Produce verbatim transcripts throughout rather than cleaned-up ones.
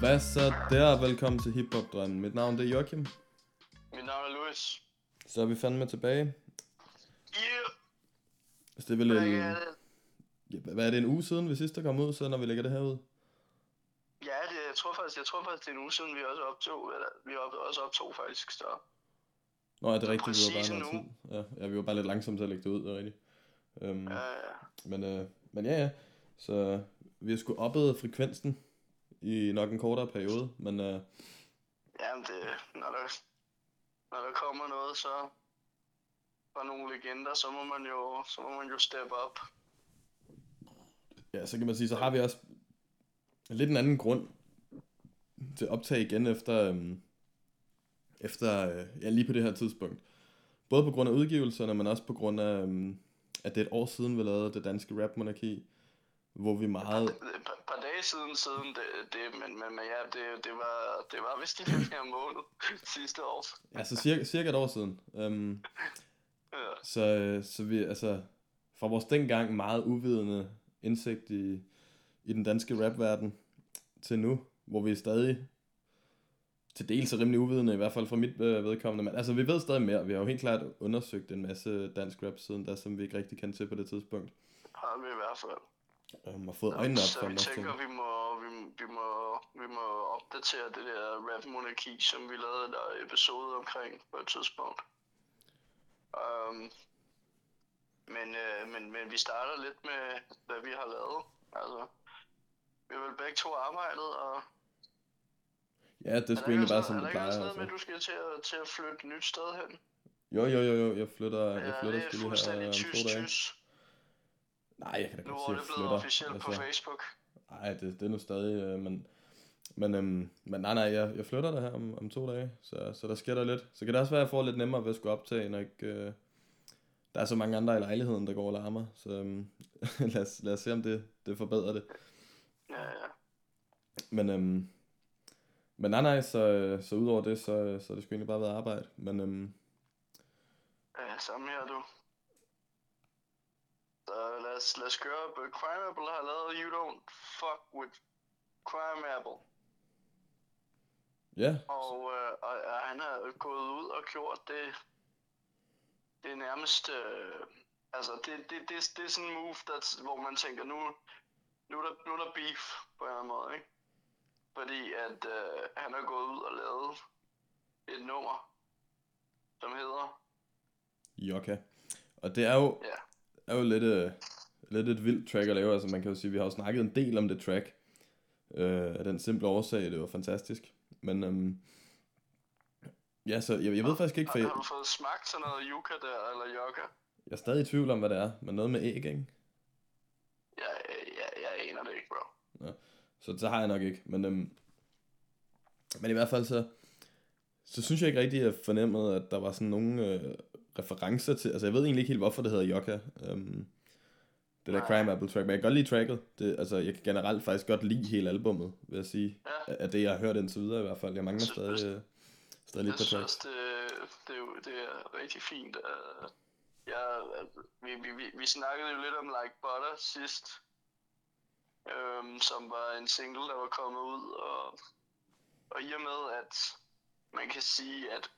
Hvad så der? Velkommen til Hip Hop Drømmen. Mit navn det er Joachim. Mit navn er Louis. Så er vi fandme tilbage. Yeah. Så det er vel Hvad en... er det? Ja, hvad er det, en uge siden, vi sidst der kom ud, så når vi lægger det her ud? Ja, det, jeg tror faktisk, jeg tror faktisk, det er en uge siden, vi også optog, eller vi op, også optog faktisk, så... Nå, er det rigtigt, vi præcis var bare en noget tid. Ja, ja, vi var bare lidt langsomme til at lægge det ud, det er rigtigt. Um, Ja, ja. men, øh, men ja, ja. Så vi har sgu oppet frekvensen i nok en kortere periode, men... Øh, Jamen, det, når der, når der kommer noget, så... fra nogle legender, så må man jo, så må man jo steppe op. ja, så kan man sige, så har vi også lidt en anden grund til at optage igen efter... Øhm, efter, øh, ja, lige på det her tidspunkt. Både på grund af udgivelserne, men også på grund af, øhm, at det er et år siden, vi lavede Det Danske Rap-monarki, hvor vi meget... Et par, par dage siden siden, det, det, men, men, men ja, det, det var, det var vist i den her måned sidste år. Ja, så cirka, cirka et år siden. Um, Ja. så, så vi, altså, fra vores dengang meget uvidende indsigt i, i den danske rapverden til nu, hvor vi er stadig til dels er rimelig uvidende, i hvert fald fra mit øh, vedkommende, men altså vi ved stadig mere. Vi har jo helt klart undersøgt en masse dansk rap siden der, som vi ikke rigtig kendte til på det tidspunkt. Har vi i hvert fald. Um, og fået øjnene op Så for en vi masse ting. tænker, vi må, vi, vi, må, vi må opdatere det der rap-monarki, som vi lavede der episode omkring på et tidspunkt. Um, men, øh, men, men vi starter lidt med, hvad vi har lavet. Altså, vi har vel begge to arbejdet, og... Ja, det er sgu egentlig bare, som det plejer. Er der ikke noget Altså. med, at du skal til at, til at flytte et nyt sted hen? Jo, jo, jo, jo, jeg flytter, Ja, jeg flytter det er sgu lige her fuldstændig om to dage. tys-tys. Nej, jeg kan da Nu godt er sige, det at jeg blevet flytter. officielt på Altså, Facebook. nej, det, det er nu stadig, øh, men, men, øhm, men nej, nej, jeg, jeg flytter der her om, om to dage, så, så der sker der lidt. Så kan det også være, at jeg får lidt nemmere ved at skulle optage, når ikke, øh, der er så mange andre i lejligheden, der går og larmer. Så øhm, lad, os, lad os se, om det, det forbedrer det. Ja, ja. Men, øhm, men nej, nej, så, så udover det, så, så er det sgu egentlig bare været arbejde. Men øhm, Ja, samme her, du. Så lad os, lad os køre op. Crimeapple har lavet You Don't Fuck With Crimeapple. ja, Og, øh, og, og han har gået ud og gjort det. Det er nærmest... Øh, altså, det, det, det, det er sådan en move, der, hvor man tænker, nu, nu, er der, nu er der beef på en eller anden måde, ikke? Fordi at øh, han har gået ud og lavet et nummer, som hedder... Jokka. Og det er jo, Ja. er jo lidt, øh, lidt et vildt track at lave. Altså man kan jo sige, vi har jo snakket en del om det track. Øh, af den simple årsag, det var fantastisk. Men øhm, ja, så jeg, jeg ved faktisk ikke, for Har, jeg, har du fået smagt sådan noget yucca der, eller jokka? jeg er stadig i tvivl om, hvad det er. Men noget med æg, ikke? Jeg, jeg, jeg aner det ikke, bro. Ja. Så så har jeg nok ikke. Men, øhm, men i hvert fald så, så synes jeg ikke rigtig, at jeg fornemmede, at der var sådan nogle øh, referencer til... Altså jeg ved egentlig ikke helt, hvorfor det hedder Jokka. Øhm, det der Crimeapple track. Men jeg kan godt lide tracket. Det, altså jeg kan generelt faktisk godt lide hele albummet, vil jeg sige. Ja. Af det, jeg har hørt indtil videre i hvert fald. Jeg mangler Jeg stadig, synes- øh, stadig lidt Jeg på synes track. også, det, det, er jo, det er rigtig fint. Uh, jeg, vi, vi, vi, vi snakkede jo lidt om Like Butter sidst, um, som var en single, der var kommet ud. Og, og i og med, at man kan sige, at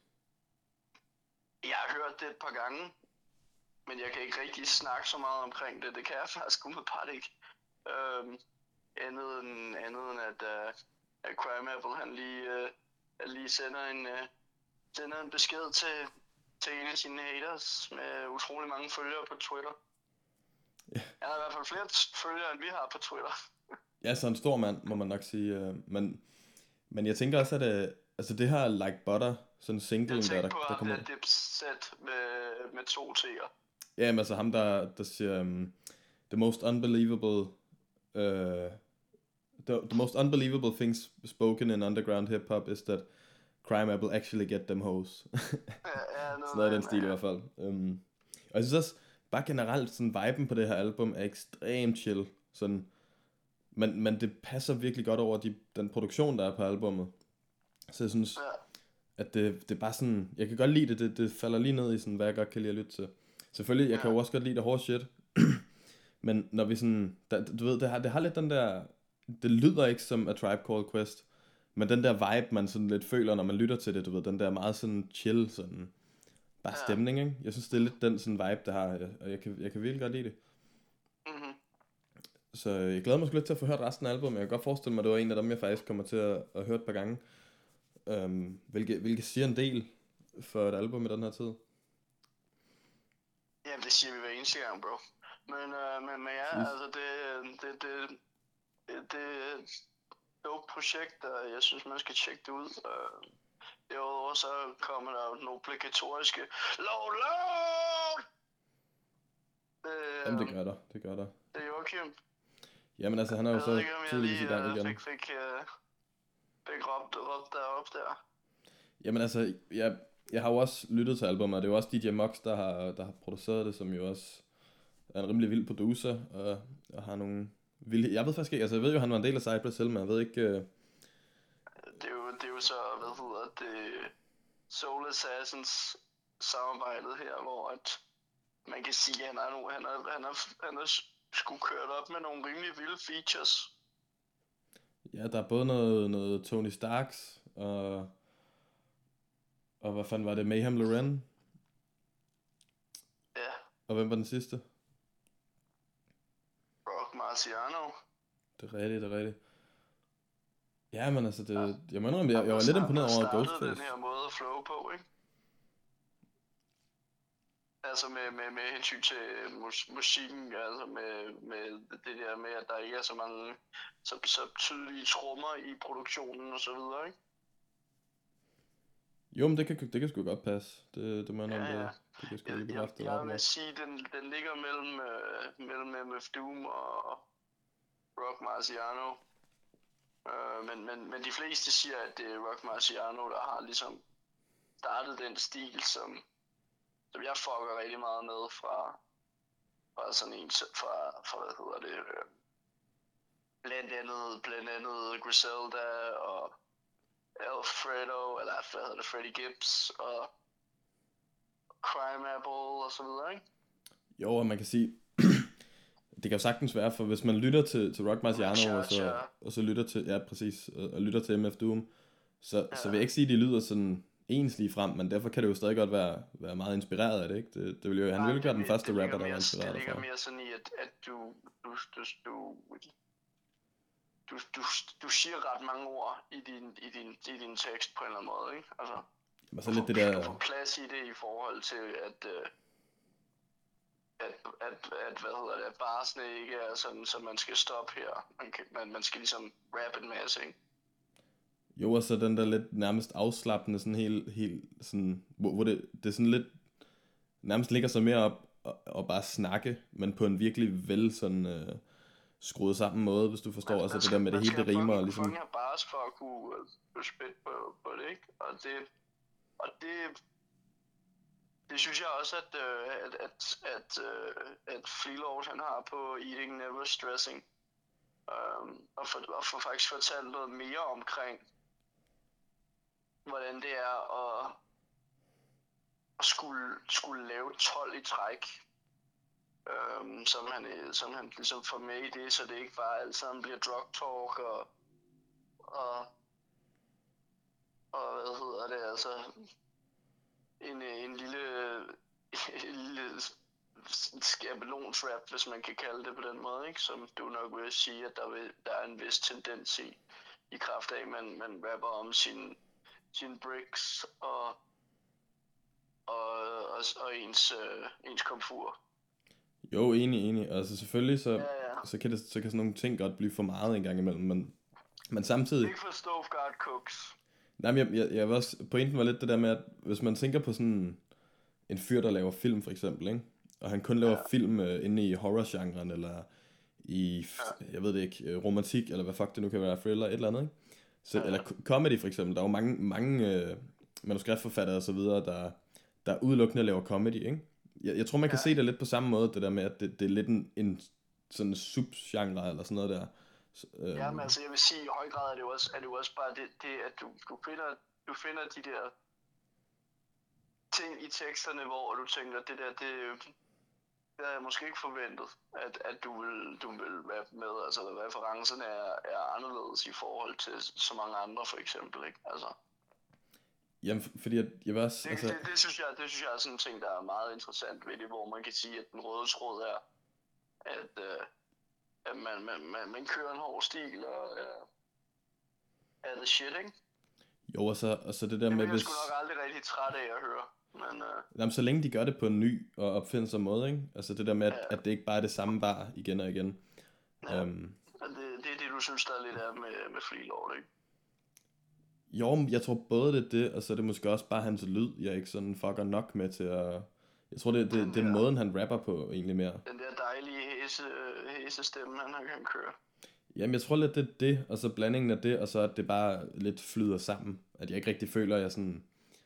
jeg har hørt det et par gange, men jeg kan ikke rigtig snakke så meget omkring det. Det kan jeg faktisk umiddelbart ikke. Um, andet, end, andet end at, uh, at Crimeapple han lige, uh, han lige sender en, uh, sender en besked til, til en af sine haters med utrolig mange følgere på Twitter. Ja. Han har i hvert fald flere t- følgere, end vi har på Twitter. Ja, så en stor mand, må man nok sige. Øh, men, men jeg tænker også, at øh, altså det her Like Butter, sådan singlen Jeg der, tænkte der, på der ham kommer der ud. Dipset med, med to T'er. Ja, men altså ham, der, der siger, um, the most unbelievable, uh, the, the most unbelievable things spoken in underground hip-hop is that Crimeapple actually get them hoes. Ja, ja, Sådan noget i den stil i hvert fald. Um, og jeg synes også, bare generelt, sådan viben på det her album er ekstremt chill. Sådan, men, men det passer virkelig godt over de, den produktion, der er på albummet. Så jeg synes, Ja. at det, det er bare sådan, jeg kan godt lide det, det, det falder lige ned i sådan, hvad jeg godt kan lide at lytte til. Selvfølgelig, jeg Ja. kan jo også godt lide det hårde shit. Men når vi sådan, der, du ved, det har, det har lidt den der, det lyder ikke som A Tribe Called Quest, men den der vibe, man sådan lidt føler, når man lytter til det, du ved, den der meget sådan chill, sådan bare Ja. stemning, ikke? Jeg synes, det er lidt den sådan vibe, der har, og jeg kan, jeg kan virkelig godt lide det. Mhm. Så jeg glæder mig sgu lidt til at få hørt resten af albumet. Jeg kan godt forestille mig, at det var en af dem, jeg faktisk kommer til at, at høre et par gange. Um, hvilket, hvilket siger en del for et album i den her tid. Jamen, det siger vi hver eneste gang, bro. Men, øh, men, men ja, Præcis. altså, det, det, det, det, det er et dope projekt, og jeg synes, man skal tjekke det ud. Øh, Derudover så kommer der jo den obligatoriske Load, load! Det, Jamen, det øh, gør der. Det gør der. det er Joachim. Jamen, altså, han er jo Jeg ved så ikke, om jeg tydeligvis i lige gang øh, igen. fik, fik, øh, fik råbt, råbt derop der. Jamen, altså, jeg, jeg har jo også lyttet til albumet, og det er jo også D J Mox, der har, der har produceret det, som jo også er en rimelig vild producer, og, og har nogle vilde... Jeg ved faktisk ikke, altså, jeg ved jo, han var en del af Cypress Hill, men jeg ved ikke... Øh... Det er jo, det er jo så, hvad hedder det, Soul Assassins samarbejdet her, hvor at man kan sige, at han er, nu, han er, han er, han er sgu kørt op med nogle rimelig vilde features. Ja, der er både noget, noget Tony Starks, og... Og hvad fanden var det? Mayhem Lauren? Ja, Og hvem var den sidste? Rock Marciano. Det er rigtigt, det er rigtigt. Ja, men altså, det, Ja. jeg må indrømme, jeg, jeg var lidt imponeret over Ghostface. Den her måde at flow på, ikke? Altså med, med, med hensyn til mus, musikken, altså med, med det der med, at der ikke er så mange, så, så tydelige trommer i produktionen og så videre, ikke? Jo, men det kan, det kan sgu godt passe. Det, det må jeg Ja, indrømme, ja. det, det kan jeg sgu Jeg, lige jeg, bekræfte. jeg ret vil nok. sige, den, den ligger mellem, øh, mellem M F Doom og Rock Marciano. Øh, men, men, men de fleste siger, at det er Rock Marciano, der har ligesom startet den stil, som, som jeg fucker rigtig meget med fra, fra sådan en, fra, fra hvad hedder det, øh, blandt andet, blandt andet Griselda og Alfredo, eller hvad hedder det, Freddie Gibbs og Crime Apple og så videre, ikke? Jo, og man kan sige, det kan jo sagtens være, for hvis man lytter til, til Rock Marciano, og så, og så lytter til, ja præcis, og, og lytter til M F Doom, så, ja. så vil jeg ikke sige, at de lyder sådan enslige frem, men derfor kan det jo stadig godt være, være meget inspireret af det, ikke? Det, det vil jo, han ville være den første rapper, der var inspireret derfra. Det ligger derfra. mere sådan i, at, at du, du, du, du, du, du, du siger ret mange ord i din, i, din, i din tekst på en eller anden måde, ikke? Altså, Jamen, så lidt det der... Du får plads i det i forhold til, at, at, at, at hvad hedder det, at barsene ikke er sådan, så man skal stoppe her. Man, kan, man, man skal ligesom rappe en masse, ikke? Jo, og så den der lidt nærmest afslappende, sådan helt, helt sådan, hvor, hvor det, det er sådan lidt, nærmest ligger sig mere op og, og bare snakke, men på en virkelig vel sådan øh, skruet sammen måde, hvis du forstår, man, altså man skal, det der med det hele, det rimer og ligesom... Man skal have bars for at kunne uh, spille på, på det, ikke? Og det, og det, det synes jeg også, at, uh, at, at, at, uh, at Freelord, han har på Eating Never Stressing, um, og, for, og for faktisk fortalt noget mere omkring, hvordan det er at, at skulle, skulle lave tolv i træk, øhm, som, han, som han ligesom får med i det, så det ikke bare alt sammen bliver drug talk og, og, og hvad hedder det, altså en, en lille, en lille skabelonsrap, hvis man kan kalde det på den måde, ikke? Som du nok vil sige, at der, vil, der er en vis tendens i, i kraft af, at man, man rapper om sin sine bricks og, og, og, og ens, øh, ens komfur. Jo, enig, enig. Altså selvfølgelig, så, ja, ja. så, kan det, så kan sådan nogle ting godt blive for meget en gang imellem, men, men samtidig... Ikke for Stove Cooks. Nej, men jeg, jeg, jeg var også, pointen var lidt det der med, at hvis man tænker på sådan en fyr, der laver film for eksempel, ikke? Og han kun laver ja. film øh, inde i horror-genren, eller i, ja. jeg ved det ikke, romantik, eller hvad fuck det nu kan være, thriller, et eller andet, ikke? Så, ja. Eller comedy for eksempel, der er jo mange, mange øh, manuskriptforfattere og så videre, der, der udelukkende laver comedy, ikke? Jeg, jeg tror, man kan ja. se det lidt på samme måde, det der med, at det, det er lidt en, en sådan subgenre, eller sådan noget der. Så, øh... Ja, men altså, jeg vil sige, i høj grad er det jo også, er det jo også bare det, det at du, du, finder, du finder de der ting i teksterne, hvor du tænker, det der, det, det havde jeg måske ikke forventet, at, at du vil, du vil være med. Altså, referencerne er, er anderledes i forhold til så mange andre, for eksempel, ikke? Altså, Jamen, fordi jeg, jeg var også, det, altså... det, det, synes jeg, det synes jeg er sådan en ting, der er meget interessant ved det, hvor man kan sige, at den røde tråd er, at, øh, at man, man, man, man kører en hård stil og øh, er the shit, ikke? Jo, og så, og så det der Det med, bliver jeg hvis... sgu nok aldrig rigtig træt af at høre, men... Øh, Jamen, så længe de gør det på en ny og opfindsom måde, ikke? Altså det der med, at, Ja. at det ikke bare er det samme bar igen og igen. ja, Um, og det, det er det, du synes, der er lidt af med, med Flea Lord, ikke? jo, men jeg tror både det er det, og så er det måske også bare hans lyd, jeg ikke sådan fucker nok med til at... Jeg tror, det, det, Den det er der- måden, han rapper på egentlig mere. Den der dejlige hæse, hæse stemme, han kan køre. Jamen, jeg tror lidt, det er det, og så blandingen af det, og så at det bare lidt flyder sammen. At jeg ikke rigtig føler, at jeg sådan...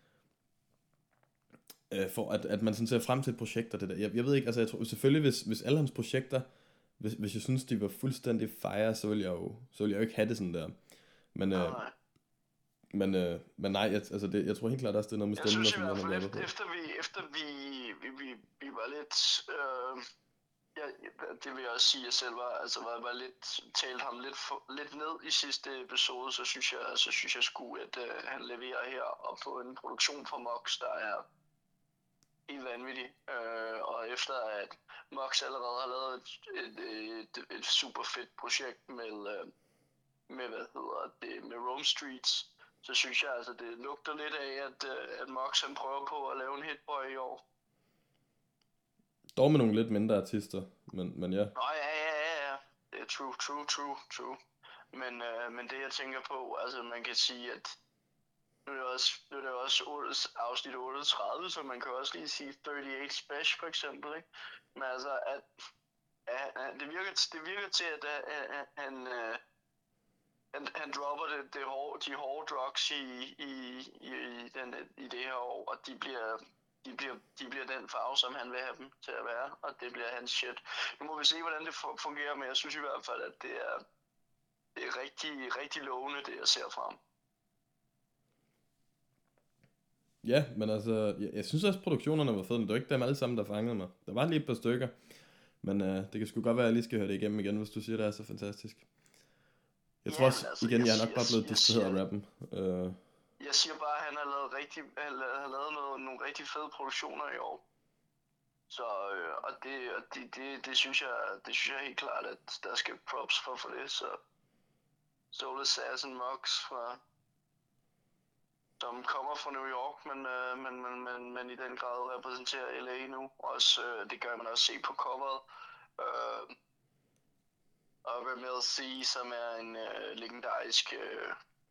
Øh, for at, at man sådan ser frem til et projekt og det der. Jeg, jeg ved ikke, altså jeg tror selvfølgelig, hvis, hvis alle hans projekter, hvis, hvis jeg synes, de var fuldstændig fire, så ville jeg jo, så ville jeg jo ikke have det sådan der. Men, øh, Nej, nej. men, øh, men nej, jeg, altså det, jeg tror helt klart også, det er noget med Jeg stemmen, synes i og hvert sådan noget, fald, han efter, rapper på. efter vi, efter vi, vi, vi, vi var lidt, øh, ja, det vil jeg også sige, at jeg selv var, altså var, var lidt, talt ham lidt, for, lidt ned i sidste episode, så synes jeg, så synes jeg sgu, at øh, han leverer her og på en produktion fra Mox, der er helt vanvittig. Øh, og efter at Mox allerede har lavet et, et, et, et super fedt projekt med, øh, med, hvad hedder det, med Rome Streets, så synes jeg altså, det lugter lidt af, at, øh, at Mox han prøver på at lave en hitboy i år. Dog med nogle lidt mindre artister, men, men ja. Nå ja, ja, ja, ja. Det er true, true, true, true. Men, øh, men det jeg tænker på, altså man kan sige, at nu er det også, nu er det også otte, afsnit otteogtredive, så man kan også lige sige treogtredive Special for eksempel, ikke? Men altså, at, at, at det, virker, det virker til, at, at, at han, øh, han, han dropper det, det hårde, de hårde drugs i, i, i, i, den, i det her år, og de bliver, de, bliver, de bliver den farve, som han vil have dem til at være, og det bliver hans shit. Nu må vi se, hvordan det fungerer, men jeg synes i hvert fald, at det er, det er rigtig, rigtig lovende, det jeg ser fra ham. Ja, men altså, jeg, jeg synes også, produktionerne var fede, men det var ikke dem alle sammen, der fangede mig. Der var lige et par stykker, men øh, det kan sgu godt være, at jeg lige skal høre det igennem igen, hvis du siger, det er så fantastisk. Jeg tror Ja, også, altså, igen, jeg jeg er nok siger- bare blevet jeg distraheret af siger- rappen. Øh, Jeg siger bare, at han har lavet, rigtig, han har lavet noget, nogle rigtig fede produktioner i år. Så, øh, og det, og det, det, det, synes jeg, det synes jeg helt klart, at der skal props for for det. Så Soul Assassin Mox fra, som kommer fra New York, men, øh, men, men, men, men i den grad repræsenterer L A nu. Også, øh, det gør man også se på coveret. Øh, og Ramel C, som er en øh, legendarisk... Øh,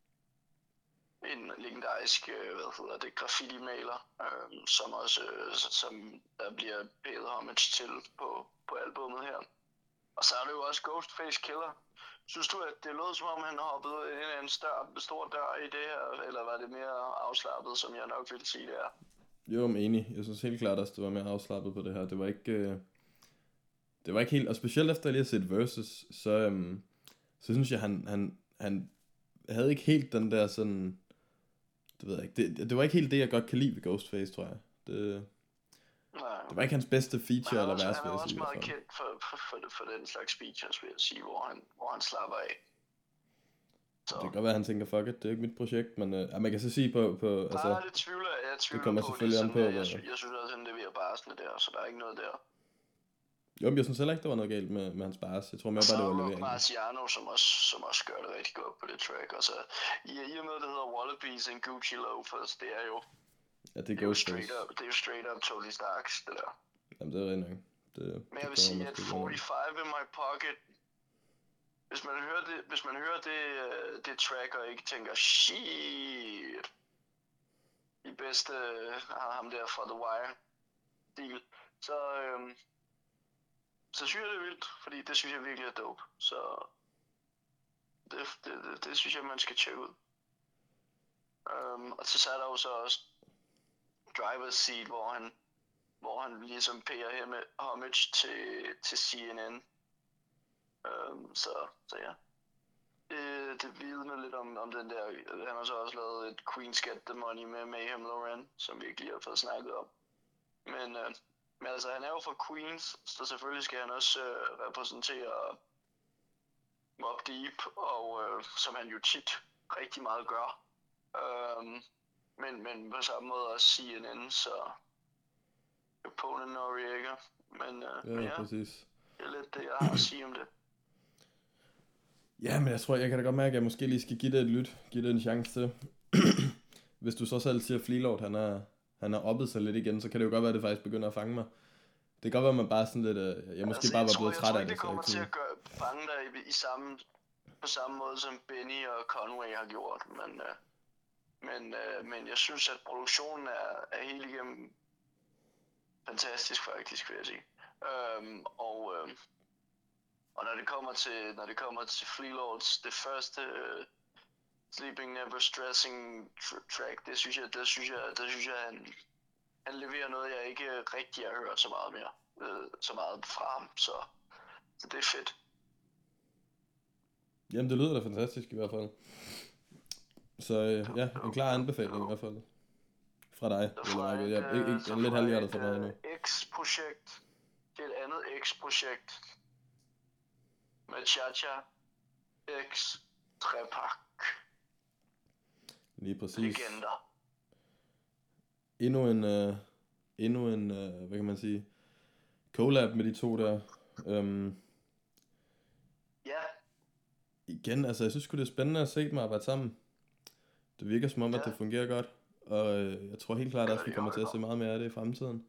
en legendarisk, øh, hvad hedder det, graffiti-maler, øh, som også, øh, som der bliver pædet homage til på, på albummet her. Og så er det jo også Ghostface Killer. Synes du, at det lød som om, han hoppede ind i en stør, stor dør i det her, eller var det mere afslappet, som jeg nok ville sige, det er? jo, jeg er enig. Jeg synes helt klart også, det var mere afslappet på det her. Det var ikke... Øh, det var ikke helt... Og specielt efter jeg lige har set Versus, så, øhm, så synes jeg, han, han, han havde ikke helt den der sådan... Det ved jeg ikke. Det, det var ikke helt det, jeg godt kan lide ved Ghostface, tror jeg. Det, Nej. det var ikke hans bedste Men feature han er eller også, vers, han er vil jeg også sige. i hvert meget fald. kendt for, for, for, for den slags features, vil jeg sige, hvor han, hvor han slapper af. Så. Det kan godt være, at han tænker, fuck it, det er ikke mit projekt, men øh, man kan så sige på... på altså, Nej, det tvivler jeg. Jeg tvivler kommer på, selvfølgelig det er an sådan, på, jeg, jeg, hvad- sy- jeg synes også, han leverer barsene der, så der er ikke noget der. jo, men jeg synes heller ikke, der var noget galt med, med hans bars. Jeg tror mere Og så bare, det er var Rock leveringen. Marciano, som også, som også gør det rigtig godt på det track. Og så i, i og med, det hedder Wallabies and Gucci Loafers, det er jo, Ja, det det er er jo Ghostface. straight up, det er jo straight up Tony Starks, det der. Jamen, det er rigtig nok. Det, Men jeg vil det sige, kommer at måske godt nok. forty-five in my pocket, hvis man hører det, hvis man hører det, øh, det track og ikke tænker, shit, de bedste øh, ham der fra The Wire deal, så, øhm, så synes jeg det er vildt, fordi det synes jeg virkelig er dope. Så det, det, det, det synes jeg, man skal tjekke ud. Um, og så er der jo så også Driver's Seat, hvor han, hvor han ligesom payer her med homage til, til C N N. Um, så, så ja. Det, det vidner lidt om, om den der, han har så også lavet et Queen's Get The Money med Mayhem Lauren, som vi ikke lige har fået snakket om. Men, uh, Men altså, han er jo fra Queens, så selvfølgelig skal han også øh, repræsentere Mobb Deep, og øh, som han jo tit rigtig meget gør. Øhm, men, men på samme måde også C N N, så Capone Noriega. Men, øh, Ja, men ja, præcis. det er lidt det, jeg har at sige om det. Ja, men jeg tror, jeg kan da godt mærke, at jeg måske lige skal give det et lyt. Give det en chance til. Hvis du så selv siger, at Fleelord, han er, han er oppet sig lidt igen, så kan det jo godt være, at det faktisk begynder at fange mig. Det kan godt være, at man bare sådan lidt... Øh, jeg måske altså, bare jeg var tror, blevet jeg træt tror af ikke, det. det kommer så til jeg at gøre, fange dig i, i samme, på samme måde, som Benny og Conway har gjort. Men, øh, men, øh, men jeg synes, at produktionen er, er helt igennem fantastisk, faktisk, vil jeg sige. Øhm, og, øh, og når det kommer til, når det kommer til Fleelords, det første... Øh, Sleeping Never Stressing tr- track, det synes jeg, det synes jeg, det synes jeg, han, han leverer noget, jeg ikke rigtig har hørt så meget mere, øh, så meget fra ham, så, så det er fedt. Jamen, det lyder da fantastisk i hvert fald. Så øh, ja, en klar anbefaling i hvert fald. Fra dig, vil jeg mærke. Jeg er ikke, ikke, lidt halvhjertet for mig endnu. X-projekt, det er et andet X-projekt, med Cha-Cha, X, Trepak. Lige præcis. Legender. Endnu en, øh, endnu en, øh, hvad kan man sige, collab med de to der. Øhm, Ja. Igen, altså jeg synes sgu det er spændende at se dem arbejde sammen. Det virker som om, at Ja. det fungerer godt. Og øh, jeg tror helt klart også, at vi kommer til at se meget mere af det i fremtiden.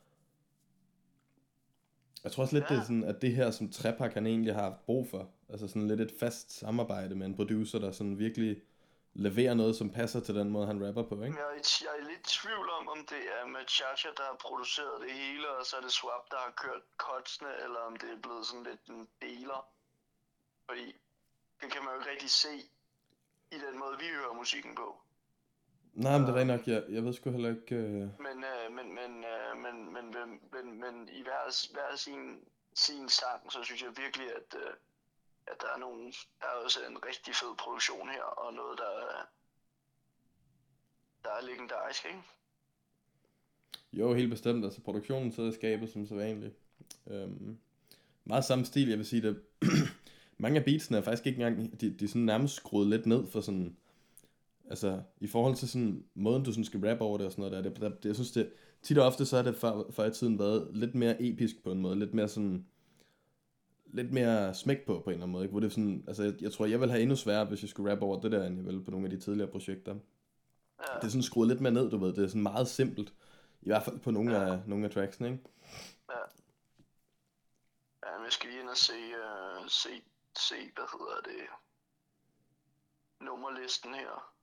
Jeg tror også lidt, Ja. det er sådan, at det her, som Trepak han egentlig har haft brug for. Altså sådan lidt et fast samarbejde med en producer, der sådan virkelig leverer noget, som passer til den måde, han rapper på, ikke? Jeg er, i- jeg er lidt i tvivl om, om det er med Cha-Cha, der har produceret det hele, og så er det Swap, der har kørt cutsene, eller om det er blevet sådan lidt en deler. Fordi det kan man jo ikke rigtig se i den måde, vi hører musikken på. Nej, men det er rent nok, jeg, jeg ved sgu heller ikke... Øh... Men, øh, men, men, øh, men, men, men, men, men i hver, hver sin, sin sang, så synes jeg virkelig, at, øh, at der er nogle, der er også en rigtig fed produktion her, og noget, der, er- der er legendarisk, ikke? Jo, helt bestemt. Altså produktionen sidder i skabet som så vanligt. Øhm, meget samme stil, jeg vil sige det. Mange af beatsene er faktisk ikke engang, de, de er sådan nærmest skruet lidt ned for sådan, altså i forhold til sådan måden du sådan skal rappe over det og sådan noget der, det, der, det jeg synes det, tit og ofte så har det før, før i tiden været lidt mere episk på en måde, lidt mere sådan, lidt mere smæk på på en eller anden måde, ikke? Hvor det er sådan, altså jeg, jeg tror jeg vil have endnu sværere, hvis jeg skulle rappe over det der, end jeg ville på nogle af de tidligere projekter. Ja. Det er sådan skruet lidt mere ned, du ved, det er sådan meget simpelt, i hvert fald på nogle, ja. af, nogle af tracksene, ikke? Ja. Ja, men jeg skal lige ind og se, uh, se, se, hvad hedder det, nummerlisten her.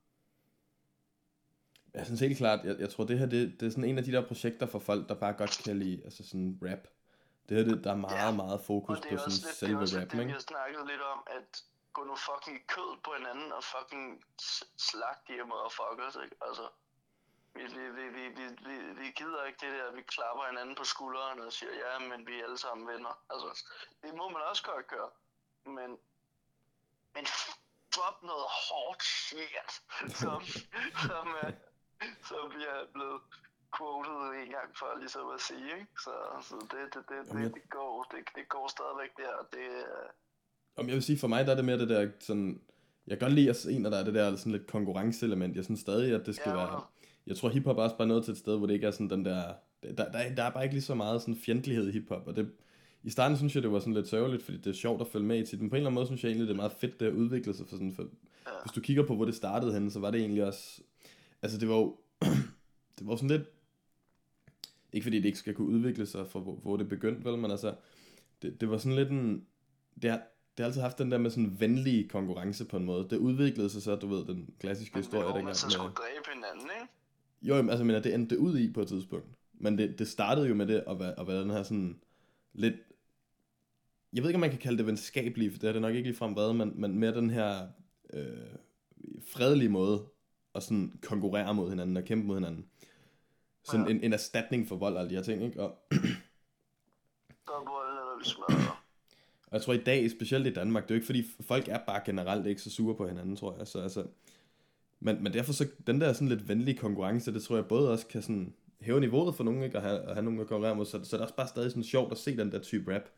Jeg synes helt klart, jeg, jeg tror det her, det, det er sådan en af de der projekter for folk, der bare godt kan lide, altså sådan rap. Det her, det, der er meget, ja. meget fokus Og det på er sådan også lidt, det er selve også lidt rappen, det, vi ikke? har snakket lidt om, at gå nu fucking i kød på hinanden og fucking s- slag de her motherfuckers, ikke? Altså, vi, vi, vi, vi, vi, vi, vi gider ikke det der, vi klapper hinanden på skulderen og siger, ja, men vi er alle sammen venner. Altså, det må man også godt gøre. Men, men drop noget hårdt shit, som, som, uh, som vi er blevet quoted en gang for ligesom at sige, ikke? Så, så det, det, det, Jamen, jeg- det, det, går, det, det går stadigvæk der, og det, øh, Om jeg vil sige, for mig der er det mere det der sådan, jeg kan godt lide at se, når der er det der sådan lidt konkurrenceelement. Jeg synes stadig, at det skal Ja, være, hundrede. jeg tror hiphop er også bare nået til et sted, hvor det ikke er sådan den der, der, der, der er bare ikke lige så meget sådan fjendtlighed i hiphop, og det, i starten synes jeg, det var sådan lidt sørgeligt, fordi det er sjovt at følge med i til, men på en eller anden måde synes jeg egentlig, det er meget fedt, det at udvikle sig for sådan, for, Ja. hvis du kigger på, hvor det startede henne, så var det egentlig også, altså det var jo, det var sådan lidt, ikke fordi det ikke skal kunne udvikle sig for, hvor, hvor det begyndte, vel, men altså, det, det var sådan lidt en, det har, det har altid haft den der med sådan venlig konkurrence på en måde. Det udviklede sig så, du ved, den klassiske Men historie hvor dengang man så med... skulle dræbe hinanden, ikke? Jo, jamen, altså, men det endte det ud i på et tidspunkt. Men det, det startede jo med det at være, at være den her sådan lidt... Jeg ved ikke, om man kan kalde det venskabelige, for det har det nok ikke ligefrem været, men, men mere den her øh, fredelige måde at sådan konkurrere mod hinanden og kæmpe mod hinanden. Sådan Ja. en, en erstatning for vold og alle de her ting, ikke? Og Der var eller vi smadrer. Og jeg tror i dag, specielt i Danmark, det er jo ikke fordi, folk er bare generelt ikke så sure på hinanden, tror jeg. Så, altså, men, men derfor så, den der sådan lidt venlige konkurrence, det tror jeg både også kan sådan, hæver niveauet for nogen, ikke? At have, at have nogen at konkurrere mod, så, så det er også bare stadig sådan sjovt at se den der type rap.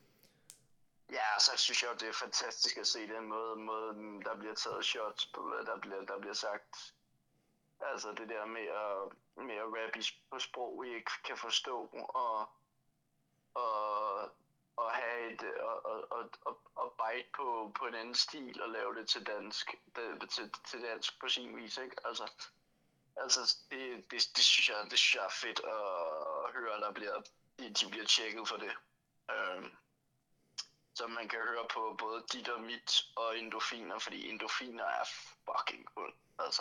Ja, så synes jeg, det er fantastisk at se den måde, måde der bliver taget shots på, hvad der bliver, der bliver sagt. Altså det der med at, med at rappe på sprog, vi ikke kan forstå, og, og, og have et, og, og, og, og, og bite på, på en anden stil, og lave det til dansk, det, til, til dansk på sin vis, ikke? Altså, altså det, det, det, synes jeg, det synes jeg er fedt at høre, der bliver, de, de bliver tjekket for det. Um, som man kan høre på både dit og mit og endorfiner, fordi endorfiner er fucking cool, altså.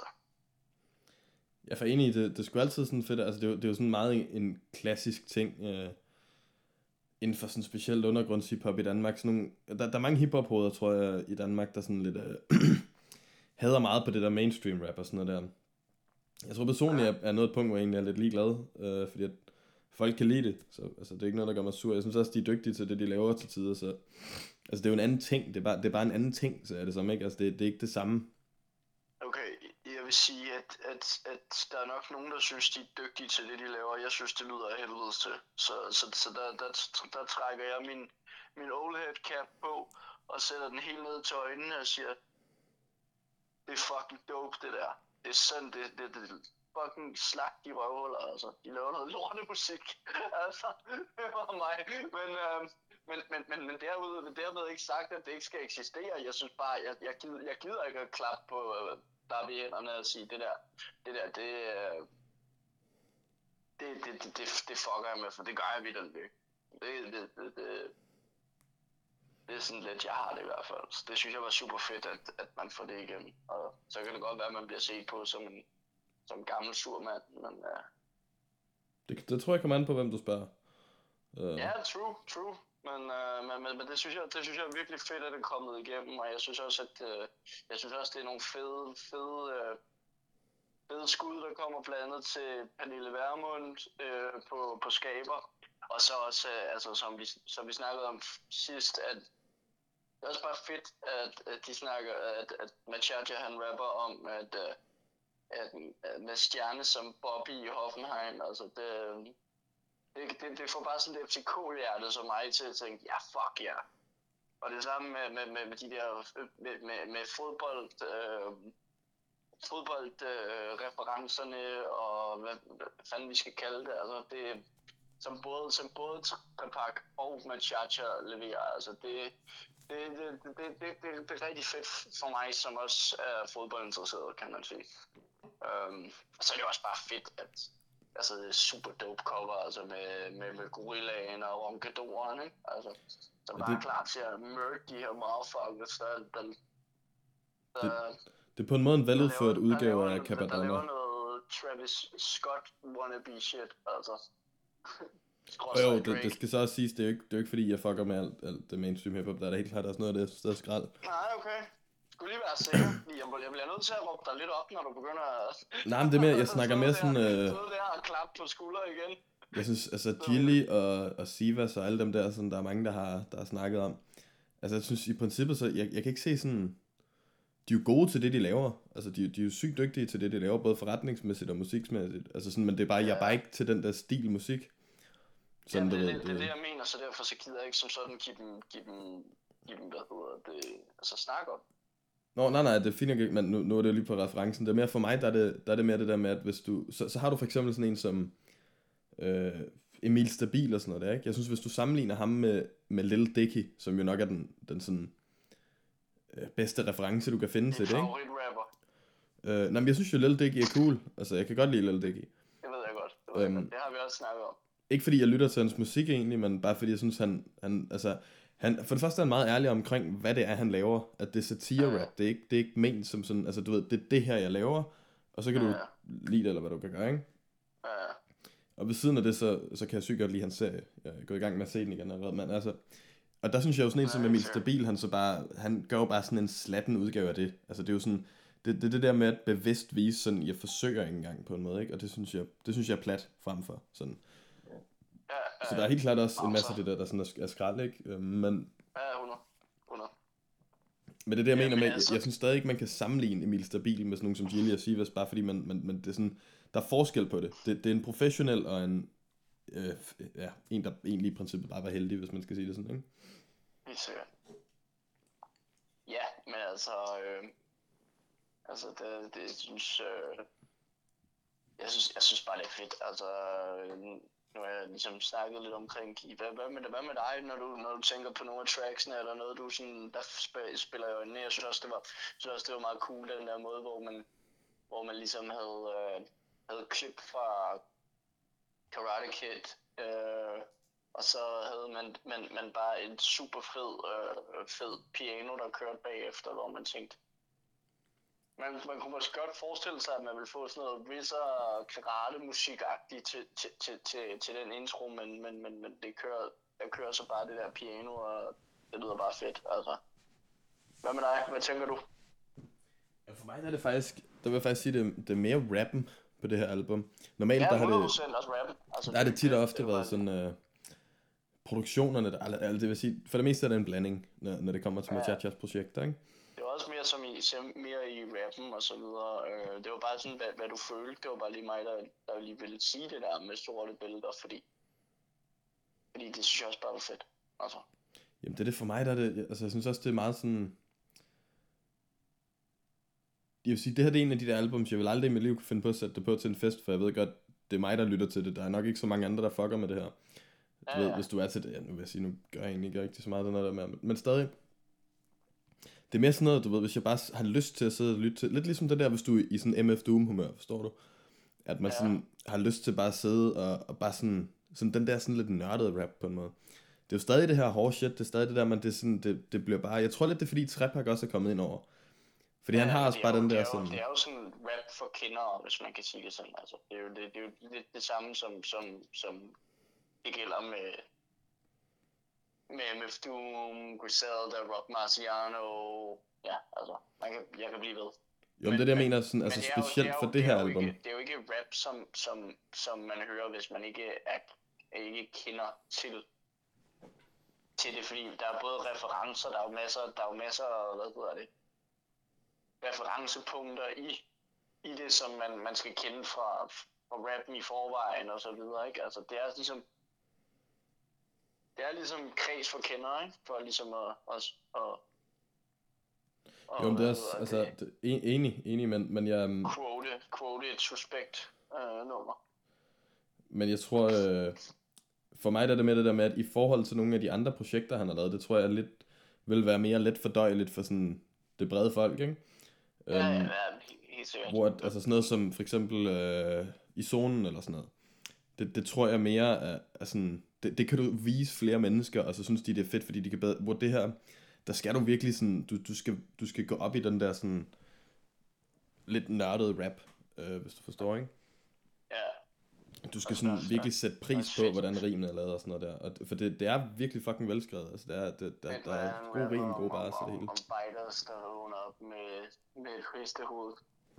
Jeg er for enig i det. Det er sgu altid sådan fedt. Altså, det er jo, det er jo sådan meget en klassisk ting øh, inden for sådan specielt undergrunds hiphop i Danmark. Sådan nogle, der, der er mange hiphop-hoveder, tror jeg, i Danmark, der sådan lidt øh, hader meget på det der mainstream rap og sådan noget der. Jeg tror personligt, jeg er nået et punkt, hvor jeg egentlig er lidt ligeglad, øh, fordi at folk kan lide det. Så altså, det er ikke noget, der gør mig sur. Jeg synes også, de er dygtige til det, de laver til tider. Så altså, det er jo en anden ting. Det er bare, det er bare en anden ting, så er det som ikke. Altså, det, det er ikke det samme. Okay, jeg vil sige, at, at, at der er nok nogen, der synes, de er dygtige til det, de laver. Jeg synes, det lyder af helvedes til. Så, så, så der, der, der trækker jeg min, min old head cap på, og sætter den helt ned til øjnene og siger, det er fucking dope, det der. Det er sådan, det, det, det fucking slagt de røvhuller, altså. De laver noget lortemusik, altså. Det var mig. Men, øh, men, men, men, men derude, dermed ikke sagt, at det ikke skal eksistere. Jeg synes bare, jeg, jeg, gider, jeg gider ikke at klappe på øh, der ved hænderne og sige, det der, det der, det, øh, det, det, det, det, det fucker jeg med, for det gør jeg vidt det. Det, det, det, det, det er sådan lidt, jeg har det i hvert fald. Så det synes jeg var super fedt, at, at man får det igen. Og så kan det godt være, at man bliver set på som en, som en gammel sur mand, men ja. Det, det tror jeg kommer an på, hvem du spørger. Uh... Ja, true, true. Men, uh, men, men, men det, synes jeg, det synes jeg er virkelig fedt, at det er kommet igennem, og jeg synes også, at uh, jeg synes også, det er nogle fede, fede, uh, fede skud, der kommer blandet til Pernille Vermund uh, på, på Skaber. Og så også, uh, altså, som, vi, som vi snakkede om sidst, at det er også bare fedt, at, at de snakker, at, at Machacha han rapper om, at, uh, at, at med stjerne som Bobby i Hoffenheim, altså det... Det, det, det får bare sådan et F C K-hjerte som mig til at tænke, ja, fuck ja. Yeah. Og det samme med, med, med, med de der, med, med, med fodbold, øh, fodboldreferencerne, øh, og hvad, hvad fanden vi skal kalde det, altså det, som både, som både Trepak og Machacha leverer, altså det, det, det, det, det, det, det, det er rigtig fedt for mig, som også er fodboldinteresseret, kan man sige. Um, og så er det også bare fedt, at altså det er super dope cover, altså med, med, med gorillaen og ronkadoren, ikke? Altså, så bare det, klar til at mørke de her motherfuckers, der, der, der, det, det er på en måde en veludført udgave af Capadonna. Der laver noget Travis Scott wannabe shit, altså. Og jo, det, det skal så også siges, det er jo ikke, det er jo ikke fordi, jeg fucker med alt, alt det mainstream hiphop, der er der helt klart også noget af det stedet skrald. Nej, okay. Skulle lige være sikker. Jeg, jeg bliver nødt til at råbe dig lidt op, når du begynder at... Nej, men det er mere, jeg snakker mere sådan... Øh... Stod der og klappe på skulder igen. Jeg synes, altså Gilly og, og Sivas og alle dem der, sådan, der er mange, der har, der har snakket om. Altså jeg synes i princippet, så jeg, jeg kan ikke se sådan... De er jo gode til det, de laver. Altså de, de er jo sygt dygtige til det, de laver, både forretningsmæssigt og musiksmæssigt. Altså sådan, men det er bare, ja. Jeg er bare ikke til den der stil musik. Sådan, ja, det, det, det, det er det, jeg mener, så derfor så gider jeg ikke som sådan give dem, give dem, give dem hvad hedder det, altså snakke om. Nå, nej, nej, det er fint, men nu, nu er det lige på referencen. Det er mere for mig, der er det, der er det mere det der med, at hvis du... Så, så har du for eksempel sådan en som øh, Emil Stabil og sådan noget der, ikke? Jeg synes, hvis du sammenligner ham med, med Lil Dicky, som jo nok er den, den sådan øh, bedste reference, du kan finde til det, ikke? Favoritrapper. Øh, nej, men jeg synes jo, Lil Dicky er cool. Altså, jeg kan godt lide Lil Dicky. Det ved jeg godt. Det, ved øhm, jeg godt. Det har vi også snakket om. Ikke fordi jeg lytter til hans musik egentlig, men bare fordi jeg synes, han... han altså, Han, for det første er han meget ærlig omkring, hvad det er, han laver. At det er satire-rap. Ja. Det er ikke, det er ikke ment som sådan, altså du ved, det er det her, jeg laver. Og så kan ja. du lide det, eller hvad du kan gøre, ikke? Ja. Og ved siden af det, så, så kan jeg sygt godt lide hans serie. Jeg er gået i gang med at se den igen allerede, men altså... Og der synes jeg jo sådan en som Emil Stabil, han så bare... Han gør jo bare sådan en slatten udgave af det. Altså det er jo sådan... Det, det, det der med at bevidst vise sådan, jeg forsøger ikke engang på en måde, ikke? Og det synes jeg, det synes jeg er plat frem for sådan... Ja, ja, så der er helt klart også en masse af det der, der sådan er skrald, ikke? Men... Ja, hundrede. hundrede. Men det er det, jeg ja, mener med, altså... jeg, jeg synes stadig ikke, man kan sammenligne Emil Stabil med sådan nogen som Gilly og Sivas, bare fordi man, man, man, det er sådan, der er forskel på det. det. Det er en professionel og en, øh, ja, en, der egentlig i princippet bare var heldig, hvis man skal sige det sådan, ikke? Helt sikkert. Ja, men altså, øh, altså det, det synes, øh, jeg synes, jeg synes bare det er fedt. Altså, øh, nu har jeg ligesom snakket lidt omkring Keith. Hvad, hvad, med, hvad med dig, når du, når du tænker på nogle af tracksene, eller noget, du sådan, der spiller, spiller jo ind. Jeg synes også, det var, synes også, det var meget cool, den der måde, hvor man, hvor man ligesom havde, øh, havde klip fra Karate Kid, øh, og så havde man, man, man bare en super fed, øh, fed piano, der kørte bagefter, hvor man tænkte, man, man kunne måske godt forestille sig, at man ville få sådan noget rizzer karate-musik-agtigt til, til, til, til, til den intro, men, men, men, men det kører, der kører så bare det der piano, og det lyder bare fedt, altså. Hvad med dig? Hvad tænker du? Ja, for mig der er det faktisk, der vil jeg faktisk sige, det, det er mere rappen på det her album. Normalt ja, der har det, også rappen. Altså, der er det tit og ofte været sådan, øh, produktionerne, der, altså det vil sige, for det meste er det en blanding, når, når det kommer til ja. Machachas projekter, ikke? Det var også mere som i, mere i rappen og så videre. Øh, det var bare sådan, hvad, hvad du følte. Det var bare lige mig, der, der lige ville sige det der med sorte billeder, fordi, fordi det synes jeg også bare var fedt. Altså. Jamen det er det for mig, der er det, altså jeg synes også, det er meget sådan, jeg vil sige, det her det er en af de der albums, jeg vil aldrig i mit liv kunne finde på at sætte det på til en fest, for jeg ved godt, det er mig, der lytter til det. Der er nok ikke så mange andre, der fucker med det her. Du ja, ved, ja. Hvis du er til det, ja, nu vil jeg sige, nu gør jeg egentlig ikke rigtig så meget noget der med, men stadig, det er mere sådan noget, du ved, hvis jeg bare har lyst til at sidde og lytte til, lidt ligesom det der, hvis du er i sådan M F Doom humør, forstår du? At man ja. sådan har lyst til bare at sidde og, og bare sådan, sådan den der sådan lidt nørdede rap på en måde. Det er jo stadig det her hårde shit, det er stadig det der, men det, er sådan, det, det bliver bare, jeg tror lidt det er fordi Trepak også er kommet ind over. Fordi ja, han har også bare jo, den der det sådan... Det er jo sådan rap for kendere, hvis man kan sige det sådan, altså. Det er jo, det, det er jo lidt det samme som, som, som det gælder med, med M F Doom, Griselda, Rock Marciano, ja, altså, man kan, jeg kan blive ved. Jo, men det er det, jeg mener, sådan, altså specielt jo, for det, det her jo album. Ikke, det er jo ikke rap, som, som, som man hører, hvis man ikke, er, ikke kender til, til det, fordi der er både referencer, der er jo masser, der er jo masser, hvad hedder det, referencepunkter i, i det, som man, man skal kende fra, fra rappen i forvejen og så videre, ikke? Altså, det er ligesom, det er ligesom kreds for kendere, ikke? For ligesom at, at, at jo, men det er også, altså, det, enig, enig, men, men jeg... Quote, quote et suspekt øh, nummer. Men jeg tror, øh, for mig der er det med det der med, at i forhold til nogle af de andre projekter, han har lavet, det tror jeg lidt, vil være mere let fordøjeligt for sådan det brede folk, ikke? Ja, ja, ja, helt sikkert. Hvor, altså sådan noget som for eksempel øh, i zonen eller sådan noget, det, det tror jeg mere er, er sådan, det, det kan du vise flere mennesker, og så synes de, det er fedt, fordi de kan bedre, hvor det her, der skal du virkelig sådan, du, du, skal, du skal gå op i den der sådan, lidt nørdede rap, øh, hvis du forstår, ikke? Ja. Du skal sådan virkelig sætte pris på, hvordan rimene er lavet og sådan noget der, og, for det, det er virkelig fucking velskrevet, altså det er, det, der, der er gode rim, gode bars og det hele. Om biters, der vågner op med, med et hestehoved.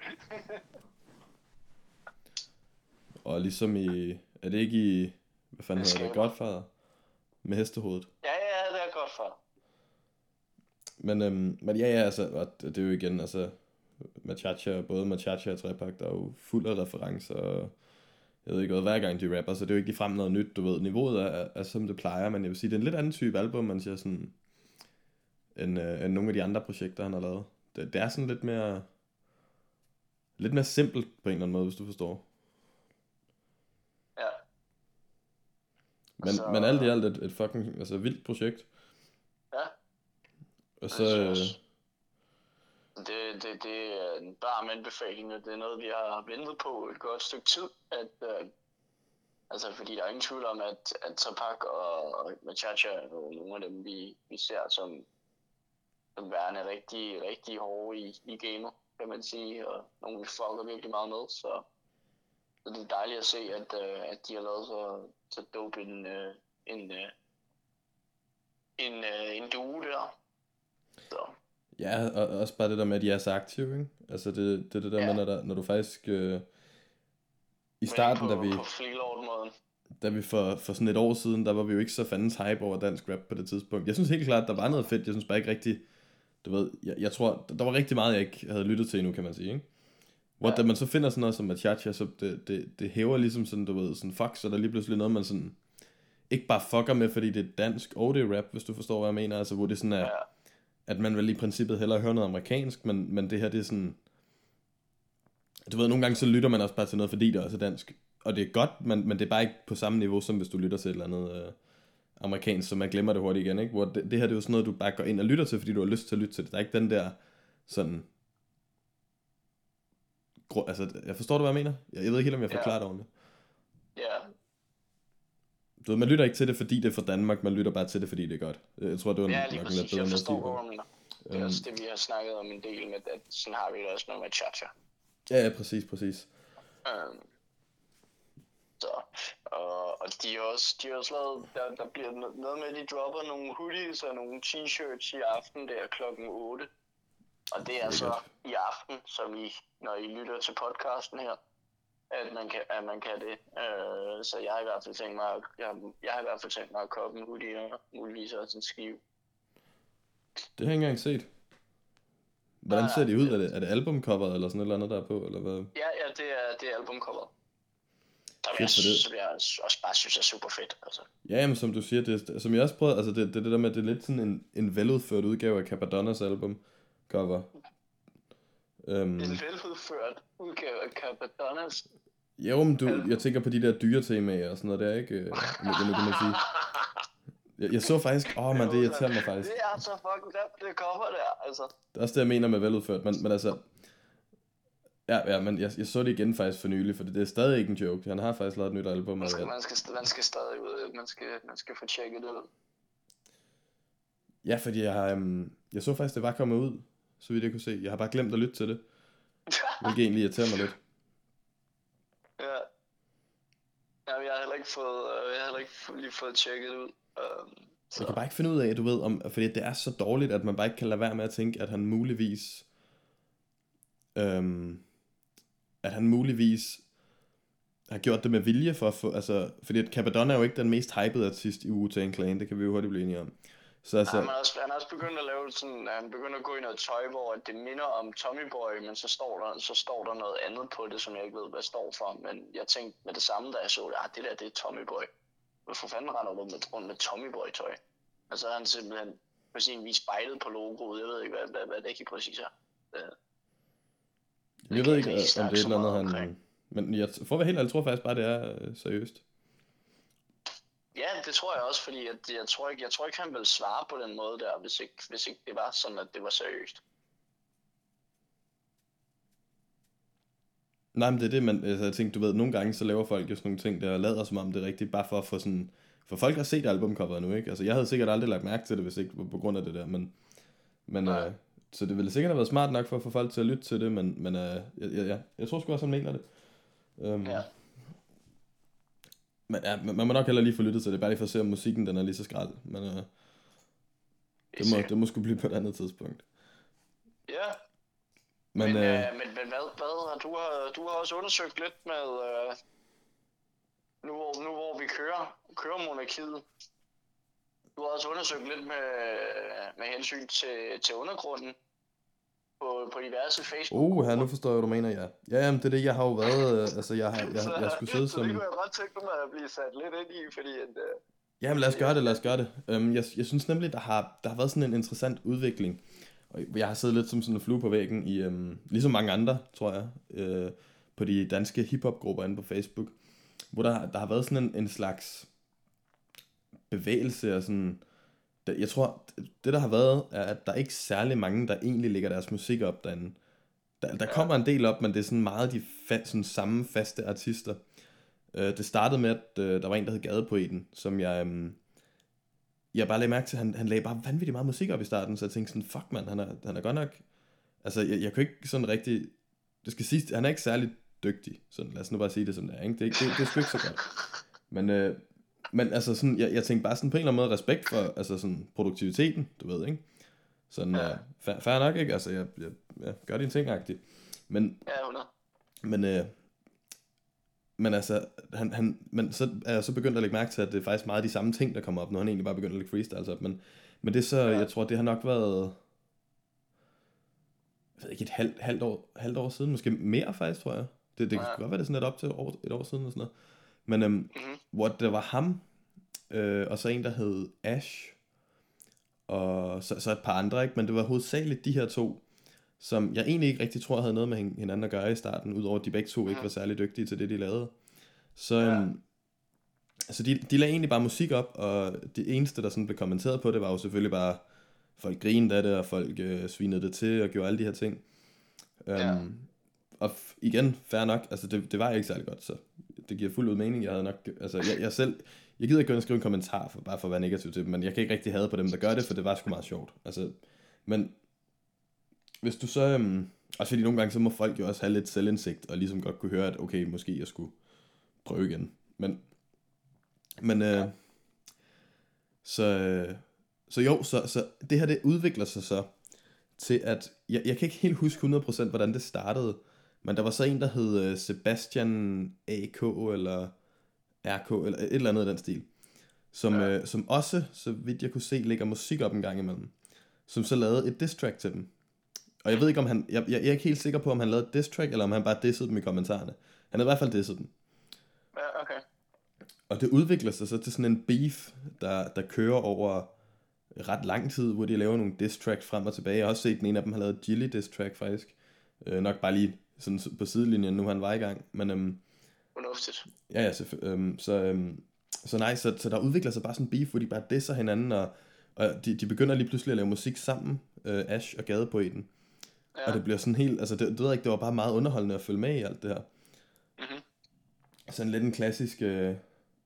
Og ligesom i, er det ikke i, hvad fanden hedder det, Godfather? Med hestehovedet. Ja, ja, det er Godfather. Men, øhm, men ja, ja, altså, og det er jo igen, altså, Machacha, både Machacha og Trepak, der er jo fuld af referencer, og jeg ved ikke hvad, hver gang de rapper, så det er jo ikke ligefrem noget nyt, du ved, niveauet er, er, er som det plejer, men jeg vil sige, det er en lidt anden type album, man siger sådan, end, øh, end nogle af de andre projekter, han har lavet. Det, det er sådan lidt mere, lidt mere simpelt på en eller anden måde, hvis du forstår. Ja. Men, så... men alt i alt et, et fucking, altså vildt projekt. Ja. Og så... Øh... Det, det, det er en varm anbefaling, og det er noget, vi har ventet på et godt stykke tid. At, øh, altså, fordi der er ingen tvivl om, at, at Trepak og Machacha er nogle af dem, vi, vi ser som, som værende rigtig, rigtig hårde i, i gamet, kan man sige. Og nogle, vi fucker virkelig meget med, så, så det er dejligt at se, at, øh, at de har lavet så, så dope en, øh, en, øh, en, øh, en duo der. Så. Ja, og også bare det der med, at de er så aktive, ikke? Altså det, det, det der ja. med, når, der, når du faktisk... Øh, I starten, på, da vi... På Freelord-måden. Da vi for, for sådan et år siden, der var vi jo ikke så fandens hype over dansk rap på det tidspunkt. Jeg synes helt klart, der var noget fedt. Jeg synes bare ikke rigtig... Du ved, jeg, jeg tror, der var rigtig meget, jeg ikke havde lyttet til endnu, kan man sige, ikke? Hvor ja. Da man så finder sådan noget som Machacha, så det, det, det hæver ligesom sådan, du ved, sådan fuck, så der lige pludselig noget, man sådan ikke bare fucker med, fordi det er dansk, og det er rap, hvis du forstår, hvad jeg mener, altså hvor det sådan er, ja. At man vel i princippet hellere hører noget amerikansk, men, men det her, det er sådan, du ved, nogle gange så lytter man også bare til noget, fordi det også er dansk, og det er godt, men, men det er bare ikke på samme niveau, som hvis du lytter til et eller andet øh, amerikansk, så man glemmer det hurtigt igen, ikke? Hvor det, det her, det er jo sådan noget, du bare går ind og lytter til, fordi du har lyst til at lytte til det, der er ikke den der, sådan, altså, jeg forstår du, hvad jeg mener? Jeg ved ikke helt, om jeg forklarer det ordentligt. Ja. Du ved, man lytter ikke til det, fordi det er fra Danmark, man lytter bare til det, fordi det er godt. Jeg tror, det var ja, lige nok præcis, jeg forstår, hvad du mener. Det er Um, også det, vi har snakket om en del med, at sådan har vi det også noget med Chacha. Ja, ja, præcis, præcis. Um, så, og, og de har også, de har også lavet, der, der bliver noget med, at de dropper nogle hoodies og nogle t-shirts i aften der klokken otte. Og det er så i aften, som I, når I lytter til podcasten her, at man kan, at man kan det. Uh, så jeg har i hvert fald tænkt mig, at, jeg, jeg har i hvert fald tænkt mig at købe en hoodie og muligvis også en skive. Det har jeg ikke engang set. Hvordan ser de ud? Er det, er det albumcoveret eller sådan et eller andet der er på? Eller hvad? Ja, ja, det er, det er albumcoveret. Som Fedt jeg, for det. som jeg også bare synes er super fedt. Altså. Ja, men som du siger, det, som jeg også prøvede, altså det, det, det der med, det er lidt sådan en, en veludført udgave af Capadonnas albumcover. Um, en veludført udgave af Capadonnas? Jo, men du, jeg tænker på de der dyretemaer og sådan noget der, ikke? Nu kan man sige. Jeg, jeg så faktisk, åh oh, man, det irriterer mig faktisk. Det er så fucking nemt, det kommer der, altså. Det er også det, jeg mener med veludført, men, men altså... Ja, ja, men jeg, jeg så det igen faktisk for nylig, for det, det er stadig ikke en joke. Han har faktisk lavet et nyt album. Man skal, man skal, man skal stadig ud, man skal, man skal få tjekket det ud. Ja, fordi jeg, um, jeg så faktisk, det var kommet ud, så vidt jeg kunne se. Jeg har bare glemt at lytte til det. Hvilket egentlig irriterer mig lidt. Ja. Jamen, jeg har heller ikke fået, jeg har heller ikke lige fået tjekket det ud. Um, så. Jeg kan bare ikke finde ud af, du ved, om, fordi det er så dårligt, at man bare ikke kan lade være med at tænke, at han muligvis, øhm, at han muligvis har gjort det med vilje for at få, altså, fordi at Capadonna er jo ikke den mest hypede artist i Wu-Tang Clan, det kan vi jo hurtigt blive enige om. Så altså, han, er også, han er også begyndt at lave sådan, han begynder at gå i noget tøj, hvor det minder om Tommy Boy, men så står der, så står der noget andet på det, som jeg ikke ved, hvad står for. Men jeg tænkte med det samme, da jeg så det, ah, det der, det er Tommy Boy. Hvorfor fanden render du med, rundt med Tommy Boy tøj? Altså han simpelthen på sin vis spejlet på logoet, jeg ved ikke, hvad, hvad, hvad det ikke præcis er. Det, jeg, jeg ved ikke, om det er et eller andet, han... Omkring. Men jeg, for at være helt ærlig, tror jeg faktisk bare, det er øh, seriøst. Ja, det tror jeg også, fordi at, jeg, tror ikke, jeg tror ikke, han ville svare på den måde der, hvis ikke, hvis ikke det var sådan, at det var seriøst. Nej, men det er det, man, altså, jeg tænkte, du ved, nogle gange så laver folk jo sådan nogle ting, der lader som om det er rigtigt, bare for at få sådan, for folk har set albumcoveret nu, ikke? Altså, jeg havde sikkert aldrig lagt mærke til det, hvis ikke på grund af det der, men, men øh, så det ville sikkert have været smart nok for at få folk til at lytte til det, men, men øh, ja, ja, jeg tror sgu også, han mener det. Um, ja. Men ja, man må nok heller lige få lyttet til det, bare lige for at se, om musikken den er lige så skrald, men øh, det, må, det må sgu blive på et andet tidspunkt. Ja. Men, men, øh, øh, men, men hvad, hvad har du, har, du har også undersøgt lidt med, øh, nu, hvor, nu hvor vi kører, kører monarkiet, du har også undersøgt lidt med, med hensyn til, til undergrunden på, på diverse Facebook. Uh, her, nu forstår jeg, hvad du mener, ja. Ja, jamen, det er det, jeg har jo været, øh, altså jeg har, jeg, jeg, jeg skulle sidde så som... det kunne jeg godt tænke mig at blive sat lidt ind i, fordi at... Øh, Jamen lad os gøre det, lad os gøre det. Um, jeg, jeg synes nemlig, der har, der har været sådan en interessant udvikling. Og jeg har siddet lidt som sådan en flue på væggen i, um, ligesom mange andre, tror jeg, uh, på de danske hiphop-grupper inde på Facebook, hvor der, der har været sådan en, en slags bevægelse og sådan... Der, jeg tror, det der har været, er, at der er ikke særlig mange, der egentlig lægger deres musik op derinde. Der, der kommer en del op, men det er sådan meget de fa- sådan samme faste artister. Uh, det startede med, at uh, der var en, der hed Gadepoeten, som jeg... Um, jeg bare lagde mærke til, at han, han lagde bare vanvittigt meget musik op i starten, så jeg tænkte sådan, fuck man, han er, han er godt nok... Altså, jeg, jeg kunne ikke sådan rigtig... Det skal siges, han er ikke særlig dygtig, sådan, lad os nu bare sige det sådan der, ikke? Det, det, det er sgu ikke så godt. Men, øh, men altså sådan, jeg, jeg tænkte bare sådan på en eller anden måde respekt for, altså sådan produktiviteten, du ved, ikke? Sådan, ja. øh, fair, fair nok, ikke? Altså, jeg, jeg, jeg gør dine ting-agtigt. Men, ja, hundrede. Men, øh, men altså, han, han, men så er jeg så begyndt at lægge mærke til, at det er faktisk meget de samme ting, der kommer op, når han egentlig bare begynder at lægge freestyles op. Men, men det er så, ja. Jeg tror, det har nok været... jeg ved ikke, et halvt, halvt, år, halvt år siden, måske mere faktisk, tror jeg. Det, det kan Ja. godt være, det er sådan lidt op til et år, et år siden og sådan noget. Men øhm, Mhm. hvor det var ham, øh, og så en, der hed Ash, og så, så et par andre, ikke? Men det var hovedsageligt de her to, som jeg egentlig ikke rigtig tror havde noget med hin- hinanden at gøre i starten, udover at de begge to ikke Mhm. var særlig dygtige til det, de lavede. Så, Ja. øhm, så de, de lagde egentlig bare musik op, og det eneste, der sådan blev kommenteret på det, var jo selvfølgelig bare, folk grinede af det, og folk øh, svinede det til, og gjorde alle de her ting. Ja. Um, og f- igen, fair nok, altså det, det var ikke særlig godt, så det giver fuld ud mening. Jeg havde nok, altså jeg, jeg selv, jeg gider ikke gå ind og skrive en kommentar, for, bare for at være negativ til dem, men jeg kan ikke rigtig have på dem, der gør det, for det var sgu meget sjovt. Altså, men hvis du så, um, også fordi nogle gange, så må folk jo også have lidt selvindsigt, og ligesom godt kunne høre, at okay, måske jeg skulle prøve igen. Men, men, øh, så, øh, så jo, så, så det her, det udvikler sig så til at, jeg, jeg kan ikke helt huske hundrede procent, hvordan det startede, men der var så en, der hed øh, Sebastian A K, eller R K, eller et eller andet i den stil, som, Ja. øh, som også, så vidt jeg kunne se, lægger musik op en gang imellem, som så lavede et diss track til dem. Og jeg ved ikke, om han, jeg, jeg er ikke helt sikker på, om han lavede et diss track, eller om han bare dissede dem i kommentarerne. Han havde i hvert fald disset dem. Ja, okay. Og det udvikler sig så til sådan en beef, der, der kører over ret lang tid, hvor de laver nogle diss tracks frem og tilbage. Jeg har også set den ene af dem har lavet et Gilly diss track faktisk. Øh, nok bare lige sådan på sidelinjen, nu han var i gang. Men øhm, Fornuftigt. ja, ja, så, øhm, så, øhm, så nej, så, så der udvikler sig bare sådan en beef, hvor de bare disser hinanden, og, og de, de begynder lige pludselig at lave musik sammen, øh, Ash og Gadepoeten. Ja. Og det bliver sådan helt, altså det, det ved jeg ikke, det var bare meget underholdende at følge med i alt det her. Mhm. Sådan lidt en klassisk, øh,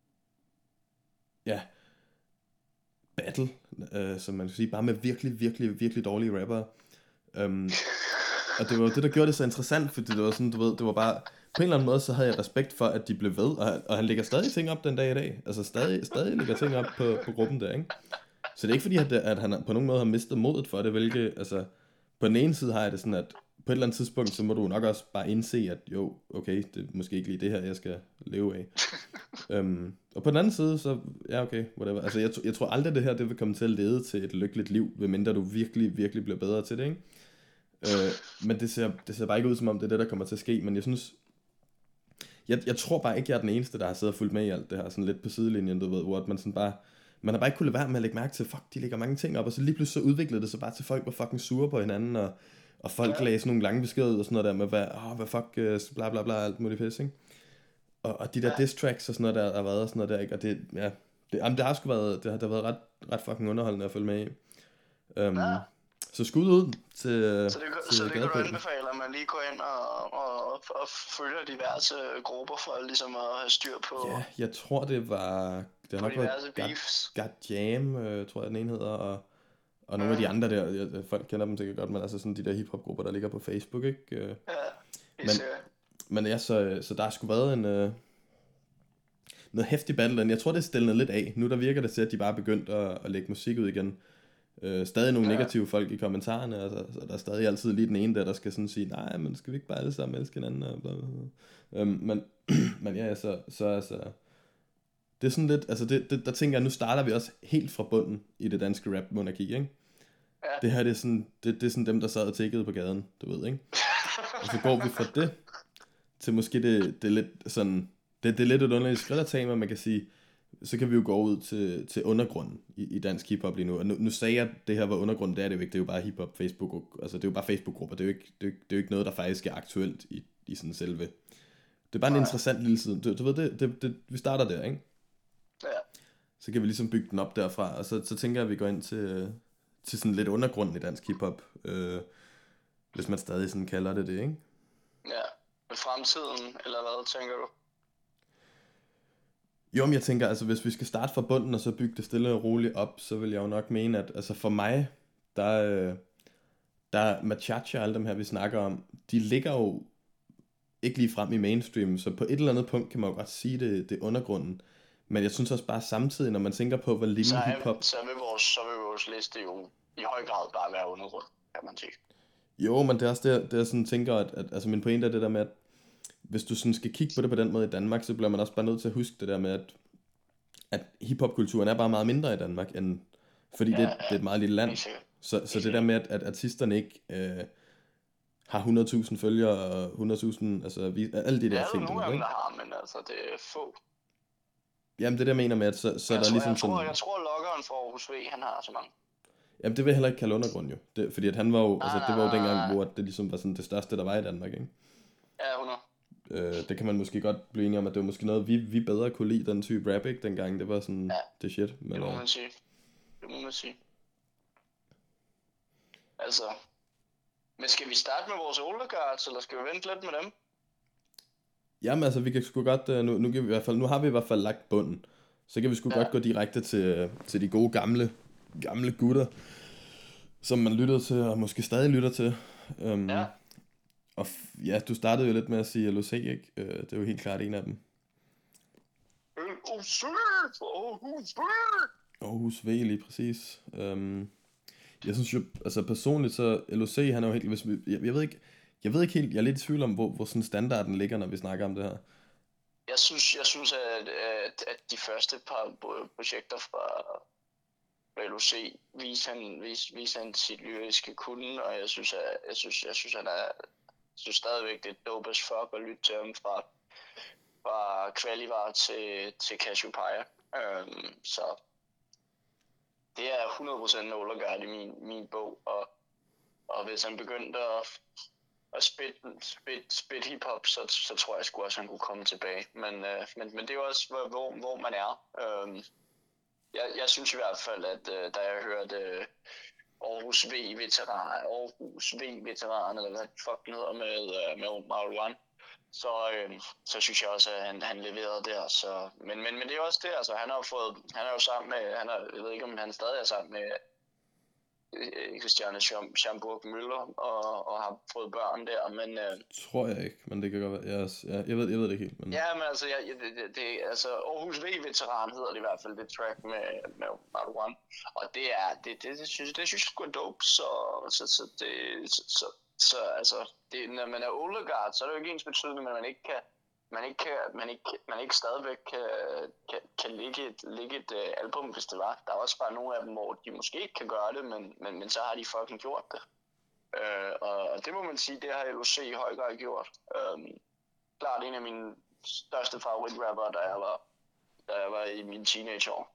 ja, battle, øh, som man kan sige, bare med virkelig, virkelig, virkelig dårlige rapper. Um, og det var det, der gjorde det så interessant, fordi det var sådan, du ved, det var bare, på en eller anden måde, så havde jeg respekt for, at de blev ved, og, han- og han lægger stadig ting op den dag i dag. Altså stadig, stadig lægger ting op på, på gruppen der, ikke? Så det er ikke fordi, at, det, at han på nogen måde har mistet modet for det, hvilket, altså, på den ene side har jeg det sådan, at på et eller andet tidspunkt, så må du nok også bare indse, at jo, okay, det er måske ikke lige det her, jeg skal leve af. um, og på den anden side, så, ja okay, whatever. Altså, jeg, jeg tror aldrig, det her, det vil komme til at lede til et lykkeligt liv, medmindre du virkelig, virkelig bliver bedre til det, ikke? Øh, men det ser, det ser bare ikke ud som om det er det, der kommer til at ske. Men jeg synes, jeg, jeg tror bare ikke, jeg er den eneste, der har siddet og fulgt med i alt det her, sådan lidt på sidelinjen, du ved, hvor man sådan bare, man har bare ikke kunnet lade være med at lægge mærke til, fuck, de lægger mange ting op, og så lige pludselig så udviklede det sig bare til, folk var fucking sure på hinanden, og, og folk Ja. lagde sådan nogle lange beskeder ud og sådan noget der med, hvad, åh, hvad fuck, øh, bla bla bla, alt muligt pis, ikke? Og, og de der Ja. diss tracks og sådan noget der, der har været og sådan noget der, ikke? Og det, ja, det, jamen, det har sgu været, det har, det har været ret, ret fucking underholdende at følge med i. Um, Ja. Så skud ud til, Så det, til så det kan du Gadepoeten. anbefale, at man lige går ind og, og, og følger diverse grupper for ligesom at have styr på, Ja, jeg tror det var, det har på nok været diverse God, beefs. God Jam, øh, tror jeg den ene hedder, og, og nogle af de andre der, jeg, folk kender dem sikkert godt, men altså sådan de der hiphop-grupper, der ligger på Facebook, ikke? Øh, Ja, helt Men- sikkert. Men ja, så, så der har sgu været en, øh, noget heftig battle, og jeg tror det er stillet lidt af. Nu der virker det til, at de bare er begyndt at, at lægge musik ud igen. Øh, stadig nogle Ja. negative folk i kommentarerne, altså, så der er stadig altid lige den ene der, der skal sådan sige, nej, men skal vi ikke bare alle sammen elske hinanden? Og bla, bla, bla. Øhm, men, men ja, så, så altså, det er sådan lidt, altså det, det, der tænker jeg, nu starter vi også helt fra bunden i det danske rap-monarki, ikke? Ja. Det her, det er sådan, det, det er sådan dem, der sad og tiggede på gaden, du ved, ikke? Og så går vi fra det, til måske det, det er lidt sådan, det, det er lidt et underligt skridt at tage, men man kan sige, så kan vi jo gå ud til, til undergrunden i, i dansk hiphop lige nu. Og nu, nu sagde jeg, at det her var undergrunden, det er det jo ikke, det er jo bare hiphop, Facebook, altså det er jo bare Facebook-grupper, det er jo ikke, det er, jo ikke- det er jo ikke noget, der faktisk er aktuelt i, i sådan selve. Det er bare en Nej. interessant lille side, du, du ved, det, det, det, vi starter der, ikke? Ja. Så kan vi ligesom bygge den op derfra, og så, så tænker jeg, at vi går ind til, til sådan lidt undergrunden i dansk hiphop, øh, hvis man stadig sådan kalder det det, ikke? Ja. Med fremtiden, eller hvad tænker du? Jo, men jeg tænker, altså hvis vi skal starte fra bunden, og så bygge det stille og roligt op, så vil jeg jo nok mene, at altså for mig, der, øh, der Machacha og alle dem her, vi snakker om, de ligger jo ikke lige frem i mainstream, så på et eller andet punkt kan man jo godt sige, det, det er undergrunden. Men jeg synes også bare samtidig, når man tænker på, hvor lille Så, er, hiphop... så, vil vores, så vil vores liste jo i høj grad bare være undergrund, kan man sige. Jo, men det er også det, det jeg sådan tænker, at, at altså min pointe er det der med, at hvis du sådan skal kigge på det på den måde i Danmark, så bliver man også bare nødt til at huske det der med, at, at hiphopkulturen er bare meget mindre i Danmark, end, fordi Ja, det, ja. det er et meget lille land. Helt sikkert. Så, så det der med, at, at artisterne ikke øh, har hundrede tusind følgere og hundrede tusind, altså vi, alle de Det der er jo ting. nogle du af ved, dem, ikke? der har, men altså, det er få. Jamen det der mener med, at så, så er Jeg der tror, ligesom jeg tror, sådan... jeg tror, loggeren fra Aarhus V, han har så mange. Jamen det vil jeg heller ikke kalde undergrund jo. Det, fordi at han var jo, Nej, altså nej, det var jo nej, dengang, nej. hvor det ligesom var sådan det største, der var i Danmark, ikke? Ja, hundrede. Øh, det kan man måske godt blive enige om, at det var måske noget, vi, vi bedre kunne lide, den type rap, ikke? Dengang, det var sådan, Ja, det shit. Men, det må øh, man sige. Det må man sige. Altså, men skal vi starte med vores oldeguards, eller skal vi vente lidt med dem? jamen altså, vi kan sgu godt, øh, nu, nu, kan vi i hvert fald, nu har vi i hvert fald lagt bunden. Så kan vi sgu Ja. godt gå direkte til, øh, til de gode gamle, gamle gutter, som man lyttede til, og måske stadig lytter til. Um, Ja. Og f- ja, du startede jo lidt med at sige L O C, ikke? Uh, det er jo helt klart en af dem. L O C! Aarhus V! Aarhus V, lige præcis. Um, jeg synes jo, altså personligt så, L O C, han er jo helt, hvis vi, jeg, jeg ved ikke, jeg ved ikke helt, jeg er lidt i tvivl om, hvor, hvor sådan standarden ligger, når vi snakker om det her. Jeg synes, jeg synes at, at, at de første par projekter fra L O C viser han, vis, viser han sit lyriske kunde, og jeg synes, at, jeg synes, jeg synes, han er, jeg synes stadigvæk, det er dope as fuck at lytte til ham fra, fra Qualivar til, til Cassiopeia. Um, så det er hundrede procent Olderguard i min, min bog, og, og hvis han begyndte at, at spit, spit, spit hiphop, så, så tror jeg sgu også, han kunne komme tilbage. Men, uh, men, men det er jo også, hvor, hvor, hvor man er. Um, jeg, jeg synes i hvert fald, at uh, da jeg hørte uh, Aarhus V-veteran, Aarhus V-veteran, eller hvad fuck den hedder, med, uh, med Marwan, så, øh, så synes jeg også, at han, han leverede der. Så, men, men, men det er også det, altså han har jo fået, han er jo sammen med, han er, jeg ved ikke om han stadig er sammen med øh, Christiane Schamburg Møller og, og har fået børn der, men... Øh, Tror jeg ikke, men det kan godt være, jeg, jeg, jeg, ved, jeg ved det ikke helt. Men... Ja, men altså, jeg, det, det, det, altså Aarhus V-veteran hedder det i hvert fald, det track med, med Marwan, og det er, det, det, det synes det synes jeg sgu er dope, så, så, så det, så, så Så altså, det, når man er olderguard, så er det jo ikke ens betydende, men man ikke kan, man ikke kan, man ikke, man ikke stadigvæk kan, kan, kan lægge et, lægge et uh, album, hvis det var. Der er også bare nogle af dem, hvor de måske ikke kan gøre det, men, men, men så har de fucking gjort det. Uh, og, og det må man sige, det har L O C i høj grad gjort. Um, klart en af mine største favoritrapper, da jeg var, da jeg var i mine teenageår.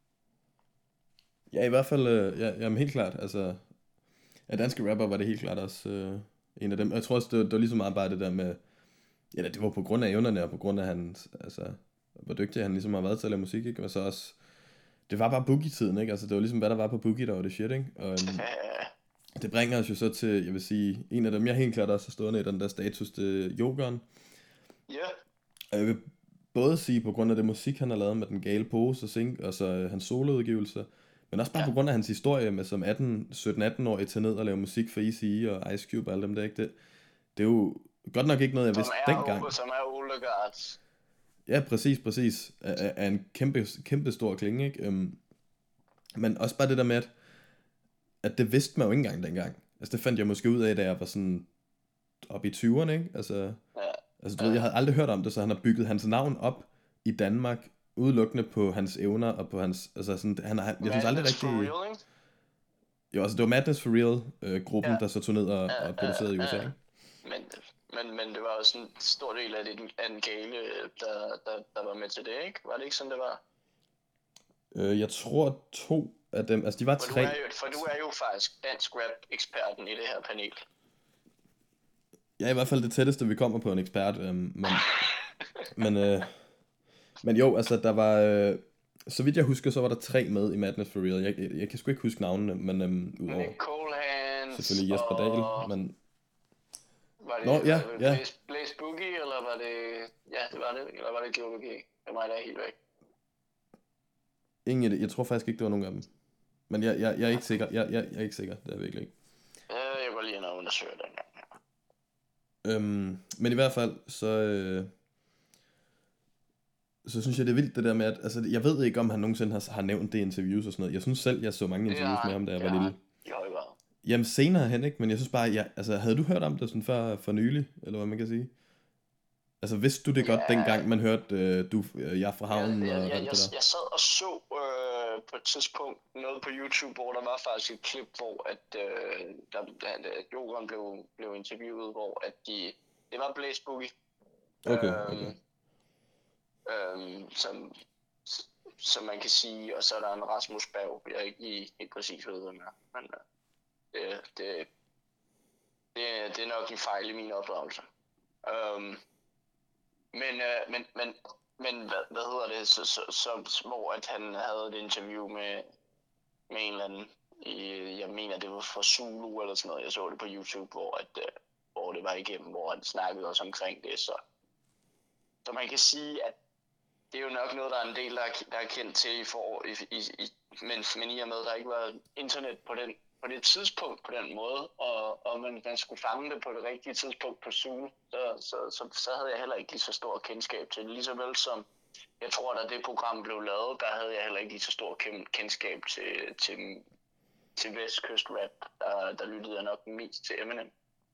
Ja, i hvert fald, øh, ja, jamen helt klart, altså... Ja, danske rapper var det helt klart også øh, en af dem. Jeg tror også, det var, det var lige så meget bare det der med... Ja, det var på grund af evnerne, og på grund af hans... Altså, hvor dygtig han ligesom har været til at lave musik, ikke? Og så også... Det var bare boogie-tiden, ikke? Altså, det var ligesom, hvad der var på boogie, der var det shit, ikke? Og um, det bringer os jo så til, jeg vil sige, en af dem, jeg helt klart også har stående i den der status, det er Jokeren. Ja. Yeah. Og jeg vil både sige, på grund af det musik, han har lavet med den gale pose og sing, og så øh, hans soloudgivelser, men også bare ja. På grund af hans historie med som atten, sytten atten-årig til ned og lave musik for Eazy-E og Ice Cube og alle dem der, ikke? Det, det er jo godt nok ikke noget, jeg vidste dengang. Som er olderguards. Ja, præcis, præcis. Af, af en kæmpe, kæmpe stor klinge, ikke? Um, men også bare det der med, at, at det vidste man jo ikke engang dengang. Altså det fandt jeg måske ud af, da jeg var sådan oppe i tyverne, ikke? Altså, ja. altså du ja. ved, jeg havde aldrig hørt om det, så han har bygget hans navn op i Danmark, udelukkende på hans evner og på hans, altså sådan, han har, jeg synes aldrig rigtig... For real, ikke? Jo, altså det var Madness for Real, øh, gruppen, ja. der så tog ned og, ja, og producerede ja, i U S A, ja. ikke? Men, men, men det var jo sådan en stor del af, det, af en gale, der, der, der var med til det, ikke? Var det ikke sådan, det var? Øh, jeg tror to af dem, altså de var for tre. Du er jo, for du er jo faktisk dansk rap-eksperten i det her panel. Ja, i hvert fald det tætteste, vi kommer på en ekspert, øh, men, men, øh, men jo, altså der var, øh, så vidt jeg husker, så var der tre med i Madness for Real. Jeg, jeg, jeg kan sgu ikke huske navnene, men øhm, udover Nick Colehands selvfølgelig Jesper og... Dahl, men... Var det, Nå, ja, var det ja. Blaze, Blaze Boogie, eller var det... Ja, det var det, eller var det Geologi? Det er mig, der er helt væk. Ingen idé. Jeg tror faktisk ikke, det var nogen af dem. Men jeg, jeg, jeg er ikke sikker. Jeg, jeg, jeg er ikke sikker. Det er jeg virkelig ikke. Jeg var lige inde og undersøge den gang. Øhm, men i hvert fald, så... Øh, så synes jeg, det er vildt det der med, at... Altså, jeg ved ikke, om han nogensinde har, har nævnt det i interviews og sådan noget. Jeg synes selv, jeg så mange interviews ja, med ham, da jeg ja, var lille. i høj grad. Jamen senere hen, ikke? Men jeg synes bare, jeg, altså, havde du hørt om det sådan før for nylig? Eller hvad man kan sige? Altså, vidste du det ja, godt dengang, man hørte, øh, du, øh, jeg er fra havnen ja, og ja, alt jeg, det der? jeg sad og så øh, øh, på et tidspunkt noget på YouTube, hvor der var faktisk et klip, hvor at, øh, der, at Jokeren blev, blev interviewet, hvor at de, det var Blaze Boogie, Okay, okay. øhm, øhm, som, som man kan sige, og så er der en Rasmus Berg, jeg er ikke lige helt præcis ved, hvem er, men øh, det, det, det, det er nok en fejl i min opdragelse. Øhm, men, øh, men, men, men hvad, hvad hedder det, så, så, så, hvor at han havde et interview med, med en eller anden, i, jeg mener det var fra Zulu eller sådan noget, jeg så det på YouTube, hvor, at, øh, hvor det var igennem, hvor han snakkede også omkring det, så, så man kan sige, at det er jo nok noget, der er en del, der er, der er kendt til i for, i, i, i, men, men i og med, at der ikke var internet på, den, på det tidspunkt på den måde, og, og man, man skulle fange det på det rigtige tidspunkt på Zulu, så, så, så, så havde jeg heller ikke lige så stor kendskab til det. Lige så vel som, jeg tror, da det program blev lavet, der havde jeg heller ikke lige så stor kendskab til, til, til Vestkyst Rap. Der, der lyttede jeg nok mest til Eminem.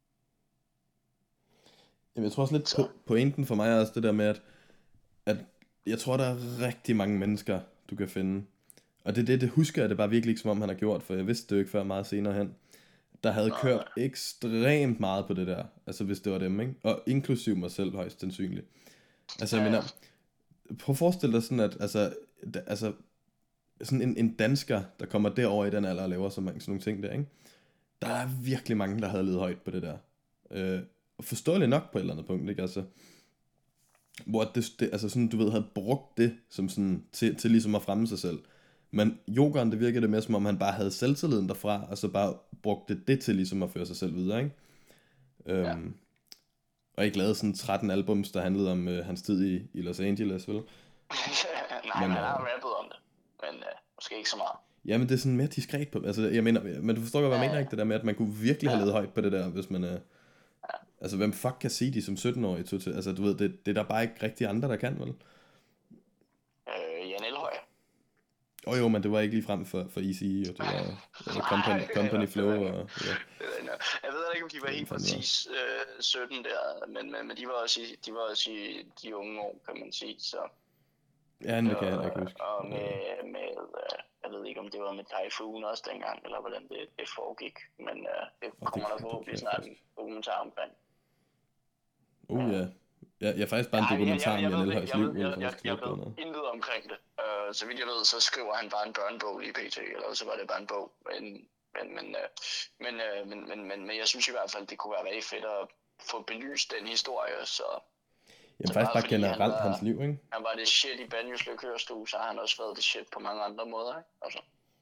Jamen, jeg tror også lidt, på, pointen for mig er også det der med, at, at jeg tror, der er rigtig mange mennesker, du kan finde. Og det, det, det husker jeg det bare virkelig ikke, som om han har gjort, for jeg vidste det jo ikke før meget senere hen. Der havde Nå, kørt nej. ekstremt meget på det der, altså hvis det var dem, ikke? Og inklusiv mig selv højst sandsynligt. Altså, ja, jeg mener, prøv at forestille dig sådan, at altså, da, altså sådan en, en dansker, der kommer derover i den alder og laver så mange sådan nogle ting der, ikke? Der er virkelig mange, der havde levet højt på det der. Øh, forståeligt nok på et eller andet punkt, ikke? Altså, hvor det, det, altså sådan, du ved, havde brugt det som sådan, til, til ligesom at fremme sig selv. Men Jokeren, det virkede det mere som om, han bare havde selvtilliden derfra, og så bare brugte det til ligesom at føre sig selv videre, ikke? Ja. Øhm, og ikke lavede sådan tretten albums, der handlede om øh, hans tid i, i Los Angeles, vel? Nej, men, han har rappet om det, men øh, måske ikke så meget. Ja, men det er sådan mere diskret på, altså jeg mener, men du forstår godt, hvad jeg ja, mener, ikke? Det der med, at man kunne virkelig have ja. levet højt på det der, hvis man, øh, ja. altså hvem fuck kan sige de som sytten-årige, altså du ved, det, det er der bare ikke rigtig andre, der kan, vel? Øh, Jan Elhøj. Åh oh, jo, men det var ikke lige frem for, for E C E, og det var, det var Company, company Flow, og ja. Jeg ved ikke, om de var helt præcis øh, sytten der, men, men, men de var også i, de var også i de unge år, kan man sige, så. Ja, det kan jeg ikke huske. Og med, med, jeg ved ikke, om det var med Typhoon også dengang, eller hvordan det, det foregik, men uh, det kommer der forhåbentlig snart en dokumentar omkring. Uh, ja. Ja, jeg er faktisk bare en ja, dokumentar om Jan Elhøjs liv. Jeg, jeg, jeg, jeg ved intet omkring det. Uh, så vidt jeg ved, så skriver han bare en børnebog i P T, eller så var det bare en bog. Men, men, men, uh, men, uh, men, men, men, men jeg synes i hvert fald, det kunne være rigtig fedt at få belyst den historie, så. Jamen faktisk bare generelt han var, hans liv, ikke? Han var det shit i Banjos Likørstue, så har han også været det shit på mange andre måder, ikke? Altså.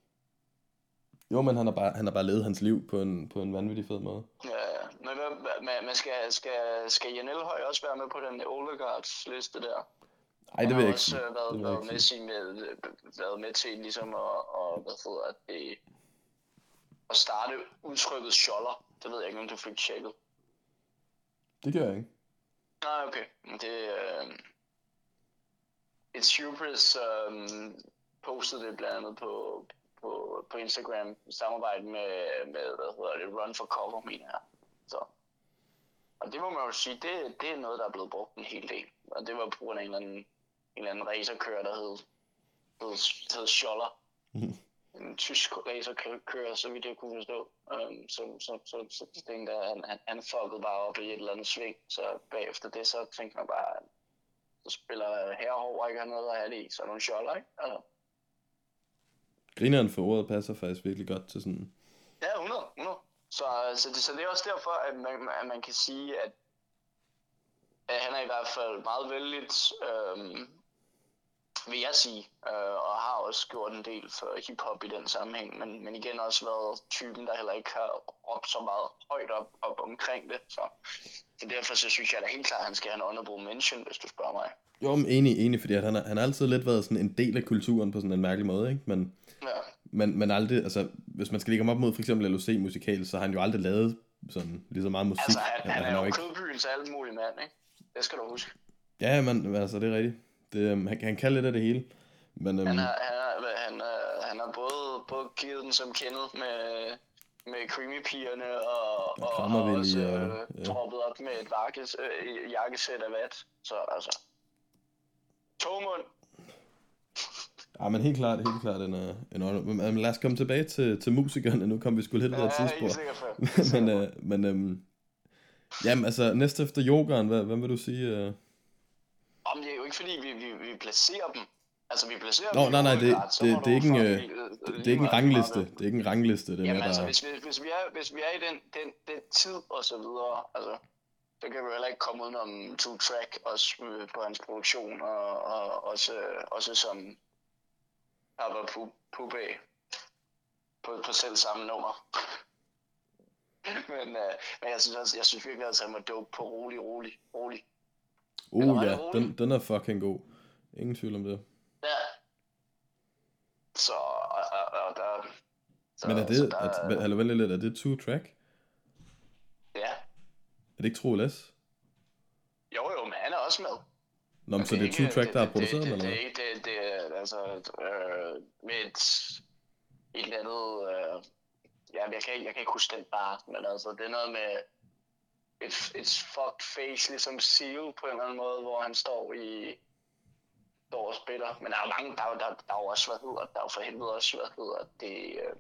Jo, men han har bare, han har bare levet hans liv på en, på en vanvittig fed måde. Ja, men man, man skal, skal, skal Jan Elhøj også være med på den Oldegards liste der? Nej, det vil jeg ikke sige. Han har også været, været, med, sige. Med, været med til ligesom at, og, hvad hedder det, at starte udtrykket scholler. Det ved jeg ikke, om du fik tjekket. Det gør jeg ikke. Nej, okay. Det uh, It's Hubris um, postede det blandt andet på, på, på Instagram i samarbejde med, med, hvad hedder det, Run for Cover, mener jeg. Så. Og det må man jo sige, det, det er noget, der er blevet brugt en hel del. Og det var på grund af en eller anden, en eller anden racerkører, der hed, hed, hed Scholler. Mm. En tysk racerkører, så vidt jeg kunne forstå. Um, så, så, så, så de tænkte, at han, han, han fuckede bare op i et eller andet sving. Så bagefter det, så tænkte man bare, så spiller herrehår ikke har noget at have det i. Så er nogle Scholler, ikke? Altså. Grineren for ordet passer faktisk virkelig godt til sådan. Ja, hundrede, hundrede. Så, så, det, så det er også derfor, at man, at man kan sige, at, at han er i hvert fald meget vældigt, øhm, vil jeg sige, øh, og har også gjort en del for hiphop i den sammenhæng, men, men igen også været typen, der heller ikke har råbt så meget højt op, op omkring det. Så, så derfor så synes jeg da helt klart, at han skal have en honorable mention, hvis du spørger mig. Jo, men enig, enig, fordi at han, har, han har altid lidt været sådan en del af kulturen på sådan en mærkelig måde, ikke? Men, ja. men, men aldrig, altså, hvis man skal lægge ham op mod for eksempel L O C musikal, så har han jo aldrig lavet sådan lige så meget musik. Altså, han, han, han er jo ikke kødbyens alt muligt mand, ikke? Det skal du huske. Ja, men altså, det er rigtigt. Det, um, han, han kan lidt af det hele. Men, um... han, har, han, har, han, har, han har både, både givet den som Kenneth med, med Creamy-pigerne, og, og, og også og, ja. droppet op med et varkes, øh, jakkesæt af vat. Så altså, togmund. Ja, men helt klart, helt klart en, uh, en honor. Men, men lad os komme tilbage til, til musikerne. Nu kom vi sgu lidt ud af Ja, tidsspor. helt sikkert før. men, uh, men um, jamen, altså, næste efter yogaen, hvad, hvad vil du sige? Uh... Om det er jo ikke fordi, vi, vi, vi placerer dem. Altså, vi placerer Nå, dem nej, nej, det, yogagrad, så det, må det, er ikke en, du uh, fucking, øh, det, det er lige ikke en meget- rangliste. meget- Det er ikke en rangliste, det er Jamen mere altså, bare... hvis vi, hvis, vi er, hvis vi er i den, den, den tid og så videre, altså, så kan vi heller ikke komme udenom Two Track også øh, på hans produktion, og, og også, også som Papa Pupé på, på selv samme nummer. men, øh, men jeg synes også, jeg synes virkelig, at han var dope på rolig, rolig, rolig. Eller Uh, var det ja, rolig? den, den er fucking god. Ingen tvivl om det. Ja. Så, og, og, og der... Så, Men er så det, der, at, eller vent lidt, er det two track? ja. Er det ikke Tro Læs? Jo, jo, men han er også med. Nå, men Men så det er ikke- two track, der har det, produceret det, den, det, eller det, hvad? det, det, det er altså øh, med et, et eller andet, øh, ja, jeg kan, ikke, jeg kan ikke huske den bare, men altså det er noget med et, et fucked face, ligesom Seal på en eller anden måde, hvor han står i, står og spiller, men der er jo mange, der, er jo- der, der er jo også, hvad hedder, der er jo for helvede også, hvad hedder det, øh,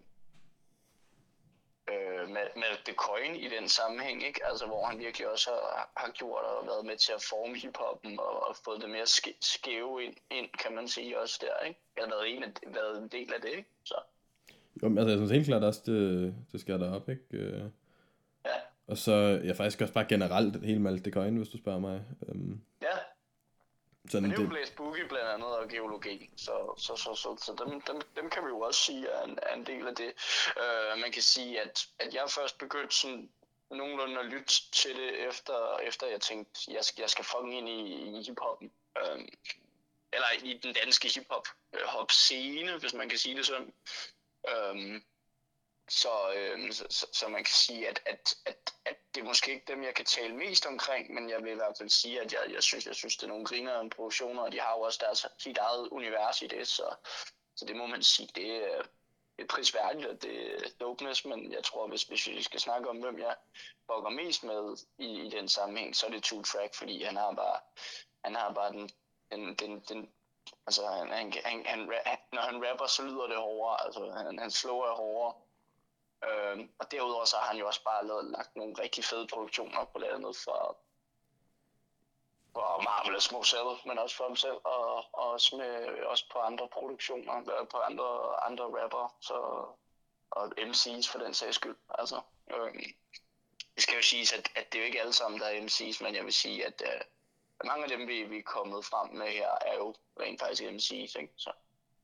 øh, med, med The Coin i den sammenhæng, ikke? Altså hvor han virkelig også har, har gjort og været med til at forme hiphoppen og, og fået det mere ske, skæve ind, ind, kan man sige også der, ikke? Eller været en, af, været en del af det, ikke? Så Jo, men altså, jeg synes helt klart også, det, det skal der op, ikke? Øh, ja, Og så, ja, faktisk også bare generelt, helt med alt det coin, hvis du spørger mig. Øhm, ja. sådan Men det er jo det, Blaze Boogie blandt andet og geologi, så, så, så, så, så dem, dem, dem kan vi jo også sige er en, er en del af det. Uh, man kan sige, at, at jeg først begyndte sådan nogenlunde at lytte til det, efter, efter jeg tænkte, jeg skal, jeg skal fucking ind i, i hiphoppen. Uh, eller i den danske hiphop uh, hop scene, hvis man kan sige det sådan. Uh, så, øh, så, så, så man kan sige, at, at, at, at det er måske ikke dem, jeg kan tale mest omkring, men jeg vil i hvert fald sige, at jeg, jeg, synes, jeg synes, det er nogle grinere produktioner, og de har jo også deres sit eget univers i det, så, så det må man sige, det er, det er prisværdigt, og det er dopeness, men jeg tror, hvis, hvis vi skal snakke om, hvem jeg fucker mest med i, i den sammenhæng, så er det Two Track, fordi han har bare, han har bare den, den, den, den altså han, han, han, han, når han rapper, så lyder det hårdere, altså han, han flow er hårdere. Øhm, og derudover så har han jo også bare lavet, lagt nogle rigtig fede produktioner på blandt andet for, for Marvel og Små Cell, men også for ham selv, og, og også, med, også på andre produktioner, øh, på andre, andre rapper, så, og M C's for den sags skyld. Altså, øhm, det skal jo siges, at, at det er jo ikke alle sammen, der er M C's, men jeg vil sige, at øh, mange af dem, vi, vi er kommet frem med her, er jo rent faktisk M C's, ikke? Så.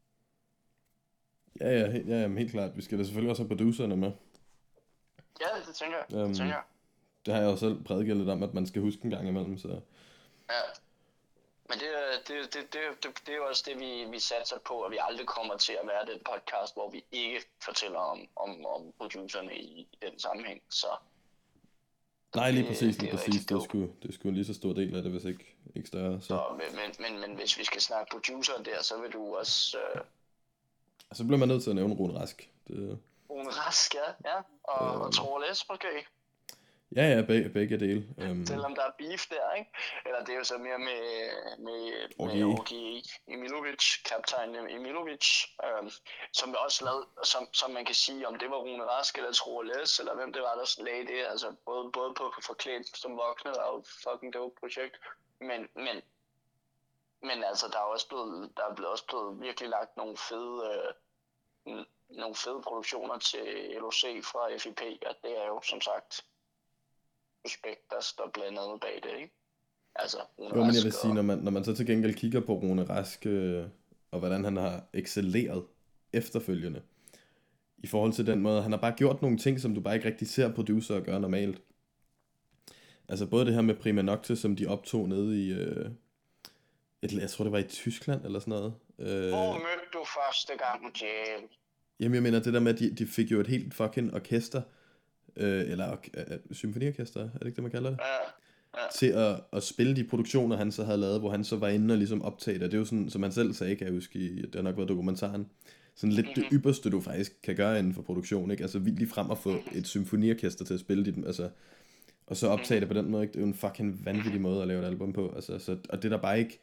ja, ja, helt, ja, jamen, helt klart. Vi skal da selvfølgelig også have producerne med. Ja, det tænker jeg. Øhm, Det tænker jeg. Det har jeg jo selv prædiket lidt om, at man skal huske en gang imellem, så... Ja. Men det, er- det, det, det, det, det er jo også det, vi, vi satser på, at vi aldrig kommer til at være den podcast, hvor vi ikke fortæller om, om, om producerne i, i den sammenhæng. Så Nej, lige Det- præcis, det lige er præcis. rigtig Det er, dope. sgu, det er sgu en lige så stor del af det, hvis ikke, ikke større. Så. Så, men, men, men, men hvis vi skal snakke producer der, så vil du også... Øh, Og så bliver man nødt til at nævne Rune Rask. Det, Rune Rask, ja, ja. Og, Øhm. og Thor Læs måske. ja, ja, begge, begge dele. Um, Selvom der er beef der, ikke? Eller det er jo så mere med, med, O G. med O G Emilovic, kaptajn Emilovic, øhm, som også lavede, som, som man kan sige, om det var Rune Rask eller Thor Læs, eller hvem det var, der lagde det, altså både, både på Forklædt som voksne, der er jo et fucking dope projekt, men, men, men altså, der er også blevet, der er blevet også blevet virkelig lagt nogle fede, øh, nogle fede produktioner til L O C fra F I P, og det er jo som sagt Respekt, der står blandt andet bag det, ikke? Altså, Rune jo, men jeg Rask vil sige, når man, når man så til gengæld kigger på Rune Rask, øh, og hvordan han har excelleret efterfølgende, i forhold til den måde, han har bare gjort nogle ting, som du bare ikke rigtig ser producer gøre normalt. Altså både det her med Prima Nocte, som de optog nede i, øh, et, jeg tror det var i Tyskland eller sådan noget. Øh, Hvor mødte du første gang Jail? Jamen jeg mener det der med, at de, de fik jo et helt fucking orkester, øh, eller øh, symfoniorkester, er det ikke det man kalder det? Ja, Til at, at spille de produktioner, han så havde lavet, hvor han så var inde og ligesom optage det. Det er jo sådan, som han selv sagde, kan jeg huske, i- det har nok været dokumentaren, sådan lidt det ypperste, du faktisk kan gøre inden for produktion, ikke? Altså lige frem at få et symfoniorkester til at spille de dem, altså, og så optage det på den måde, ikke? Det er jo en fucking vanvittig måde at lave et album på, altså, så, og det er der bare ikke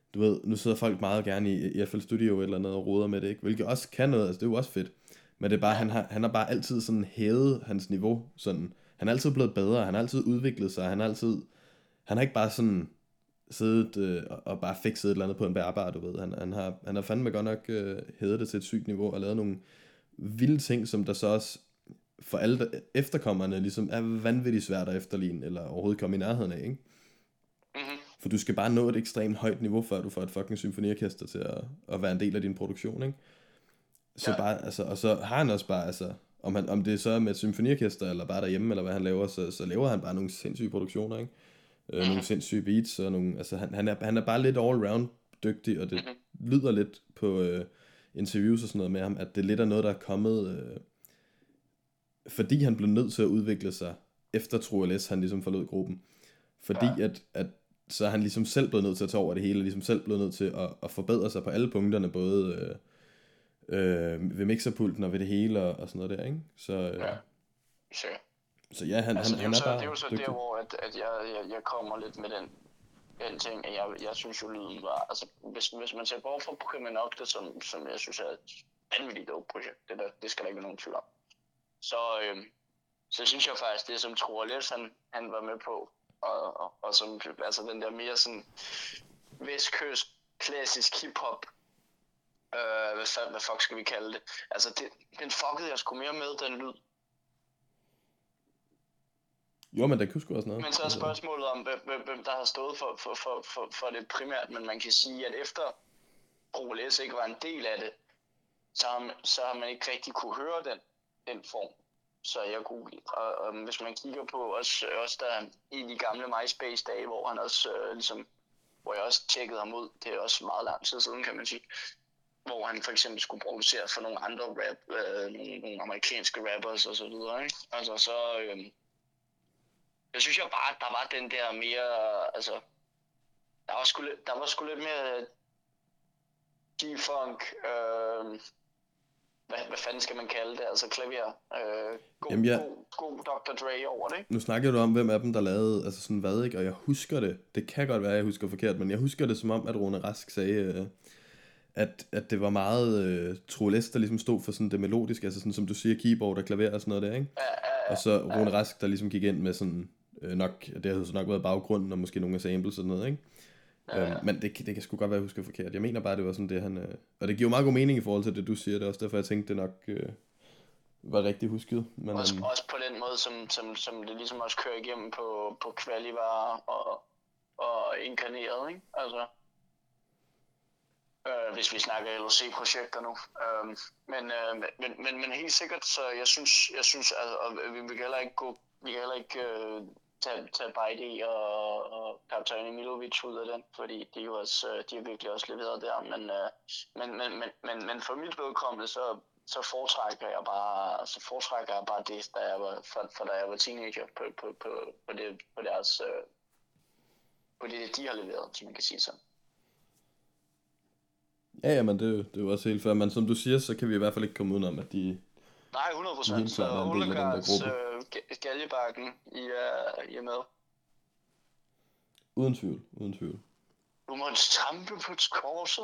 du ved, nu sidder folk meget gerne i, i F L Studio eller noget og roder med det, ikke? Hvilket også kan noget, altså det er jo også fedt. Men det er bare, han har, han har bare altid sådan hævet hans niveau, sådan, han er altid blevet bedre, han har altid udviklet sig, han har altid, han har ikke bare sådan siddet øh, og, og bare fikset et eller andet på en bærbar, du ved, han, han har, han har fandme godt nok øh, hævet det til et sygt niveau, og lavet nogle vilde ting, som der så også, for alle der, efterkommerne, ligesom er vanvittigt svært at efterligne, eller overhovedet komme i nærheden af, ikke? Mm-hmm. For du skal bare nå et ekstremt højt niveau, før du får et fucking symfoniorkester til at, at være en del af din produktion, ikke? Så Ja. bare, altså, og så har han også bare, altså, om, han, om det så er med et symfoniorkester, eller bare derhjemme, eller hvad han laver, så, så laver han bare nogle sindssyge produktioner, ikke? Øh, Mhm. Nogle sindssyge beats, og nogle, altså, han, han, er, han er bare lidt all-round dygtig, og det Mhm. lyder lidt på øh, interviews og sådan noget med ham, at det lidt er noget, der er kommet, øh, fordi han blev nødt til at udvikle sig, efter True L S, han ligesom forlod gruppen. Fordi Ja. at, at så er han ligesom selv blevet nødt til at tage over det hele, og ligesom selv blevet nødt til at, at forbedre sig på alle punkterne, både øh, øh, ved mixerpulten og ved det hele, og, og sådan noget der, ikke? Så, øh, Ja. Sikkert. så ja, han, Altså, han, det, er han jo er så, bare det er jo så dygtig. der, hvor at, at jeg, jeg, jeg kommer lidt med den, den ting, at jeg, jeg synes jo, lyden var... Altså, hvis, hvis man ser bort fra Pokémon Octa, som, som jeg synes er et vanvittigt dope projekt, det, der, det skal der ikke være nogen tvivl om, så, øhm, så synes jeg faktisk, det som True L S, han, han var med på, og, og, og som, altså den der mere sådan vestkyst, klassisk hiphop, øh, hvad, fa- hvad fuck skal vi kalde det, altså det, den fuckede jeg sgu mere med, den lyd. Jo, men det kunne sgu også noget. Men så er spørgsmålet om, hvem, hvem, hvem der har stået for, for, for, for, for det primært, men man kan sige, at efter True L S ikke var en del af det, så har man, så har man ikke rigtig kunne høre den, den form. Så jeg kunne, og, og hvis man kigger på også, også der i de gamle MySpace-dage, hvor han også øh, ligesom, hvor jeg også tjekkede ham ud, det er også meget lang tid siden, kan man sige, hvor han for eksempel skulle producere for nogle andre rap, øh, nogle, nogle amerikanske rappers og så videre, ikke? Altså så, øh, jeg synes jeg bare, at der var den der mere, altså, der var sgu lidt, der var sgu lidt mere G-funk, øh, hvad, hvad fanden skal man kalde det, altså klaver, øh, god, Jamen, jeg- god, god doktor Dre over det, ikke? Nu snakker du om, hvem af dem, der lavede, altså sådan hvad, ikke? Og jeg husker det, det kan godt være, jeg husker forkert, men jeg husker det som om, at Rune Rask sagde, øh, at, at det var meget øh, True L S, der ligesom stod for sådan det melodiske, altså sådan som du siger, keyboard og klaver og sådan noget der, ikke? Ja, ja, ja. Og så Rune Rask, der ligesom gik ind med sådan, øh, nok, det havde så nok været baggrunden, og måske nogle af samples og sådan noget, ikke? Ja, ja. Øhm, men det, det kan sgu godt være, jeg husker forkert. Jeg mener bare, det var sådan det, han... Øh, og det giver jo meget god mening i forhold til det, du siger. Det er også derfor, jeg tænkte, det nok øh, var rigtig husket. Men, Også, øhm, også på den måde, som, som, som det ligesom også kører igennem på, på Qualivar og, og inkarneret, ikke? Altså, øh, hvis vi snakker L O C-projekter nu. Øh, men, øh, men, men, men helt sikkert, så jeg synes, jeg synes altså, og vi, vi kan heller ikke gå, vi kan heller ikke øh, tage, tage Bajde og, og Kaptajn Emilovic ud af den, fordi de, er jo også, øh, de har virkelig også leveret der, men, øh, men, men, men, men, men for mit vedkommende, så så foretrækker jeg bare, så foretrækker jeg bare det, da jeg var, for, for da jeg var teenager, på, på, på, på, det, på deres, øh, på det, de har leveret, som man kan sige sådan. ja, ja, men det, er jo- det er jo også helt fair. Men som du siger, så kan vi i hvert fald ikke komme udenom, at de... Nej, hundrede Helt procent, så klart er en del af den der Olegards gruppe. øh, Ga- Galjebakken, I er, I er med. Uden tvivl, uden tvivl. Du må trampe på korset.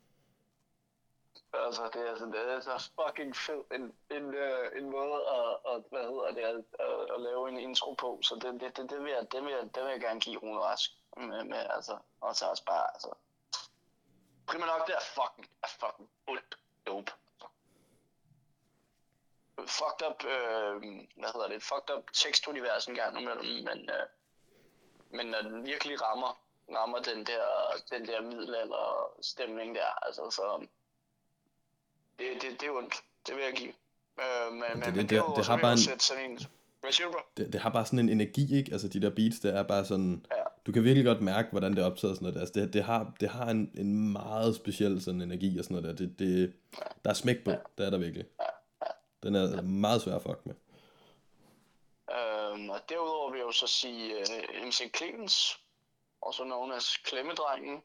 Altså, det er, altså, det er så fucking fed en, en, øh, en måde at, at, hvad hedder det, at, at, at lave en intro på, så det, det, det, det, vil, jeg, det, vil, jeg, det vil jeg gerne give Rune Rask med, med, altså, og så også bare, altså, primært nok, det er fucking, er fucking ondt dope. Fucked up, øh, hvad hedder det, fucked up tekstunivers en gang imellem, men, øh, men når den virkelig rammer, rammer den der, den der middelalder stemning der, altså, så det, det, det er ondt, det vil jeg give. Øh, men, det- men, det- men det- derudover, det så har vil bare jeg en- også sætte sådan en, hvad siger du, bro? Det, det har bare sådan en energi, ikke? Altså de der beats, det er bare sådan... Ja. Du kan virkelig godt mærke, hvordan det er optaget og sådan noget. Altså det, det har, det har en, en meget speciel sådan energi og sådan noget der. Det, det, der er smæk på, det er der virkelig. Den er meget svær at fuck med. Øhm, og derudover vil jeg jo så sige uh, M C Clemens, også known as Klemmedrengen.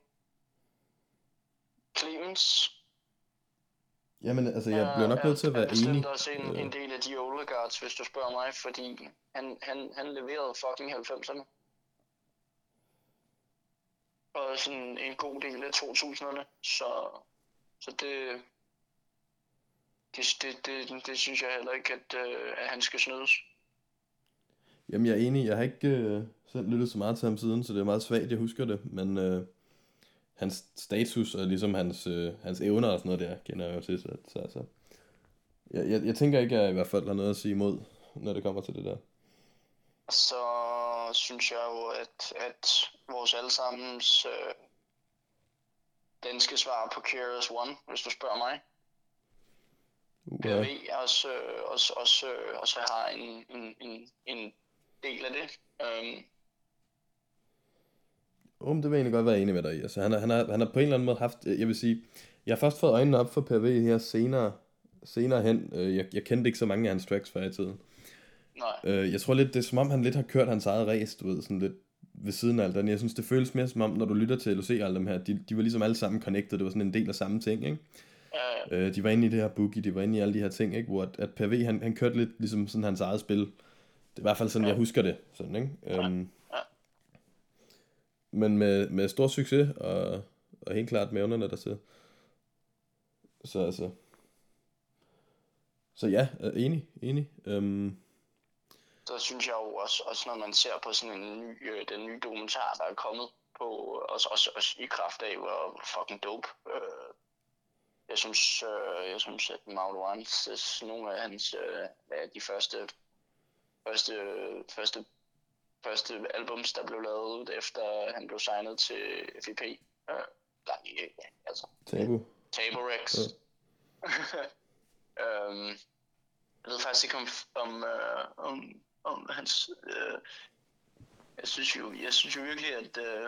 Clemens Jamen altså, jeg bliver nok nødt til at er, er være bestemt enig. også en, Øh, en del af de Olegards, hvis du spørger mig, fordi han, han, han leverede fucking halvfemserne. og sådan en god del af to tusinderne, så, så det, det, det, det, det synes jeg heller ikke, at, øh, at han skal snydes. Jamen, jeg er enig. Jeg har ikke øh, selv lyttet så meget til ham siden, så det er meget svagt, jeg husker det. Men øh, hans status og ligesom hans, øh, hans evner og sådan noget der, kender jeg jo til. Så, så altså, jeg, jeg, jeg tænker ikke, at jeg i hvert fald har noget at sige imod, når det kommer til det der. Så synes jeg jo, at, at vores allesammens øh, danske svar på Curious One, hvis du spørger mig, P R V også, øh, også, også, øh, også har en, en, en, en del af det. Um, Um, det vil jeg egentlig godt være enig med dig i. Altså, han, har, han, har, han har på en eller anden måde haft, jeg vil sige, jeg har først fået øjnene op for P R V her senere, senere hen. Jeg, jeg kendte ikke så mange af hans tracks før i tiden. nej. Øh, jeg tror lidt, det er som om han lidt har kørt hans eget race, du ved, sådan lidt ved siden af alt det. Jeg synes, det føles mere som om, når du lytter til L O C og alle dem her, de, de var ligesom alle sammen connected, det var sådan en del af samme ting, ikke? Ja, ja. Øh, de var inde i det her boogie, de var inde i alle de her ting, ikke? Hvor at, at P R V, han, han kørte lidt ligesom sådan hans eget spil. Det er i hvert fald sådan, Ja. jeg husker det, sådan, ikke? Ja. Øhm, Ja. Men med, med stor succes, og, og helt klart med evnerne der til. Så altså... Så ja, øh, enig, enig. Øhm, Så synes jeg jo også, også når man ser på sådan en ny, øh, den nye dokumentar, der er kommet på, også, også, også i kraft af, hvor fucking dope. Øh, jeg synes, øh, jeg synes, at Maudouins, nogle af hans, øh, af de første, første, første, første albums, der blev lavet, efter han blev signet til F I P. Øh, der, ja, altså, Tabu. Tabu Rex. Ja. øhm, jeg ved faktisk ikke om, om, øh, om, om hans... Øh, jeg synes jo, jeg synes jo virkelig, at øh,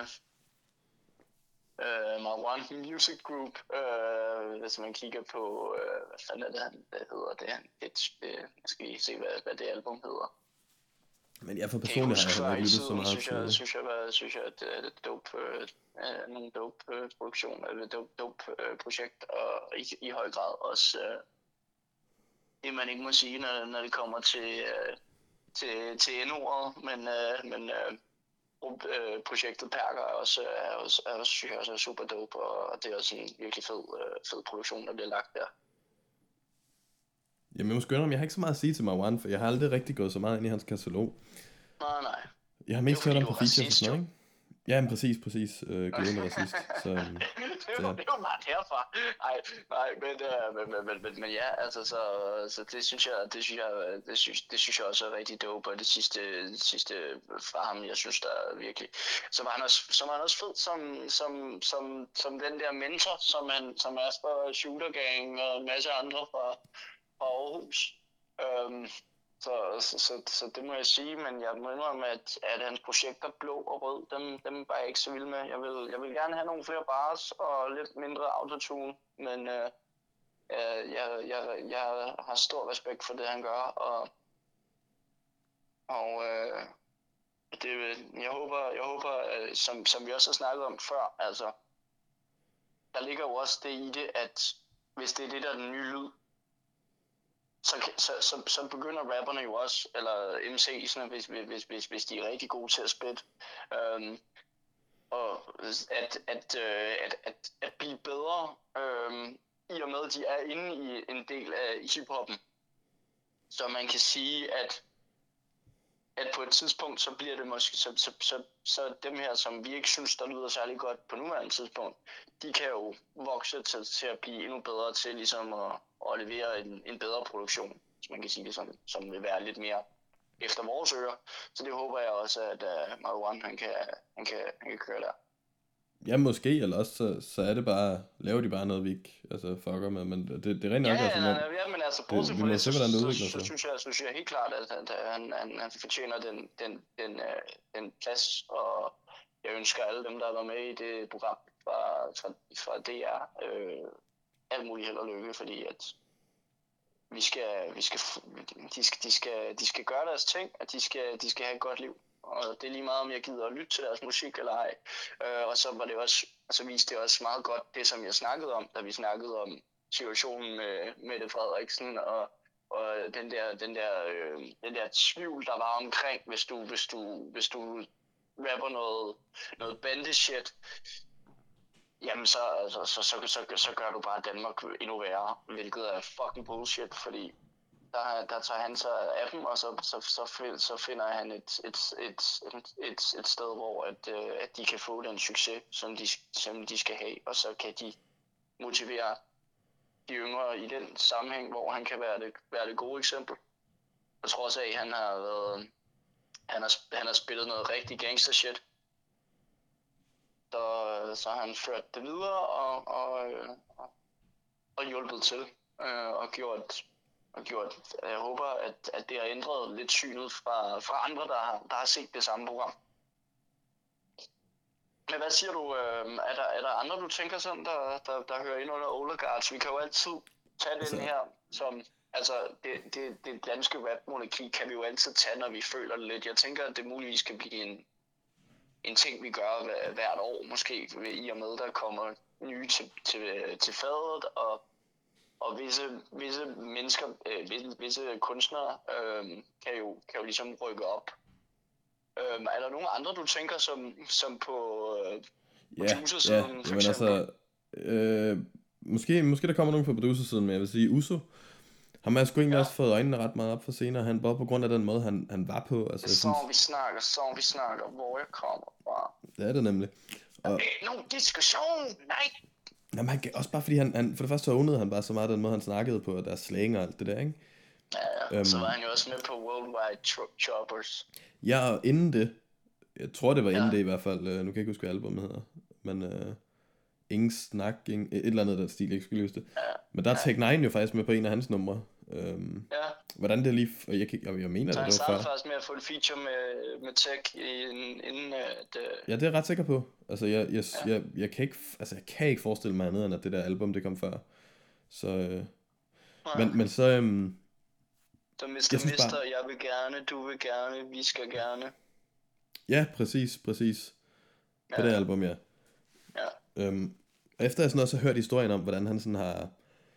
øh, Marouane Music Group, øh, hvis man kigger på, øh, hvad fanden er det, han det hedder, det han, det, øh, jeg skal lige se, hvad, hvad det album hedder. Men jeg for personligt har jeg heller ikke lyttet så meget synes jeg, til... synes jeg, hvad, synes jeg, at det er et dope, øh, nogle dope øh, produktion, eller et dope, dope øh, projekt, og i, i høj grad også øh, det, man ikke må sige, når, når det kommer til, øh, til, til N-ordet, men, øh, men øh, øh, projektet Perker er også, er også, er også, synes jeg også er super dope, og det er også en virkelig fed, øh, fed produktion, der bliver lagt der. Jamen, jeg må skynde om, jeg har ikke så meget at sige til Marouane, for jeg har aldrig rigtig gået så meget ind i hans katalog. Nej, nej. Jeg har mest hørt om på features racist, og sådan noget, ikke? Ja, men præcis, præcis. Øh, glødende racist. Så, øhm, det, var, det var meget herfra. Nej, nej, men, øh, men, men, men, men, men ja, altså, så, så det synes jeg, det synes jeg, det synes, det synes jeg også er rigtig dope, og det sidste, det sidste fra ham, jeg synes, der er virkelig, så var han også, så var han også fed som, som, som, som den der mentor, som han, som er for Shooter Gang og en masse andre fra, fra Aarhus. Um, Så, så, så, så det må jeg sige, men jeg må indrømme, at, at hans projekter blå og rød, dem, dem var jeg ikke så vild med. Jeg vil, jeg vil gerne have nogle flere bars og lidt mindre autotune, men øh, jeg, jeg, jeg har stor respekt for det, han gør, og, og øh, det, jeg håber, jeg håber som, som vi også har snakket om før, altså, der ligger jo også det i det, at hvis det er det, der er den nye lyd, Så, så, så, så begynder rapperne jo også, eller M C'erne, hvis, hvis, hvis, hvis de er rigtig gode til at spille, øhm, og at, at, øh, at, at, at blive bedre, øhm, i og med, at de er inde i en del af hiphoppen. Så man kan sige, at, at på et tidspunkt, så bliver det måske, så, så, så, så dem her, som vi ikke synes, der lyder særlig godt på nuværende tidspunkt, de kan jo vokse til, til at blive endnu bedre til ligesom at, at levere en, en bedre produktion, hvis man kan sige det sådan, som vil være lidt mere efter vores ører. Så det håber jeg også, at uh, Marouane, han kan, han, kan, han kan køre der. Ja, måske, eller også så, så er det bare, laver de bare noget, vi ikke altså, fucker med, men det, det er rent nok, ja, altså, ja, ja, ja, men altså, bortset fra det, så, se, så, så, så, synes jeg, synes jeg helt klart, at, at han, han, han fortjener den, den, den, uh, den plads, og jeg ønsker alle dem, der har været med i det program fra, fra, fra D R, øh, alt muligt held og lykke, fordi at vi skal, vi skal, de skal, de skal, de skal gøre deres ting, at de skal, de skal have et godt liv. Og det er lige meget, om jeg gider at lytte til deres musik eller ej. Øh, og så var det også, så viste det også meget godt det, som jeg snakkede om, da vi snakkede om situationen med Mette Frederiksen og, og den der, den der, øh, den der tvivl, der var omkring, hvis du, hvis du, hvis du rapper noget, noget bandeshit, jamen så, altså, så, så, så, så gør du bare Danmark endnu værre, hvilket er fucking bullshit, fordi der, der tager han sig af dem, og så, så, så, så finder han et, et, et, et, et, et sted, hvor at, at de kan få den succes, som de, som de skal have, og så kan de motivere de yngre i den sammenhæng, hvor han kan være det, være det gode eksempel. Jeg tror også, at han har været, han har, han har spillet noget rigtig gangster shit, så, så har han ført det videre og, og, og, og hjulpet til øh, og gjort, og gjort. Jeg håber, at, at det har ændret lidt synet fra, fra andre, der har, der har set det samme program. Men hvad siger du? Øh, er, der, er der andre, du tænker sådan, der, der, der hører ind under Oligards? Vi kan jo altid tage den her som... Altså, det, det, det danske rap-monarki kan vi jo altid tage, når vi føler det lidt. Jeg tænker, at det muligvis kan blive en, en ting, vi gør hvert år, måske, i og med, der kommer nye til, til, til fadet, og, og visse, visse mennesker, øh, visse, visse kunstnere øh, kan, jo, kan jo ligesom rykke op. Øh, er der nogle andre, du tænker, som, som på øh, producersiden, ja, ja. for Jamen, eksempel? Altså, øh, måske, måske der kommer nogen på producersiden, men jeg vil sige, Uso, ham har jeg sgu egentlig ja. også fået øjnene ret meget op for senere, han bare på grund af den måde, han, han var på. Altså, så synes... vi snakker, så vi snakker, hvor jeg kommer fra. Det er det nemlig. Og... Der er nogen diskussion, nej! Jamen, han, også bare fordi han, han for det første ownede han bare så meget den måde, han snakkede på, og deres slang og alt det der, ikke? Ja, um, så var han jo også med på Worldwide Tro- Choppers. Ja, og inden det, jeg tror det var inden ja. det i hvert fald, nu kan jeg ikke huske, hvad albumet hedder, men uh, ingen snak, ingen, et eller andet af den stil, jeg ikke skulle huske det. Ja. Men der er Tech Nine jo faktisk med på en af hans numre. Um, ja. Hvordan det lige, jeg, jeg, jeg, jeg mener så det, det var før. Så han faktisk med at få et feature med, med Tech inden, inden at... Uh... Ja, det er jeg ret sikker på. Altså, jeg, jeg, ja. jeg, jeg, kan ikke, altså, jeg kan ikke forestille mig andet, end at det der album, det kom før. Så, uh, ja. men, men så... Um, så mister Mister, bare... jeg vil gerne, du vil gerne, vi skal gerne. Ja, præcis, præcis. På ja. det album, ja. Ja. Um, og efter jeg sådan også har hørt historien om, hvordan han sådan har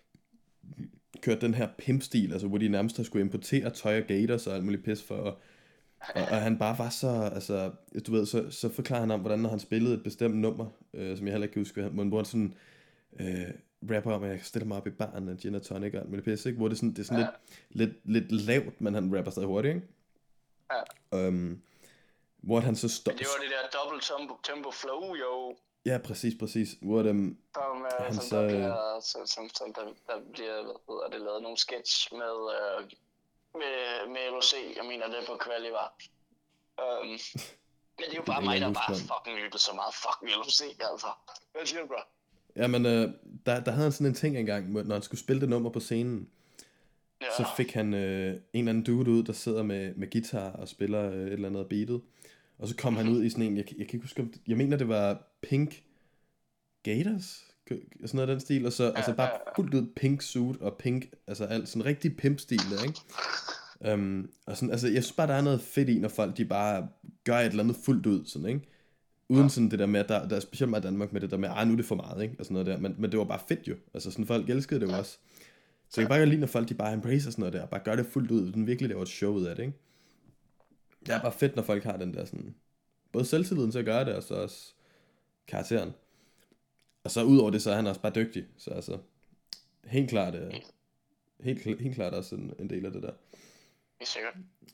kørt den her pimp-stil, altså hvor de nærmest har skulle importere tøj og gators og alt muligt pis for, og, og, og han bare var så, altså, du ved, så, så forklarer han om, hvordan når han spillede et bestemt nummer, øh, som jeg heller ikke kan huske, hvor han sådan øh, rapper om, at jeg stiller mig op i baren og gin og tonic og alt muligt pis, ikke? Hvor det, sådan, det er sådan ja. lidt, lidt, lidt lavt, men han rapper stadig hurtigt, ikke? Ja. Um, hvor han så står... Det var det der dobbelt tempo, tempo flow, jo. Ja, præcis, præcis. Hvor dem... Som, uh, han som, så, der bliver, som, som, som der, der bliver, hvad hedder det, lavet nogle sketch med, uh, med, med L O C. Jeg mener, det på Kvali var. Um, men det er jo bare mig, der bare fucking lyttede så meget fucking L O C, altså. Hvad siger du, bro? Ja, men uh, der, der havde han sådan en ting engang, når han skulle spille det nummer på scenen, ja. så fik han uh, en eller anden dude ud, der sidder med, med guitar og spiller uh, et eller andet af beatet. Og så kom mm-hmm. han ud i sådan en, jeg, jeg kan ikke huske, jeg mener det var Pink Gators, sådan noget af den stil, og så ja, altså bare ja, ja. fuldt ud pink suit og pink, altså alt sådan rigtig pimp-stil der, ikke? Um, og sådan, altså jeg synes bare, der er noget fedt i, når folk, de bare gør et eller andet fuldt ud, sådan, ikke? Uden ja. sådan det der med, der, der er specielt meget i Danmark med det der med, ah, nu er det for meget, ikke? Og sådan noget der, men, men det var bare fedt jo, altså sådan folk elskede det jo ja. også. Så jeg kan bare godt lide, når folk, de bare embracer sådan noget der, og bare gør det fuldt ud, den virkelig laver et show ud af det, ikke? Det er bare fedt, når folk har den der sådan, både selvtilliden til at gøre det, og så også karakteren. Og så ud over det, så er han også bare dygtig. Så altså, helt klart, uh, helt, helt klart også en, en del af det der. Det er sikkert.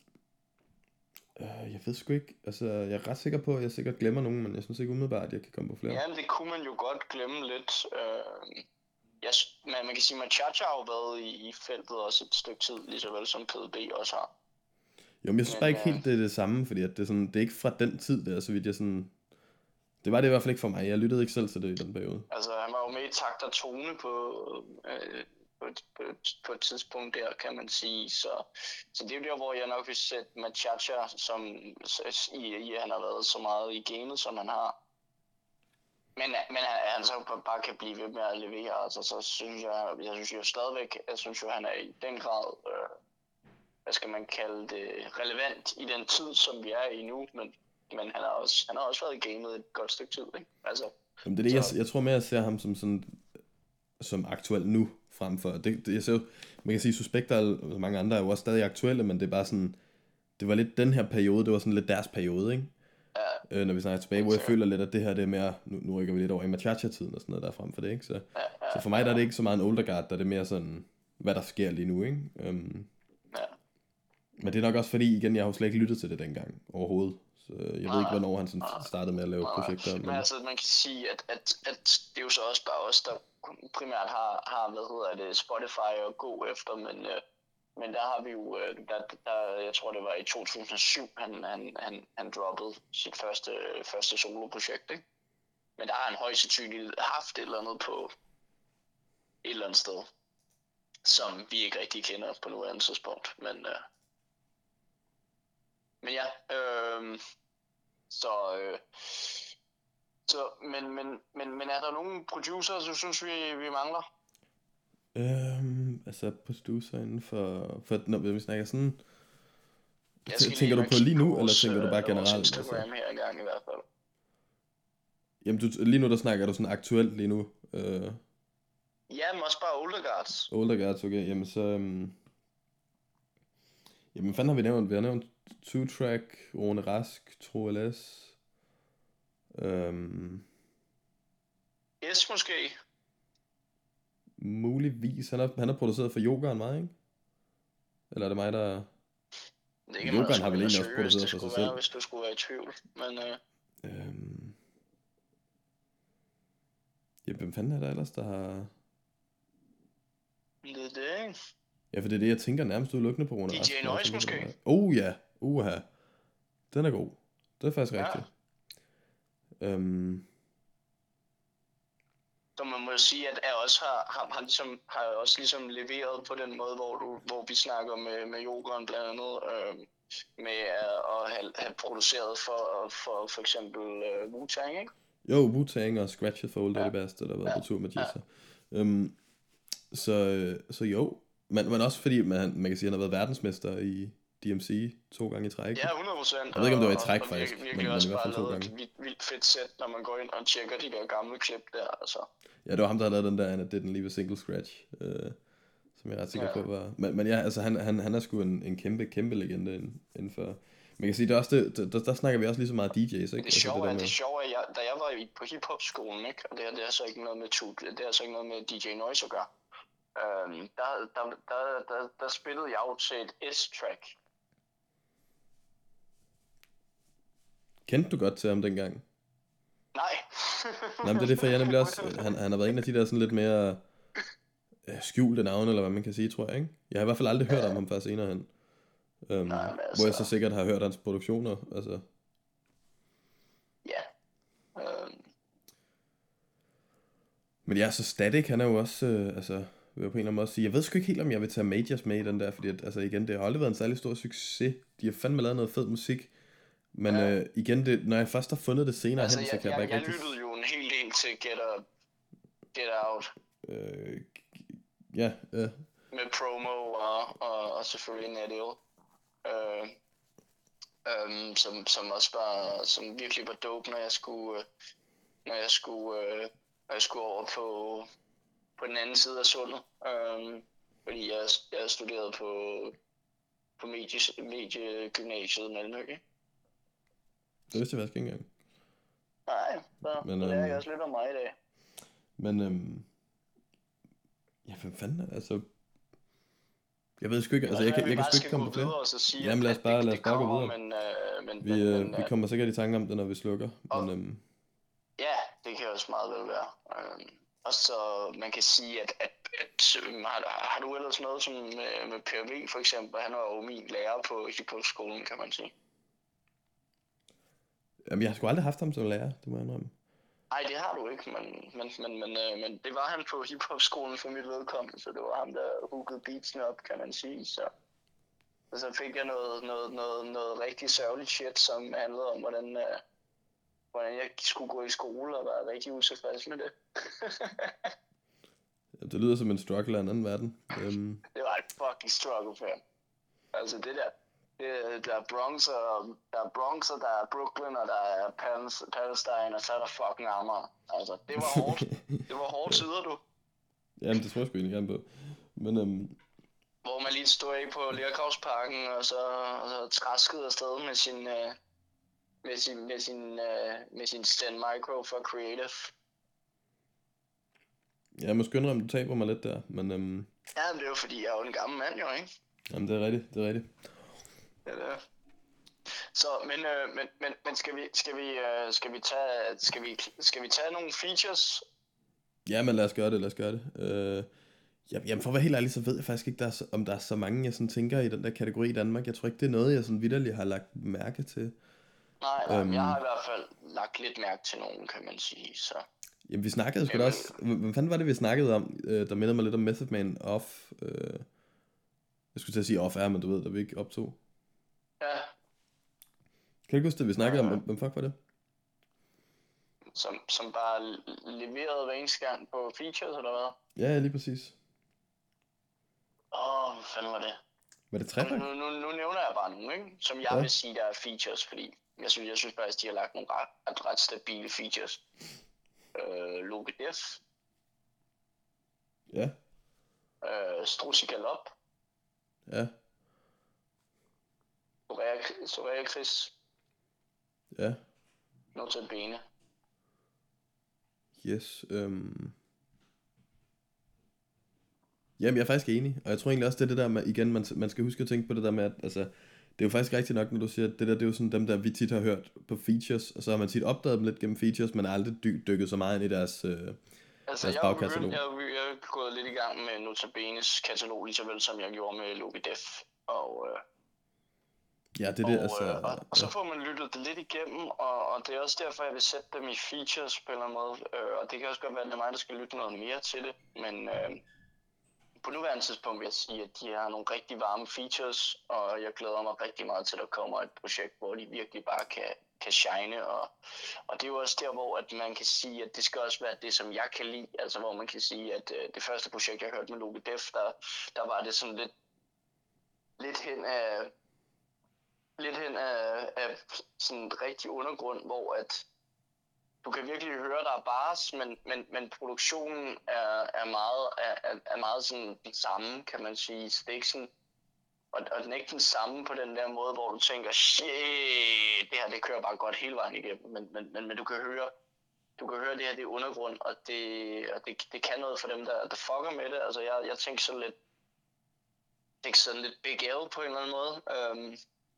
Uh, jeg ved sgu ikke, altså jeg er ret sikker på, at jeg sikkert glemmer nogen, men jeg synes ikke umiddelbart, at jeg kan komme på flere. Ja, men det kunne man jo godt glemme lidt. Uh, jeg, man, man kan sige, at Chacha har jo været i, i feltet også et stykke tid, lige så vel som P D B også har. Jo, men jeg synes men, bare ikke helt, det er det samme, fordi at det, er sådan, det er ikke fra den tid der, så vidt jeg sådan... Det var det i hvert fald ikke for mig, jeg lyttede ikke selv til det i den periode. Altså, han var jo med i Takt og Tone på, øh, på, på, på et tidspunkt der, kan man sige. Så, så det er jo der, hvor jeg nok vil sætte Machacha, som i, i han har været så meget i gamet, som han har. Men, men han, han så bare kan blive ved med at levere, altså, så synes jeg, jeg synes jo stadigvæk, jeg synes jo, han er i den grad... Øh, hvad skal man kalde det, relevant i den tid, som vi er i nu, men, men han, har også, han har også været i gamet et godt stykke tid, ikke? Altså, Jamen det er det, jeg, jeg tror mere, jeg ser ham som sådan, som aktuel nu, fremfor, det, det jeg ser jo, man kan sige, Suspekter og mange andre er jo også stadig aktuelle, men det er bare sådan, det var lidt den her periode, det var sådan lidt deres periode, ikke? Ja, øh, når vi snakker tilbage, hvor jeg føler lidt, at det her det er mere, nu, nu rykker vi lidt over i Machacha-tiden og sådan noget der frem for det, ikke? Så, Ja, ja, så for mig der er det ikke så meget en older guard, der er det mere sådan, hvad der sker lige nu, ikke? Um, ja. Men det er nok også fordi, igen, jeg har jo slet ikke lyttet til det dengang overhovedet. Så jeg ved Nej, ikke, hvornår han sådan nej, startede med at lave nej. projekter. Men Men altså, man kan sige, at, at, at det er jo så også bare os, der primært har, har hvad hedder det, Spotify at gå efter, men, øh, men der har vi jo, øh, der, der, jeg tror det var i to tusind og syv, han, han, han, han droppede sit første, første soloprojekt, ikke? Men der har han højst sandsynligt haft et eller andet på et eller andet sted, som vi ikke rigtig kender på nuværende tidspunkt, men, øh, men ja, øh, så, øh, så men, men, men, men er der nogle producer, du synes, vi, vi mangler? øhm, altså producer inden for, for når vi snakker sådan, Jeg skal tænker lige du på lige nu, vores, eller tænker du bare øh, generelt? vores Instagram Altså? her engang i hvert fald. Jamen du, lige nu der snakker du sådan aktuelt lige nu. Øh, Ja, men også bare older guards. older guards, okay, jamen så, um, jamen hvad fanden har vi nævnt? Vi har nævnt Two Track, Rune Rask, Tro L S. Øhm, S måske. muligvis, han har, han har produceret for Yogaen meget, ikke? Eller er det mig, der... Det kan man Yogaen også har gå vel ind og egentlig også søge, hvis produceret det for skulle sig være, selv. hvis du skulle være i tvivl. Men øh, Øhm, ja, hvem fanden er der ellers, der har... det er det, ikke? Ja, for det er det, jeg tænker nærmest udelukkende på Rune D J Rask. når jeg Noise tænker på det måske? her. Oh ja, uha. Den er god. Det er faktisk Ja. rigtigt. Øhm, Så man må jo sige, at jeg også har, har, har, ligesom, har jeg også ligesom leveret på den måde, hvor, du, hvor vi snakker med, med yogaen blandt andet, øh, med at, at have, have produceret for, for for eksempel uh, Wu-Tang, ikke? jo, Wu-Tang og Scratch for Old Ja. Daddy Bastard, der har været Ja. på tur med Ja. Jizza. Øhm, så, så jo, men, men også fordi man, man kan sige, at han har været verdensmester i D M C to gange i træk. Ja, hundrede procent. Jeg ved ikke, om det var i og- træk, og faktisk, virkelig, men- virkelig men i også hvert bare fald to lavet gange. et vildt, vildt fedt sæt, når man går ind og tjekker de der gamle klip der, altså. Ja, det var ham, der havde lavet den der, and I didn't leave a single scratch, øh, som jeg er ret sikker Ja. på var... Men, men ja, altså han, han, han er sgu en, en kæmpe, kæmpe legende inden, inden for... Man kan sige, det er også det, der, der snakker vi også lige så meget D J's, ikke? Men det Altså, sjove der er, med- det sjove er, jeg, da jeg var i, på hiphop-skolen, ikke, og det, her, det er så ikke noget med tu, det er så ikke noget med D J Noise at gøre. Øhm, der, der, der, der, der spillede jeg jo til et S-track. Kendte du godt til ham dengang? Nej. Nej, men det er det, for jeg er nemlig også... Han, han har været en af de der sådan lidt mere øh, skjulte navne, eller hvad man kan sige, tror jeg, ikke? Jeg har i hvert fald aldrig hørt om ham før senere hen. Um, Nej, men Hvor jeg altså- så sikkert har hørt hans produktioner, altså... Ja. Øhm, Men ja, så Static, han er jo også, øh, altså, vil jeg på en eller anden måde sige, jeg ved sgu ikke helt, om jeg vil tage Majors med i den der, fordi at, altså igen, det har aldrig været en særlig stor succes. De har fandme lavet noget fed musik, men Ja. øh, igen, det, når jeg først har fundet det senere altså, hen, så jeg, kan jeg, jeg, bare jeg ikke rigtig... lyttede jo en hel del til Get, Up, Get Out Øh, ja, ja, med promo og, og, og selvfølgelig Nadill. Øh, øhm, som, som også var, som virkelig var dope, når jeg skulle, øh, når jeg skulle, øh, når jeg skulle over på, på den anden side af sundet. Øhm, fordi jeg, jeg studerede på, på medie, mediegymnasiet i Malmø. Ikke? det vidste jeg faktisk ikke engang. Nej, så Men, Men, lærer øhm, jeg også lidt om mig i dag. Men, øhm, ja, hvem fanden er det? Altså, jeg ved sgu ikke, altså, jeg kan, jeg kan sgu ikke komme på flere. Og så sige, Jamen, lad os at bare- det, lad os det bare gå kommer, videre. Men, øh, men, Vi, men, øh, men, vi øh, kommer sikkert i tanke om det, når vi slukker, Og- men øhm, Ja, det kan også meget vel være. Øhm, og så man kan sige, at, at, at øhm, har, har du ellers noget som med, med Per V for eksempel? Han var jo min lærer på hiphop-skolen, kan man sige. jamen, jeg har sgu aldrig haft ham som lærer, det må jeg indrømme. Nej, det har du ikke, men, men, men, men, øh, men det var han på hiphop-skolen for mit vedkommende, så det var ham, der hookede beatsene op, kan man sige. Så, og så fik jeg noget, noget, noget, noget rigtig sørgeligt shit, som handlede om, hvordan, øh, hvordan jeg skulle gå i skole og var rigtig utilfreds med det. Ja, det lyder som en struggle af en anden verden. Øhm, Det var et fucking struggle for ham. Altså det der, det, der er Bronx, og der er Bronx, og der er Brooklyn, og der er Pal- Palestine, og så er der fucking Amager. Altså, det var hårdt. Det var hårde tider, du. jamen, det tror jeg sgu egentlig gerne på. Men øhm, Hvor man lige stod af på Lergravsparken, og så, og så traskede afsted med sin, øh, med sin, med sin, uh, med sin Sten Micro for Creative. Ja, jeg må skynde om du taber mig lidt der, men øhm, Ja, men det er jo fordi, jeg er jo en gammel mand, jo, ikke? jamen det er rigtigt, det er rigtigt. Ja, det er. Så, men, øh, men, men, men skal vi, skal vi, øh, skal vi tage, skal vi, skal vi tage nogle features? Ja, men lad os gøre det, lad os gøre det. Øh, jamen for at være helt ærlig, så ved jeg faktisk ikke, der er så, om der er så mange, jeg sådan tænker i den der kategori i Danmark. Jeg tror ikke, det er noget, jeg sådan vitterligt har lagt mærke til. Nej, nej, Øhm, jeg har i hvert fald lagt lidt mærke til nogen, kan man sige, så... Jamen vi snakkede sgu da også, hvad fanden var det vi snakkede om, øh, der mindede mig lidt om Method Man Off, øh, jeg skulle til at sige off er, men du ved, der vi ikke optog. Ja. Kan du ikke huske det, vi snakkede ja. om, hvem fuck var det? Som, som bare leverede hver eneste gang på features, eller hvad? Ja, lige præcis. Åh, oh, hvad fanden var det? Var det Trepak? Nu, nu, nu nævner jeg bare nogle, ikke? Som jeg ja. vil sige, der er features, fordi jeg synes, jeg synes faktisk, de har lagt nogle ret, ret, ret stabile features. Øh, Logidef. Ja. Øh, Struzzi Galop. Ja. Soraya Chris. Ja. Notabene. Yes. Øhm. Jamen, jeg er faktisk enig, og jeg tror egentlig også, det er det der med, igen, man, man skal huske at tænke på det der med, at altså, det er jo faktisk rigtigt nok, når du siger, at det der, det er jo sådan dem, der vi tit har hørt på features, og så har man tit opdaget dem lidt gennem features, men aldrig dy- dykket så meget ind i deres, øh, altså, deres jeg bagkatalog. Jeg, jeg, jeg er gået lidt i gang med Notabenes katalog, lige så vel som jeg gjorde med Logidef, og... Øh, ja, det er det, og, altså... Øh, og, og så ja. får man lyttet det lidt igennem, og, og det er også derfor, jeg vil sætte dem i features på en eller anden måde, øh, og det kan også godt være, at det er mig, der skal lytte noget mere til det, men... Øh, På nuværende tidspunkt vil jeg sige, at de har nogle rigtig varme features, og jeg glæder mig rigtig meget til, at der kommer et projekt, hvor de virkelig bare kan, kan shine. Og, og det er jo også der, hvor at man kan sige, at det skal også være det, som jeg kan lide. Altså hvor man kan sige, at uh, det første projekt, jeg hørte med Logidef, der, der var det sådan lidt, lidt hen af, lidt hen af, af sådan en rigtig undergrund, hvor at du kan virkelig høre, der er bars, men, men, men produktionen er, er, meget, er, er meget sådan den samme, kan man sige, stiksen. Og, og den er ikke den samme på den der måde, hvor du tænker, shit, det her det kører bare godt hele vejen igennem. Men, men, men, men du kan høre, du kan høre det her, det er undergrund, og det, og det, det kan noget for dem, der, der fucker med det. Altså jeg, jeg tænker sådan lidt, tænker sådan lidt Big L på en eller anden måde. Øhm,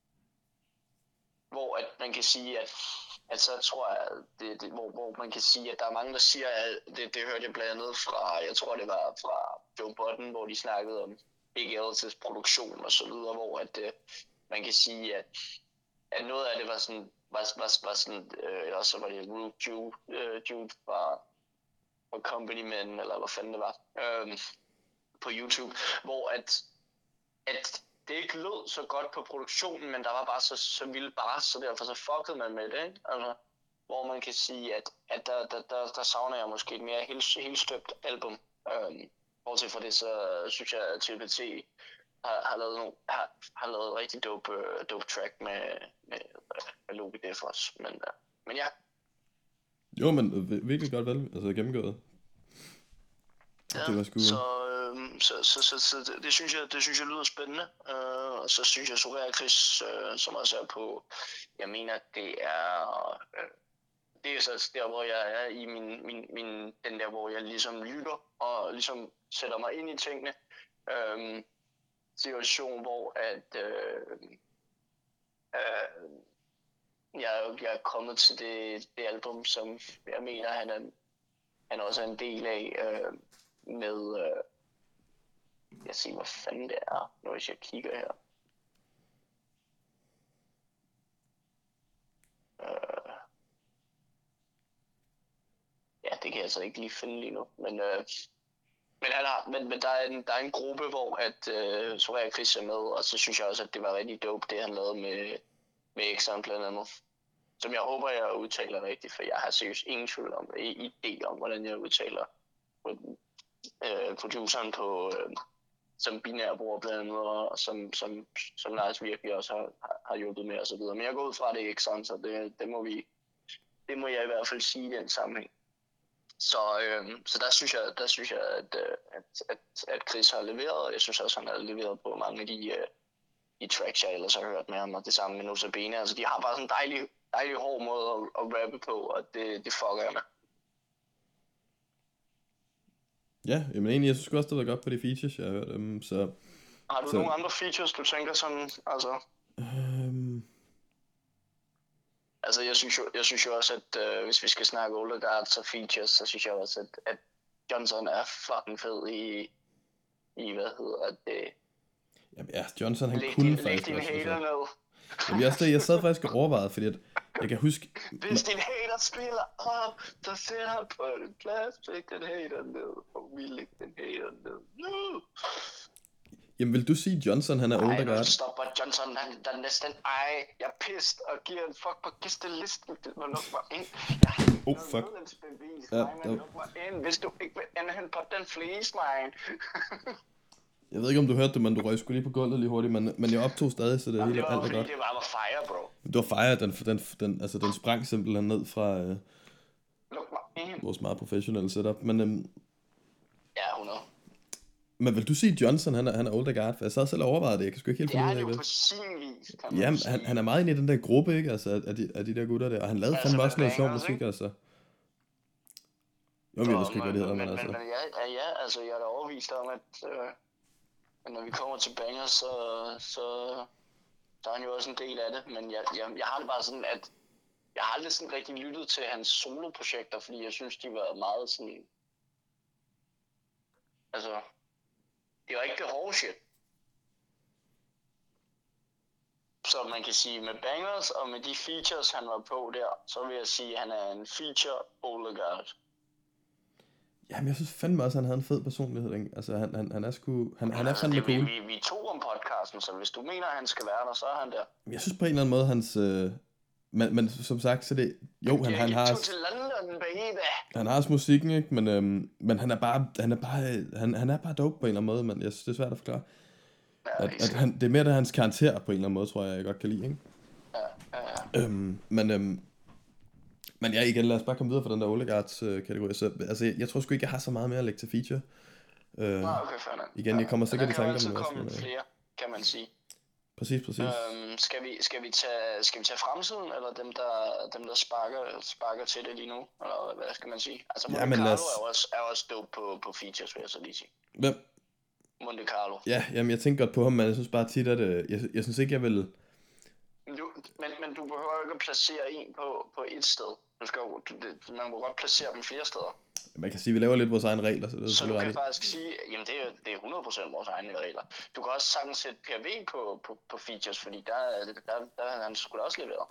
hvor at man kan sige, at at så tror jeg, det, det, hvor, hvor man kan sige, at der er mange, der siger, at det, det hørte jeg blandt andet fra, jeg tror det var fra Joe Budden, hvor de snakkede om Big L's produktion og så videre, hvor at, uh, man kan sige, at, at noget af det var sådan, var, var, var sådan, øh, og så var det Rude Jude, øh, Jude fra, fra Company Men, eller hvad fanden det var, øh, på YouTube, hvor at, at det ikke lød så godt på produktionen, men der var bare så, så vildt bars, så derfor så fuckede man med det, ikke? Altså, hvor man kan sige, at, at der, der, der, der savner jeg måske et mere helt, helt støbt album. Øhm, bortset fra det, så synes jeg, at T P T har, har, lavet, nogle, har, har lavet rigtig dope, uh, dope track med, med, med Logidef også. Men, uh, men ja. Jo, men virkelig godt vel, altså gennemgået. Ja, det var sgu... så, øhm, så, så, så, så det, det, synes jeg, det synes jeg lyder spændende. Uh, og så synes jeg, Soraya Chris, uh, som også er på, jeg mener, det er, uh, det er så der, hvor jeg er i min, min, min, den der, hvor jeg ligesom lytter og ligesom sætter mig ind i tingene. Uh, situation, hvor at, uh, uh, jeg, jeg er kommet til det, det album, som jeg mener, han, er, han også er en del af, uh, med, øh, jeg siger, hvad fanden det er, nu hvis jeg kigger her. Øh, ja, det kan jeg altså ikke lige finde lige nu, men, øh, men, han har, men, men der, er en, der er en gruppe, hvor at øh, Soraya Chris er med, og så synes jeg også, at det var rigtig dope, det han lavede med, med Exxon blandt andet. Som jeg håber, jeg udtaler rigtigt, for jeg har seriøst ingen tvivl om, idé om, hvordan jeg udtaler øh, produceren på... Øh, som binærbror blandt andet, og som, som, som Lars virkelig også har, har, har hjulpet med og så videre. Men jeg går ud fra det ikke sådan, så det, det, må vi, det må jeg i hvert fald sige i den sammenhæng. Så, øh, så der synes jeg, der synes jeg at, at, at, at Chris har leveret, og jeg synes også, han har leveret på mange af de, de tracks, jeg ellers har hørt med ham, og det samme med Notabene. Altså, de har bare sådan en dejlig, dejlig hård måde at, at rappe på, og det, det fucker jeg med. Ja, men egentlig, jeg synes også, det var godt på de features, jeg har hørt. Um, så, har du så, nogle andre features, du tænker sådan, altså... Um... Altså, jeg synes jo, jeg synes jo også, at øh, hvis vi skal snakke Older Guards og features, så synes jeg også, at, at Johnson er fucking fed i, i hvad hedder det... Jamen ja, Johnson, han læg kunne din, faktisk læg også. Læg din hater ned. Jamen, jeg, stod, jeg sad faktisk og overvejede, fordi at, jeg kan huske... Hvis din hater spiller op, så sætter han på den plads, læg den hater ned, og vi læg den hater ned. No! Jamen, vil du sige, Johnson, han er older guard? Ej, stopper Johnson, han der næsten, ej, jeg er pissed og giver en fuck på gæstelisten, det må lukke mig ind. Jeg har ikke oh, fuck. Bevis, ja, nej, men luk mig ind, hvis du ikke vil ende hen på den fleece, man. Jeg ved ikke, om du hørte det, men du røg sgu lige på gulvet lige hurtigt, men, men jeg optog stadig, så det Jamen, hele det var alt er fordi, godt. det var med fire, bro. Det var fire, den, den, den, altså, den sprang simpelthen ned fra øh, luk mig ind. Vores meget professionelle setup, men... Øhm, ja, hundrede. Men vil du sige, Johnson, han er, han er older guard? For jeg sad selv og overvejede det, jeg kan sgu ikke helt finde ud af det. Det er jo på sin vis, kan man Jamen, sige. han, han er meget inde i den der gruppe, ikke? Altså, af de, af de der gutter der. Og han lavede altså, fandme også noget sjov bangers, musik, ikke? altså. Jo, men jeg ved sgu ikke, hvad det hedder, men, men altså. Men, ja, ja, ja, altså, jeg er da overbevist om, at, øh, at når vi kommer til bangers, så, så, så er han jo også en del af det. Men jeg, jeg, jeg har det bare sådan, at jeg har aldrig sådan rigtig lyttet til hans soloprojekter, fordi jeg synes, de var meget sådan... Altså, det var ikke det hårde shit. Så man kan sige, med bangers og med de features, han var på der, så vil jeg sige, at han er en feature older guard. Jamen, jeg synes fandme også, at han havde en fed personlighed, ikke? Altså, han, han, han er sgu... Han, han er altså, fandme det, cool. Vi, vi, vi tog om podcasten, så hvis du mener, at han skal være der, så er han der. Jeg synes på en eller anden måde, hans... Øh, men, men som sagt, så det... Jo, han, han har... til London, baby. Han har også musikken, ikke? Men, øhm, men han er bare... Han er bare, han, han er bare dope på en eller anden måde, men jeg synes, det er svært at forklare. Ja, at, at han, det er mere det hans karakter på en eller anden måde, tror jeg, jeg godt kan lide, ikke? Ja, ja, ja. Øhm, men... Øhm, Men ja, igen, lad os bare komme videre fra den der older guards øh, kategori. Så, altså, jeg, jeg tror sgu ikke, jeg har så meget mere at lægge til feature. Øh, Nå, okay, fair nok. igen, jeg kommer sikkert i tanker med med også. Der kan jo altid komme flere, kan man sige. Præcis, præcis. Øhm, skal, vi, skal, vi tage, skal vi tage fremtiden, eller dem, der, dem, der sparker, sparker til det lige nu? Eller hvad skal man sige? Altså, Monte ja, men Carlo os... er, også, er også dope på, på features, vil jeg så lige sige. Hvem? Monte Carlo. Ja, jamen, jeg tænker godt på ham, men jeg synes bare tit, at øh, jeg, jeg synes ikke, jeg vil... Du, men, men du behøver ikke at placere en på, på et sted. Du skal, du, det, man må godt placere dem flere steder. Man kan sige, at vi laver lidt vores egen regler, så det er Så du kan ret faktisk sige, jamen det er, det er hundrede procent vores egne regler. Du kan også sagtens sætte P V på, på, på features, fordi der, der, der er han sgu da også leveret.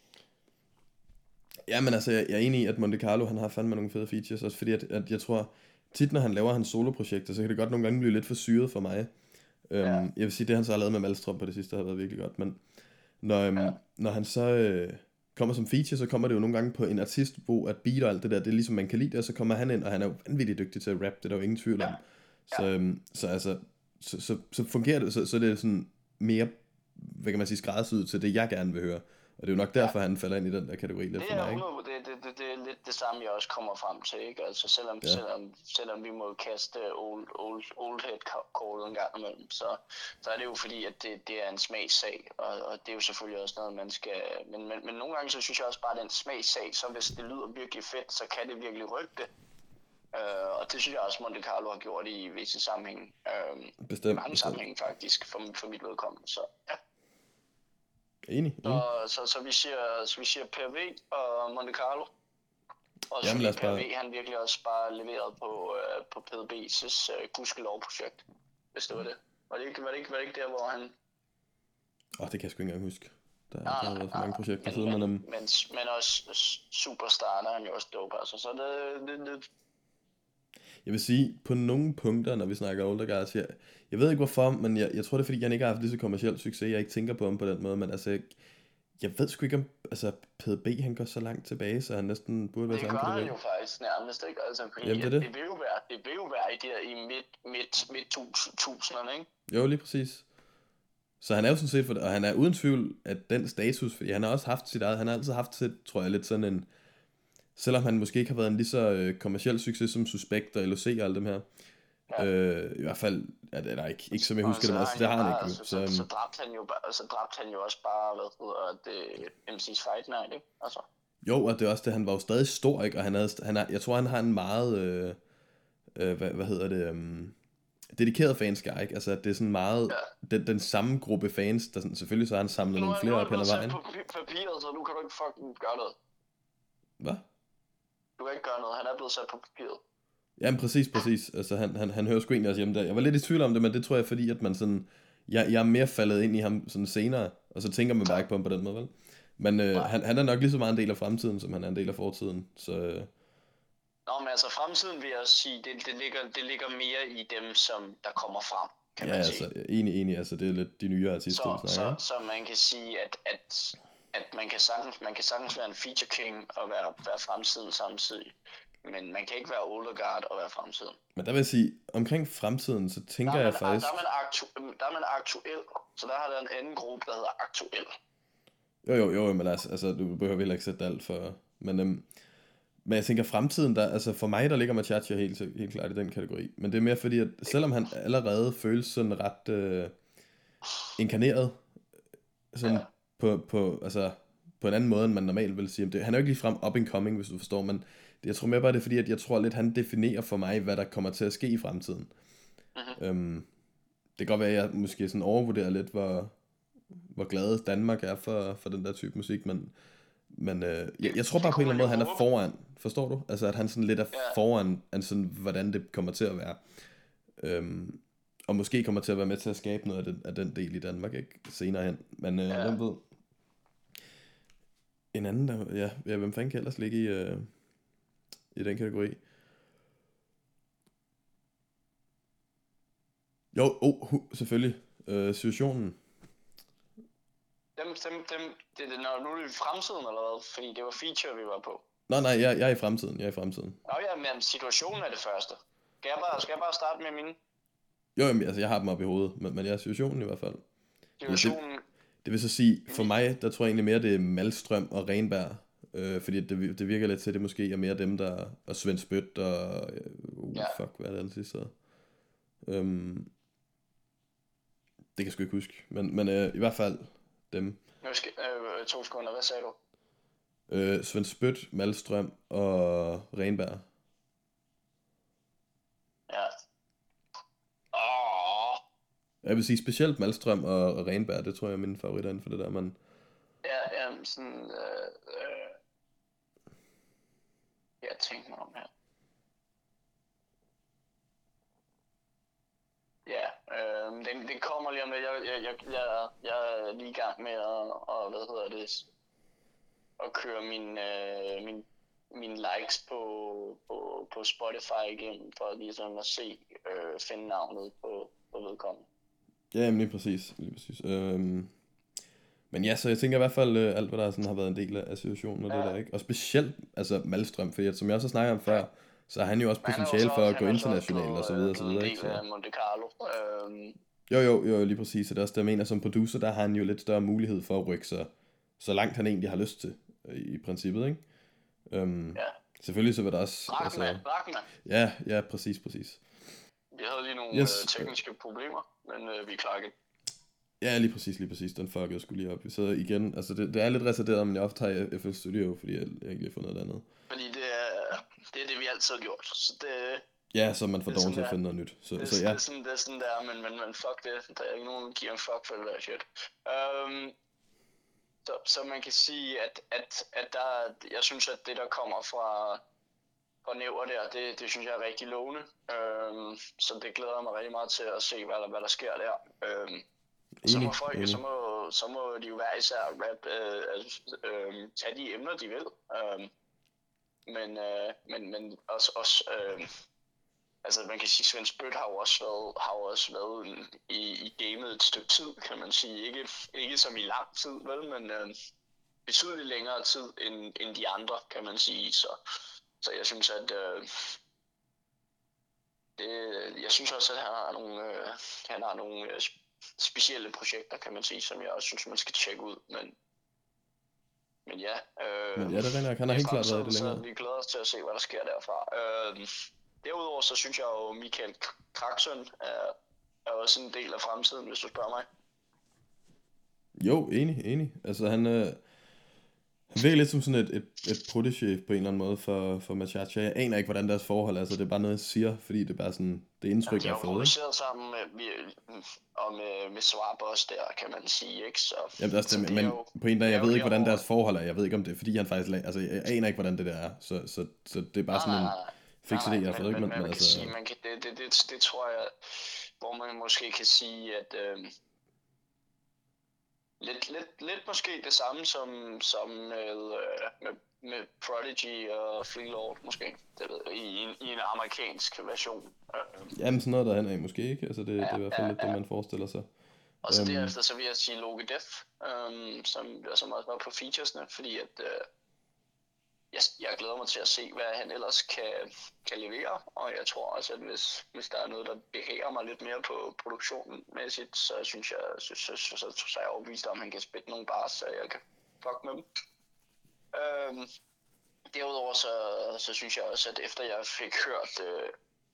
Ja, men altså, jeg, jeg er enig i, at Monte Carlo, han har fandme nogle fede features, også fordi at, at jeg tror, tit når han laver hans soloprojekter, så kan det godt nogle gange blive lidt for syret for mig. Øhm, Ja. Jeg vil sige, det han så har lavet med Malmstrøm på det sidste, har været virkelig godt, men når, øhm, Ja. når han så øh, kommer som feature, så kommer det jo nogle gange på en artist, hvor at beat og alt det der, det er ligesom man kan lide det, og så kommer han ind, og han er jo vanvittigt dygtig til at rap, det er der jo ingen tvivl om. Ja. Så, øhm, så altså, så, så, så fungerer det, så, så det er sådan mere, hvad kan man sige, skræddersyet til det, jeg gerne vil høre. Og det er jo nok derfor, ja. han falder ind i den der kategori lidt Det for er, mig, ikke? hundrede, det, det, det, det er lidt det samme, jeg også kommer frem til, ikke? Altså selvom, Ja. ja. selvom, selvom vi må kaste old, old, old head call en gang imellem, så, så er det jo fordi, at det, det er en smagssag, og, og det er jo selvfølgelig også noget, man skal... Men, men, men nogle gange, så synes jeg også bare, at det er en smagssag, så hvis det lyder virkelig fedt, så kan det virkelig rykke det. Uh, og det synes jeg også, Monte Carlo har gjort i visse sammenhæng. Uh, Bestemt, mange bestemt. sammenhæng faktisk, for, for mit vedkommende, så ja. Enig, enig. Så, så, så vi siger, så vi siger P V og Monte Carlo. Og så Jamen, lad os P bare- V, han virkelig også bare leveret på, øh, på P D B's øh, gudskelov-projekt, hvis det var det. Var det, ikke, var, det ikke, var det ikke der, hvor han... Åh, oh, det kan jeg sgu ikke engang huske. Der, der Nej, har nej, været for nej, mange projekter men, siden, men... men, øhm, men, men også superstar, der er han jo også dope, altså. Så det, det, det, Jeg vil sige, på nogle punkter, når vi snakker older guys, jeg, jeg ved ikke hvorfor, men jeg, jeg tror det er fordi, han ikke har haft lige så kommerciel succes, jeg ikke tænker på ham på den måde, men altså, jeg, jeg ved sgu ikke om, altså, P D B, han går så langt tilbage, så han næsten burde være det sammen gør på han det. jo faktisk nærmest, ikke? Altså, fordi Jamen, det er det. det vil jo være, det vil jo være i, der, i midt, midt, midt tus, tusinderne, ikke? Jo, lige præcis. Så han er jo sådan set for det, og han er uden tvivl, at den status, fordi han har også haft sit eget, han har altid haft sit, tror jeg, lidt sådan en, selvom han måske ikke har været en lige så øh, kommerciel succes som Suspekt og L O C og alle dem her, Ja. Øh, I hvert fald, ja, det er ikke, ikke som jeg Og husker så det, har altså han det jo har han bare, ikke. altså, Jo. så, Så, så, øhm, dræbte han jo bare, så dræbte han jo også bare, hvad hedder det, M C's Fight Night, ikke? Altså, jo, og det er også det, han var jo stadig stor, ikke? Og han havde, han er, jeg tror, han har en meget, øh, øh, hvad, hvad hedder det, um, dedikeret fanskare, ikke? Altså, at det er sådan meget, ja. den, den samme gruppe fans, der sådan, selvfølgelig så har han samlet Nu nogle er, nu flere er op det hen ad blevet sat vejen. på papi- papiret, så nu kan du ikke fucking gøre noget. Hvad? Du kan ikke gøre noget, han er blevet sat på papiret. Jamen præcis, præcis. Altså han, han, han hører sgu egentlig også hjemme der. Jeg var lidt i tvivl om det, men det tror jeg fordi, at man sådan... Jeg, jeg er mere faldet ind i ham sådan senere, og så tænker man bare ikke på ham på den måde, vel? Men øh, han, han er nok lige så meget en del af fremtiden, som han er en del af fortiden, så... Øh... Nå, men altså fremtiden vil jeg sige, det, det, ligger, det ligger mere i dem, som der kommer frem, kan Ja, man altså, sige. enig, enig, altså det er lidt de nye artister, Så, vi snakker, så, så man kan sige, at, at, at man, kan sagtens, man kan sagtens være en feature king og være, være fremtiden samtidig. Men man kan ikke være older guard og være fremtiden. Men der vil jeg sige, omkring fremtiden, så tænker der er man, jeg faktisk... Der er, man aktu- der er man aktuel, så der har der en anden gruppe, der hedder aktuel. Jo, jo, jo, men altså, altså du behøver vel ikke sætte alt for... Men, øhm, men jeg tænker fremtiden, der, altså for mig, der ligger Machacha helt, helt klart i den kategori. Men det er mere fordi, at selvom han allerede føles sådan ret øh, inkarneret, sådan Ja. på, på, altså, på en anden måde, end man normalt vil sige. Det, han er jo ikke ligefrem up and coming, hvis du forstår, men det, jeg tror mere bare, det er fordi, at jeg tror lidt, han definerer for mig, hvad der kommer til at ske i fremtiden. Mm-hmm. Øhm, det kan godt være, at jeg måske sådan overvurderer lidt, hvor, hvor glad Danmark er for, for den der type musik, men, men øh, jeg, jeg tror bare på en eller anden måde, han er foran, forstår du? Altså, at han sådan lidt er foran, af sådan, hvordan det kommer til at være. Øhm, og måske kommer til at være med til at skabe noget af den, af den del i Danmark, ikke? Senere hen. Men øh, ja. Hvem ved? En anden, der, ja, ja, hvem fanden kan ellers ligge i, øh, i den kategori? Jo, oh, hu, selvfølgelig. Øh, situationen. Dem, dem, dem, det, det, når nu er det i fremtiden, eller hvad? Fordi det var feature, vi var på. Nej, nej, jeg, jeg er i fremtiden, jeg er i fremtiden. Nå ja, men situationen er det første. Skal jeg bare, skal jeg bare starte med mine? Jo, jamen, altså jeg har dem op i hovedet, men, men jeg er situationen i hvert fald. Situationen... Det, det vil så sige, for mig, der tror jeg egentlig mere, det er Malstrøm og Renberg. Øh, fordi det, det virker lidt til, at det måske er mere dem, der... Og Svend Spyt og... Uh, ja. Fuck, hvad er det andet sidste? Um, det kan jeg sgu ikke huske. Men, men øh, i hvert fald dem. Nu skal, øh, to sekunder, hvad sagde du? Øh, Svend Spyt, Malstrøm og Renberg. Ja. Åh. Jeg vil sige specielt Malstrøm og, og Renberg, det tror jeg er mine favoritter inden for det der, men... Ja, ja, sådan... Øh, øh, jeg tænker mig om her. Ja, øh, den, den kommer lige om lidt. Jeg, jeg, jeg, jeg, jeg er lige i gang med at, og, hvad hedder det, at køre min, øh, min, mine likes på, på, på Spotify igennem, for ligesom at se, øh, finde navnet på, på vedkommende. Ja, jamen lige præcis. Lige præcis. Øhm, men ja, så jeg tænker i hvert fald øh, alt, hvad der sådan har været en del af situationen og ja. Det der, ikke? Og specielt, altså Malstrøm, fordi som jeg også har snakket om før, ja. Så har han jo også potentiale for at gå internationalt og så videre og så videre, ikke? Så... Monte Carlo. Øhm. Jo, jo, jo, lige præcis. Det er også det, jeg mener, som producer, der har han jo lidt større mulighed for at rykke sig, så langt han egentlig har lyst til, i princippet, ikke? Øhm, ja. Selvfølgelig så vil der også... Rachman, altså... Rachman. Ja, ja, præcis, præcis. Vi havde lige nogle yes. øh, tekniske problemer, men øh, vi klarer det. Ja, lige præcis, lige præcis. Den fuckede jeg skulle lige op. Vi sidder igen, altså det, det er lidt reserveret, men jeg optager i F L Studio, fordi jeg, jeg ikke lige har fundet noget andet. Fordi det er, det er det, vi altid har gjort, så det... Ja, så man får dårligt til at finde noget nyt. Så, det, så ja. Det er sådan, det er sådan der, men, men, men fuck det. Der er ikke nogen, der giver en fuck for det der shit. Um, så, så man kan sige, at, at, at der, jeg synes, at det, der kommer fra, fra Næver der, det, det synes jeg er rigtig lovende. Um, så det glæder jeg mig rigtig meget til at se, hvad der, hvad der sker der. Um, så må folk, så må, så må de jo hver især rap, øh, øh, tage de emner, de vil. Um, men, øh, men, men også, også øh, altså man kan sige, Svend Spyt har jo også været, har jo også været i, i gamet et stykke tid, kan man sige. Ikke, ikke som i lang tid, vel, men øh, betydeligt længere tid end, end de andre, kan man sige. Så, så jeg synes, at øh, det, jeg synes også, at han har nogle, øh, han har nogle øh, specielle projekter, kan man sige, som jeg også synes, man skal tjekke ud. Men, men ja, øh, men ja, det regner, han har helt klart været det længere. Så vi glæder os til at se, hvad der sker derfra. Øh, derudover så synes jeg jo, Michael Kraksøn er, er også en del af fremtiden, hvis du spørger mig. Jo, enig, enig. Altså han, øh, han virker lidt som sådan et, et, et protégé på en eller anden måde for, for Machacha. Jeg aner ikke, hvordan deres forhold er, altså det er bare noget, jeg siger, fordi det er bare sådan, det indtryk, Ja, jeg de har har jo fået, ikke? produceret sammen med, med, og med, med Swap også der, kan man sige, ikke? Så, Jamen, det er også så det, det er men jo, på en dag, det er jeg jo ved ikke, der, hvordan hvor... deres forhold er. Jeg ved ikke, om det er, fordi han faktisk, la- altså jeg aner ikke, hvordan det der er. Så, så, så det er bare Nej, sådan nej, en nej, fix nej, idé, nej, jeg har men, fået, ikke? men, Men, men men man kan altså, sige, man kan, det, det, det, det tror jeg, hvor man måske kan sige, at øh, lidt, lidt, lidt måske det samme som, som med, øh, med, med Prodigy og Free Lord, måske, det ved jeg, i, en, i en amerikansk version. Øh, jamen sådan noget derhen af måske ikke. Altså det, det er ja, i hvert ja, fald lidt det, ja. man forestiller sig. Og så Øhm, derefter, så vil jeg sige Loke Def, øhm, som, som også var på featuresne, fordi at, øh, jeg, jeg glæder mig til at se, hvad han ellers kan, kan levere, og jeg tror også, at hvis, hvis der er noget, der behager mig lidt mere på produktionen mæssigt, så synes jeg, så, så, så, så, så er jeg overbevist om, at han kan spætte nogle bars, så jeg kan fuck med dem. Øhm, derudover så, så synes jeg også, at efter jeg fik hørt øh,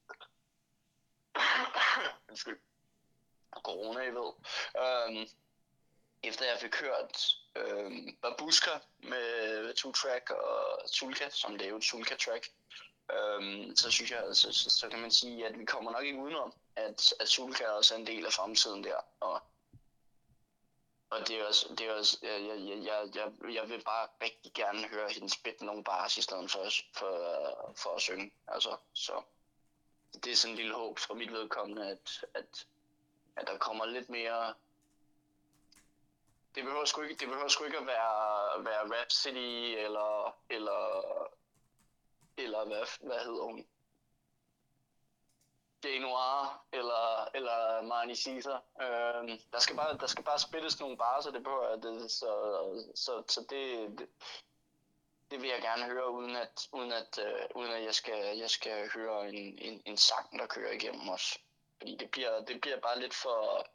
undskyld, corona, I ved, øhm, efter jeg fik hørt øhm, Babushka med Two Track og Sulka, som det er jo et Sulka-track, øhm, så synes jeg, så, så, så kan man sige, at vi kommer nok ikke udenom, at, at Sulka også er en del af fremtiden der. Og, og det er også, det er også jeg, jeg, jeg, jeg, jeg vil bare rigtig gerne høre hende spætte nogle bars i stedet for, for, for at synge. Altså, så det er sådan en lille håb fra mit vedkommende, at, at, at der kommer lidt mere. Det behøver sgu ikke, det behøver sgu ikke at være, være Rhapsody eller, eller, eller hvad, hvad hedder hun? Jay Noir eller, eller Marnie Caesar. Øhm, der, skal bare, der skal bare spilles nogle bars, så det behøver det, så, så, så det, det, det vil jeg gerne høre, uden at, uden at, uh, uden at jeg, skal, jeg skal høre en, en, en sang, der kører igennem os. Fordi det bliver, det bliver bare lidt for...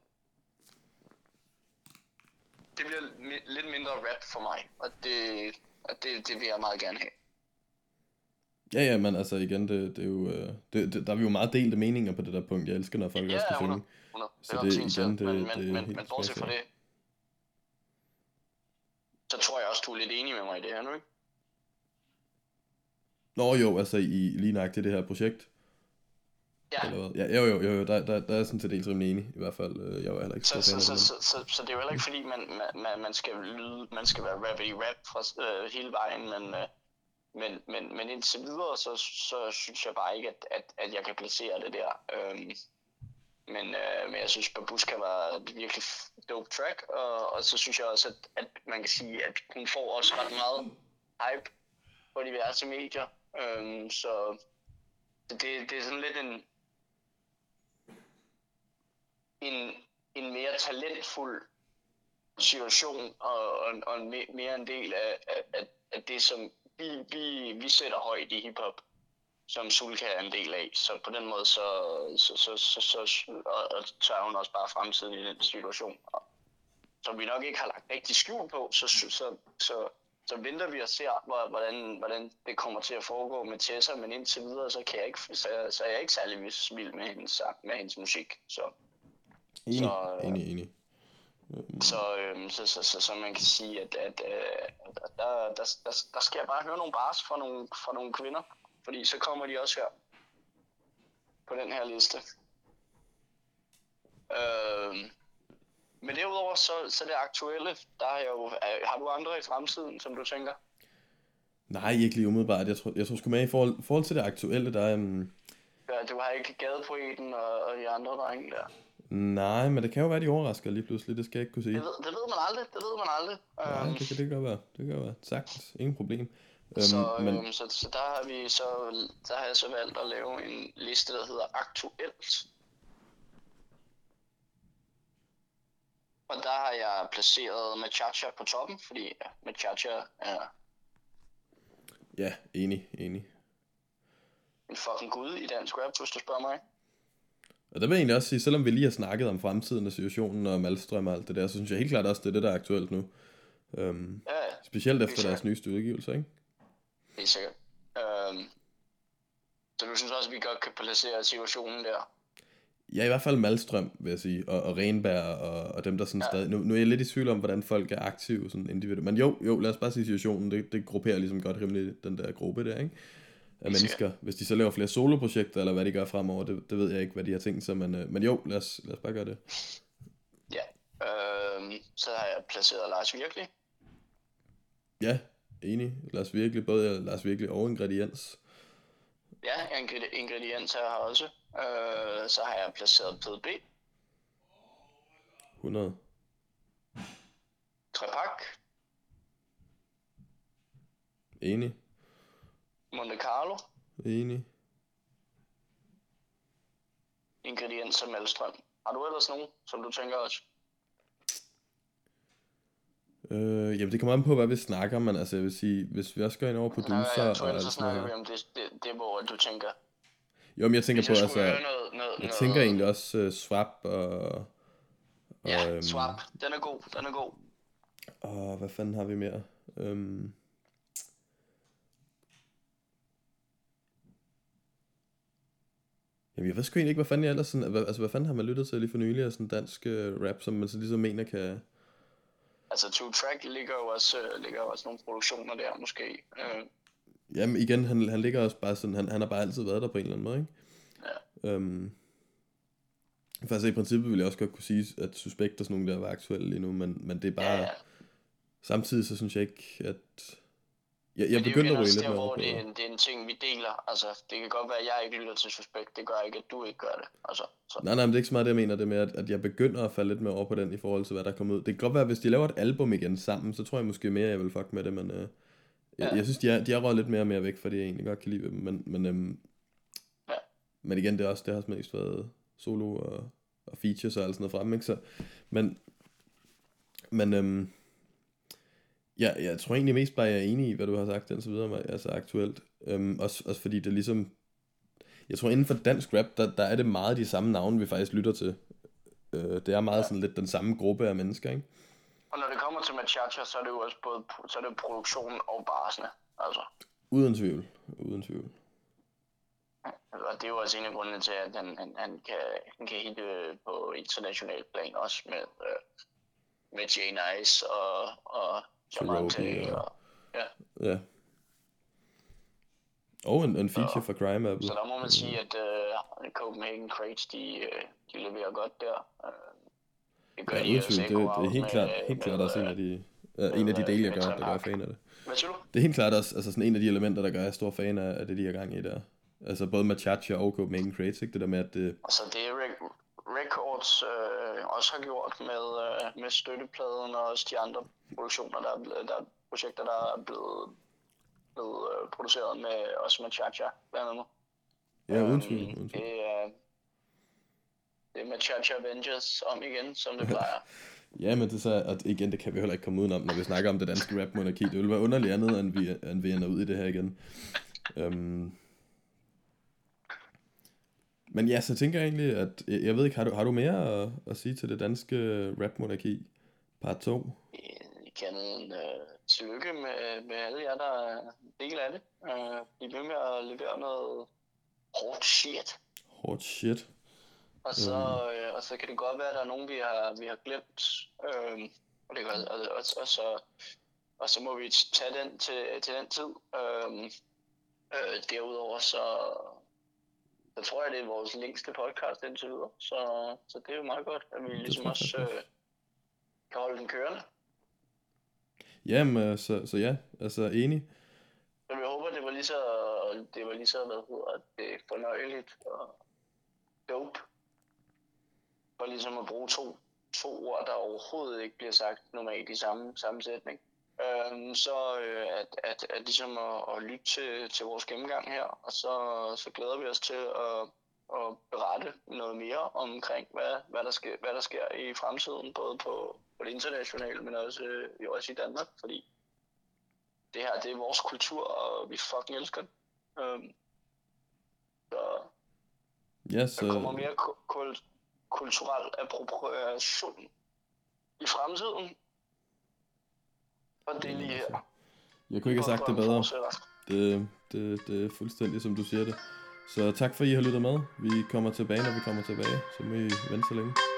Det bliver lidt mindre rap for mig, og det, og det, det vil jeg meget gerne have. ja, ja, men altså igen, det, det er jo, øh, det, det, der er vi jo meget delte meninger på det der punkt. Jeg elsker, når folk Ja, også kan hundrede, synge. hundrede. Så det igen, det, men, det men, er men, helt men bortset fra smagsag. det, så tror jeg også, du er lidt enig med mig i det her nu, ikke? Nå jo, altså i lige nøjagtigt det her projekt. Ja, Eller hvad? Ja, jo, jo, jo, jo der, der, der er sådan til dels rimelig enig, i hvert fald. Øh, Jeg var heller ikke så, stor fan så, af så, det, så, så, så det er jo heller ikke fordi, man, man, man skal lyde, man skal være rappity rap fra øh, hele vejen, men, øh, men, men, men indtil videre, så, så synes jeg bare ikke, at, at, at jeg kan placere det der. Øhm, men, øh, men jeg synes, Babushka var et virkelig dope track, og, og så synes jeg også, at, at man kan sige, at hun får også ret meget hype på diverse medier. Øhm, så det, det er sådan lidt en, en, en mere talentfuld situation, og, og, og en me, mere en del af, af, af det, som vi, vi, vi sætter højt i hiphop, som Sulka er en del af. Så på den måde, så, så, så, så, så og, og så er hun også bare fremtiden i den situation. Og, som vi nok ikke har lagt rigtig skjul på, så, så, så, så, så venter vi og ser, hvordan, hvordan det kommer til at foregå med Tessa, men indtil videre, så, kan jeg ikke, så, så er jeg ikke særlig vild med hendes, med hendes musik. Så, enig, så, enig, enig. Så, øhm, så, så, så, så man kan sige, at, at, at, at der, der, der, der skal jeg bare høre nogle bars fra nogle, fra nogle kvinder, fordi så kommer de også her på den her liste. Øhm, men derudover, så, så det aktuelle, der er jo, har du andre i fremtiden, som du tænker? Nej, ikke lige umiddelbart. Jeg tror, jeg tror sgu med i forhold, forhold til det aktuelle, der er... Um... Ja, du har ikke Gadepoeten og, og de andre drenge der. Nej, men det kan jo være, de overrasker lige pludselig. Det skal jeg ikke kunne sige. Det ved, det ved man aldrig, det ved man aldrig. Nej, Um, det kan det godt være. Det kan godt være. Sagtens. Ingen problem. så, Øhm, men øhm, så, så der har vi så, der har jeg så valgt at lave en liste, der hedder Aktuelt. Og der har jeg placeret Machacha på toppen, fordi ja, Machacha er ja, enig, enig. en fucking gud i dansk rap, hvis du spørger mig. Og der vil jeg egentlig også sige, selvom vi lige har snakket om fremtiden og situationen og Malmstrøm og alt det der, så synes jeg helt klart også, det er det, der er aktuelt nu. Øhm, Ja, specielt efter sikkert. deres nyeste udgivelse, ikke? Helt sikkert. Øhm, Så du synes også, at vi godt kan placere situationen der? Ja, i hvert fald Malstrøm, vil jeg sige, og, og Renberg, og, og dem, der sådan ja. stadig... Nu, nu er jeg lidt i tvivl om, hvordan folk er aktive sådan individuelt. Men jo, jo, lad os bare sige situationen, det, det grupperer ligesom godt rimelig den der gruppe der, ikke? Af mennesker. Hvis de så laver flere soloprojekter, eller hvad de gør fremover, det, det ved jeg ikke, hvad de har tænkt sig, men, men jo, lad os, lad os bare gøre det. Ja, øh, så har jeg placeret Lars Virkelig. Ja, enig. Lars Virkelig, både Lars Virkelig og Ingrediens. Ja, Ingrediens her også. Øh, så har jeg placeret P D B. hundrede. Trepak. Enig. Monte Carlo. Enig. Ingrediens og Malstrøm. Har du ellers nogen, som du tænker også? Øh, jamen det kommer an på, hvad vi snakker, men altså jeg vil sige, hvis vi også går ind over producer... Nej, jeg tror ellers, så snakker vi om det, det, det, hvor du tænker... Jo, men jeg tænker på, altså... Noget, noget, jeg noget... tænker egentlig også uh, Swap og... og ja, øhm, Swap. Den er god, den er god. Og hvad fanden har vi mere? Øhm... Jamen jeg ved sgu egentlig ikke, hvad fanden jeg ellers sådan... Altså hvad fanden har man lyttet til lige for nylig af sådan dansk uh, rap, som man så ligesom mener kan... Altså Two Track ligger jo også, uh, ligger jo også nogle produktioner der måske. Uh... Jamen igen, han, han ligger også bare sådan... Han, han har bare altid været der på en eller anden måde, ikke? Ja. Øhm... Faktisk i princippet ville jeg også godt kunne sige, at Suspekt og sådan nogle der var aktuelle lige nu, men, men det er bare... Ja, ja. Samtidig så synes jeg ikke, at... Jeg, jeg begynder at ryge lidt med over det. Er, det er en ting, vi deler. Altså, det kan godt være, at jeg ikke lytter til Suspekt. Det gør ikke, at du ikke gør det. Altså, så. Nej, nej, men det er ikke så meget det, jeg mener. Det med, at, at jeg begynder at falde lidt mere over på den i forhold til, hvad der kommer ud. Det kan godt være, at hvis de laver et album igen sammen, så tror jeg måske mere, jeg vil fuck med det, men... Øh, jeg, ja. jeg synes, de er, de er røget lidt mere og mere væk, fordi jeg egentlig godt kan lide dem. Men, men, øhm, ja. men igen, det er også, det har mest været solo og... og features og alt sådan noget frem, ikke? Så, men, men øhm, ja, jeg tror egentlig mest bare, jeg er enig i, hvad du har sagt, og så videre, altså aktuelt. Øhm, også, også fordi det ligesom, jeg tror inden for dansk rap, der, der er det meget de samme navne, vi faktisk lytter til. Øh, det er meget ja. sådan lidt den samme gruppe af mennesker, ikke? Og når det kommer til Machacha, så er det jo også både, så er det produktionen og barsene, altså. Uden tvivl, uden tvivl. Og det er jo også en af grundene til, at han, han, han, kan, han kan hitte på international plan også med, øh, med Jay Nice og, og Jamante. Og, ja. ja. Og en, en feature så, for Crime Apple. Så der må man sige, at uh, Copenhagen Crates, de, de leverer godt der. Uh, det gør ja, de det, det, det er helt med, klart, helt med, klart også en af de, uh, en af de dele, jeg gør, der gør jeg fan af det. Hvad siger du? Det er helt klart også altså sådan en af de elementer, der gør jeg stor fan af, af det, de er gang i der. Altså både Machacha og Copenhagen Crates, ikke? Det der med, at det... Altså det er Rec- Records øh, også har gjort med, øh, med støttepladen og også de andre produktioner, der er, blevet, der er projekter, der er blevet, blevet øh, produceret med også Machacha, blandt andet. Ja, uden tvivl. Um, det, er, det er Machacha Avengers om igen, som det plejer. Ja, men det er så, at igen, det kan vi heller ikke komme udenom, når vi snakker om det danske rap-monarki. Det ville være underligt andet, end vi, end vi ender ud i det her igen. Um, Men ja, så tænker jeg egentlig, at jeg ved ikke, har du, har du mere at, at sige til det danske rap-monarki? Part to? Igen, uh, tillykke med, med alle jer, der er en del af det. Uh, Bliv ved med at levere noget hårdt shit. Hårdt shit. Og så, um. øh, og så kan det godt være, at der er nogen, vi har, vi har glemt. Øh, og, det, og, og, og, så, og så må vi tage den til, til den tid. Øh, øh, derudover så... Så tror jeg, det er vores længste podcast indtil videre. Så, så det er jo meget godt, at vi ligesom også øh, kan holde den kørende. Jamen, så, så ja, altså enig. Så vi håber, det var lige så, det var lige så, hvad hedder det, fornøjeligt og dope. For ligesom at bruge to, to ord, der overhovedet ikke bliver sagt normalt i samme sammensætning. Øhm, så øh, at, at, at ligesom at, at lytte til, til vores gennemgang her, og så, så glæder vi os til at, at berette noget mere omkring, hvad, hvad, der sker, hvad der sker i fremtiden, både på, på det internationale, men også, øh, også i Danmark, fordi det her, det er vores kultur, og vi fucking elsker den. Øhm, så yes, så der kommer mere kult, kulturel appropriation i fremtiden. Og det er lige her. Jeg kunne ikke have sagt det bedre. Det, det, det er fuldstændig som du siger det. Så tak for, at I har lyttet med. Vi kommer tilbage, når vi kommer tilbage. Så må I vente så længe.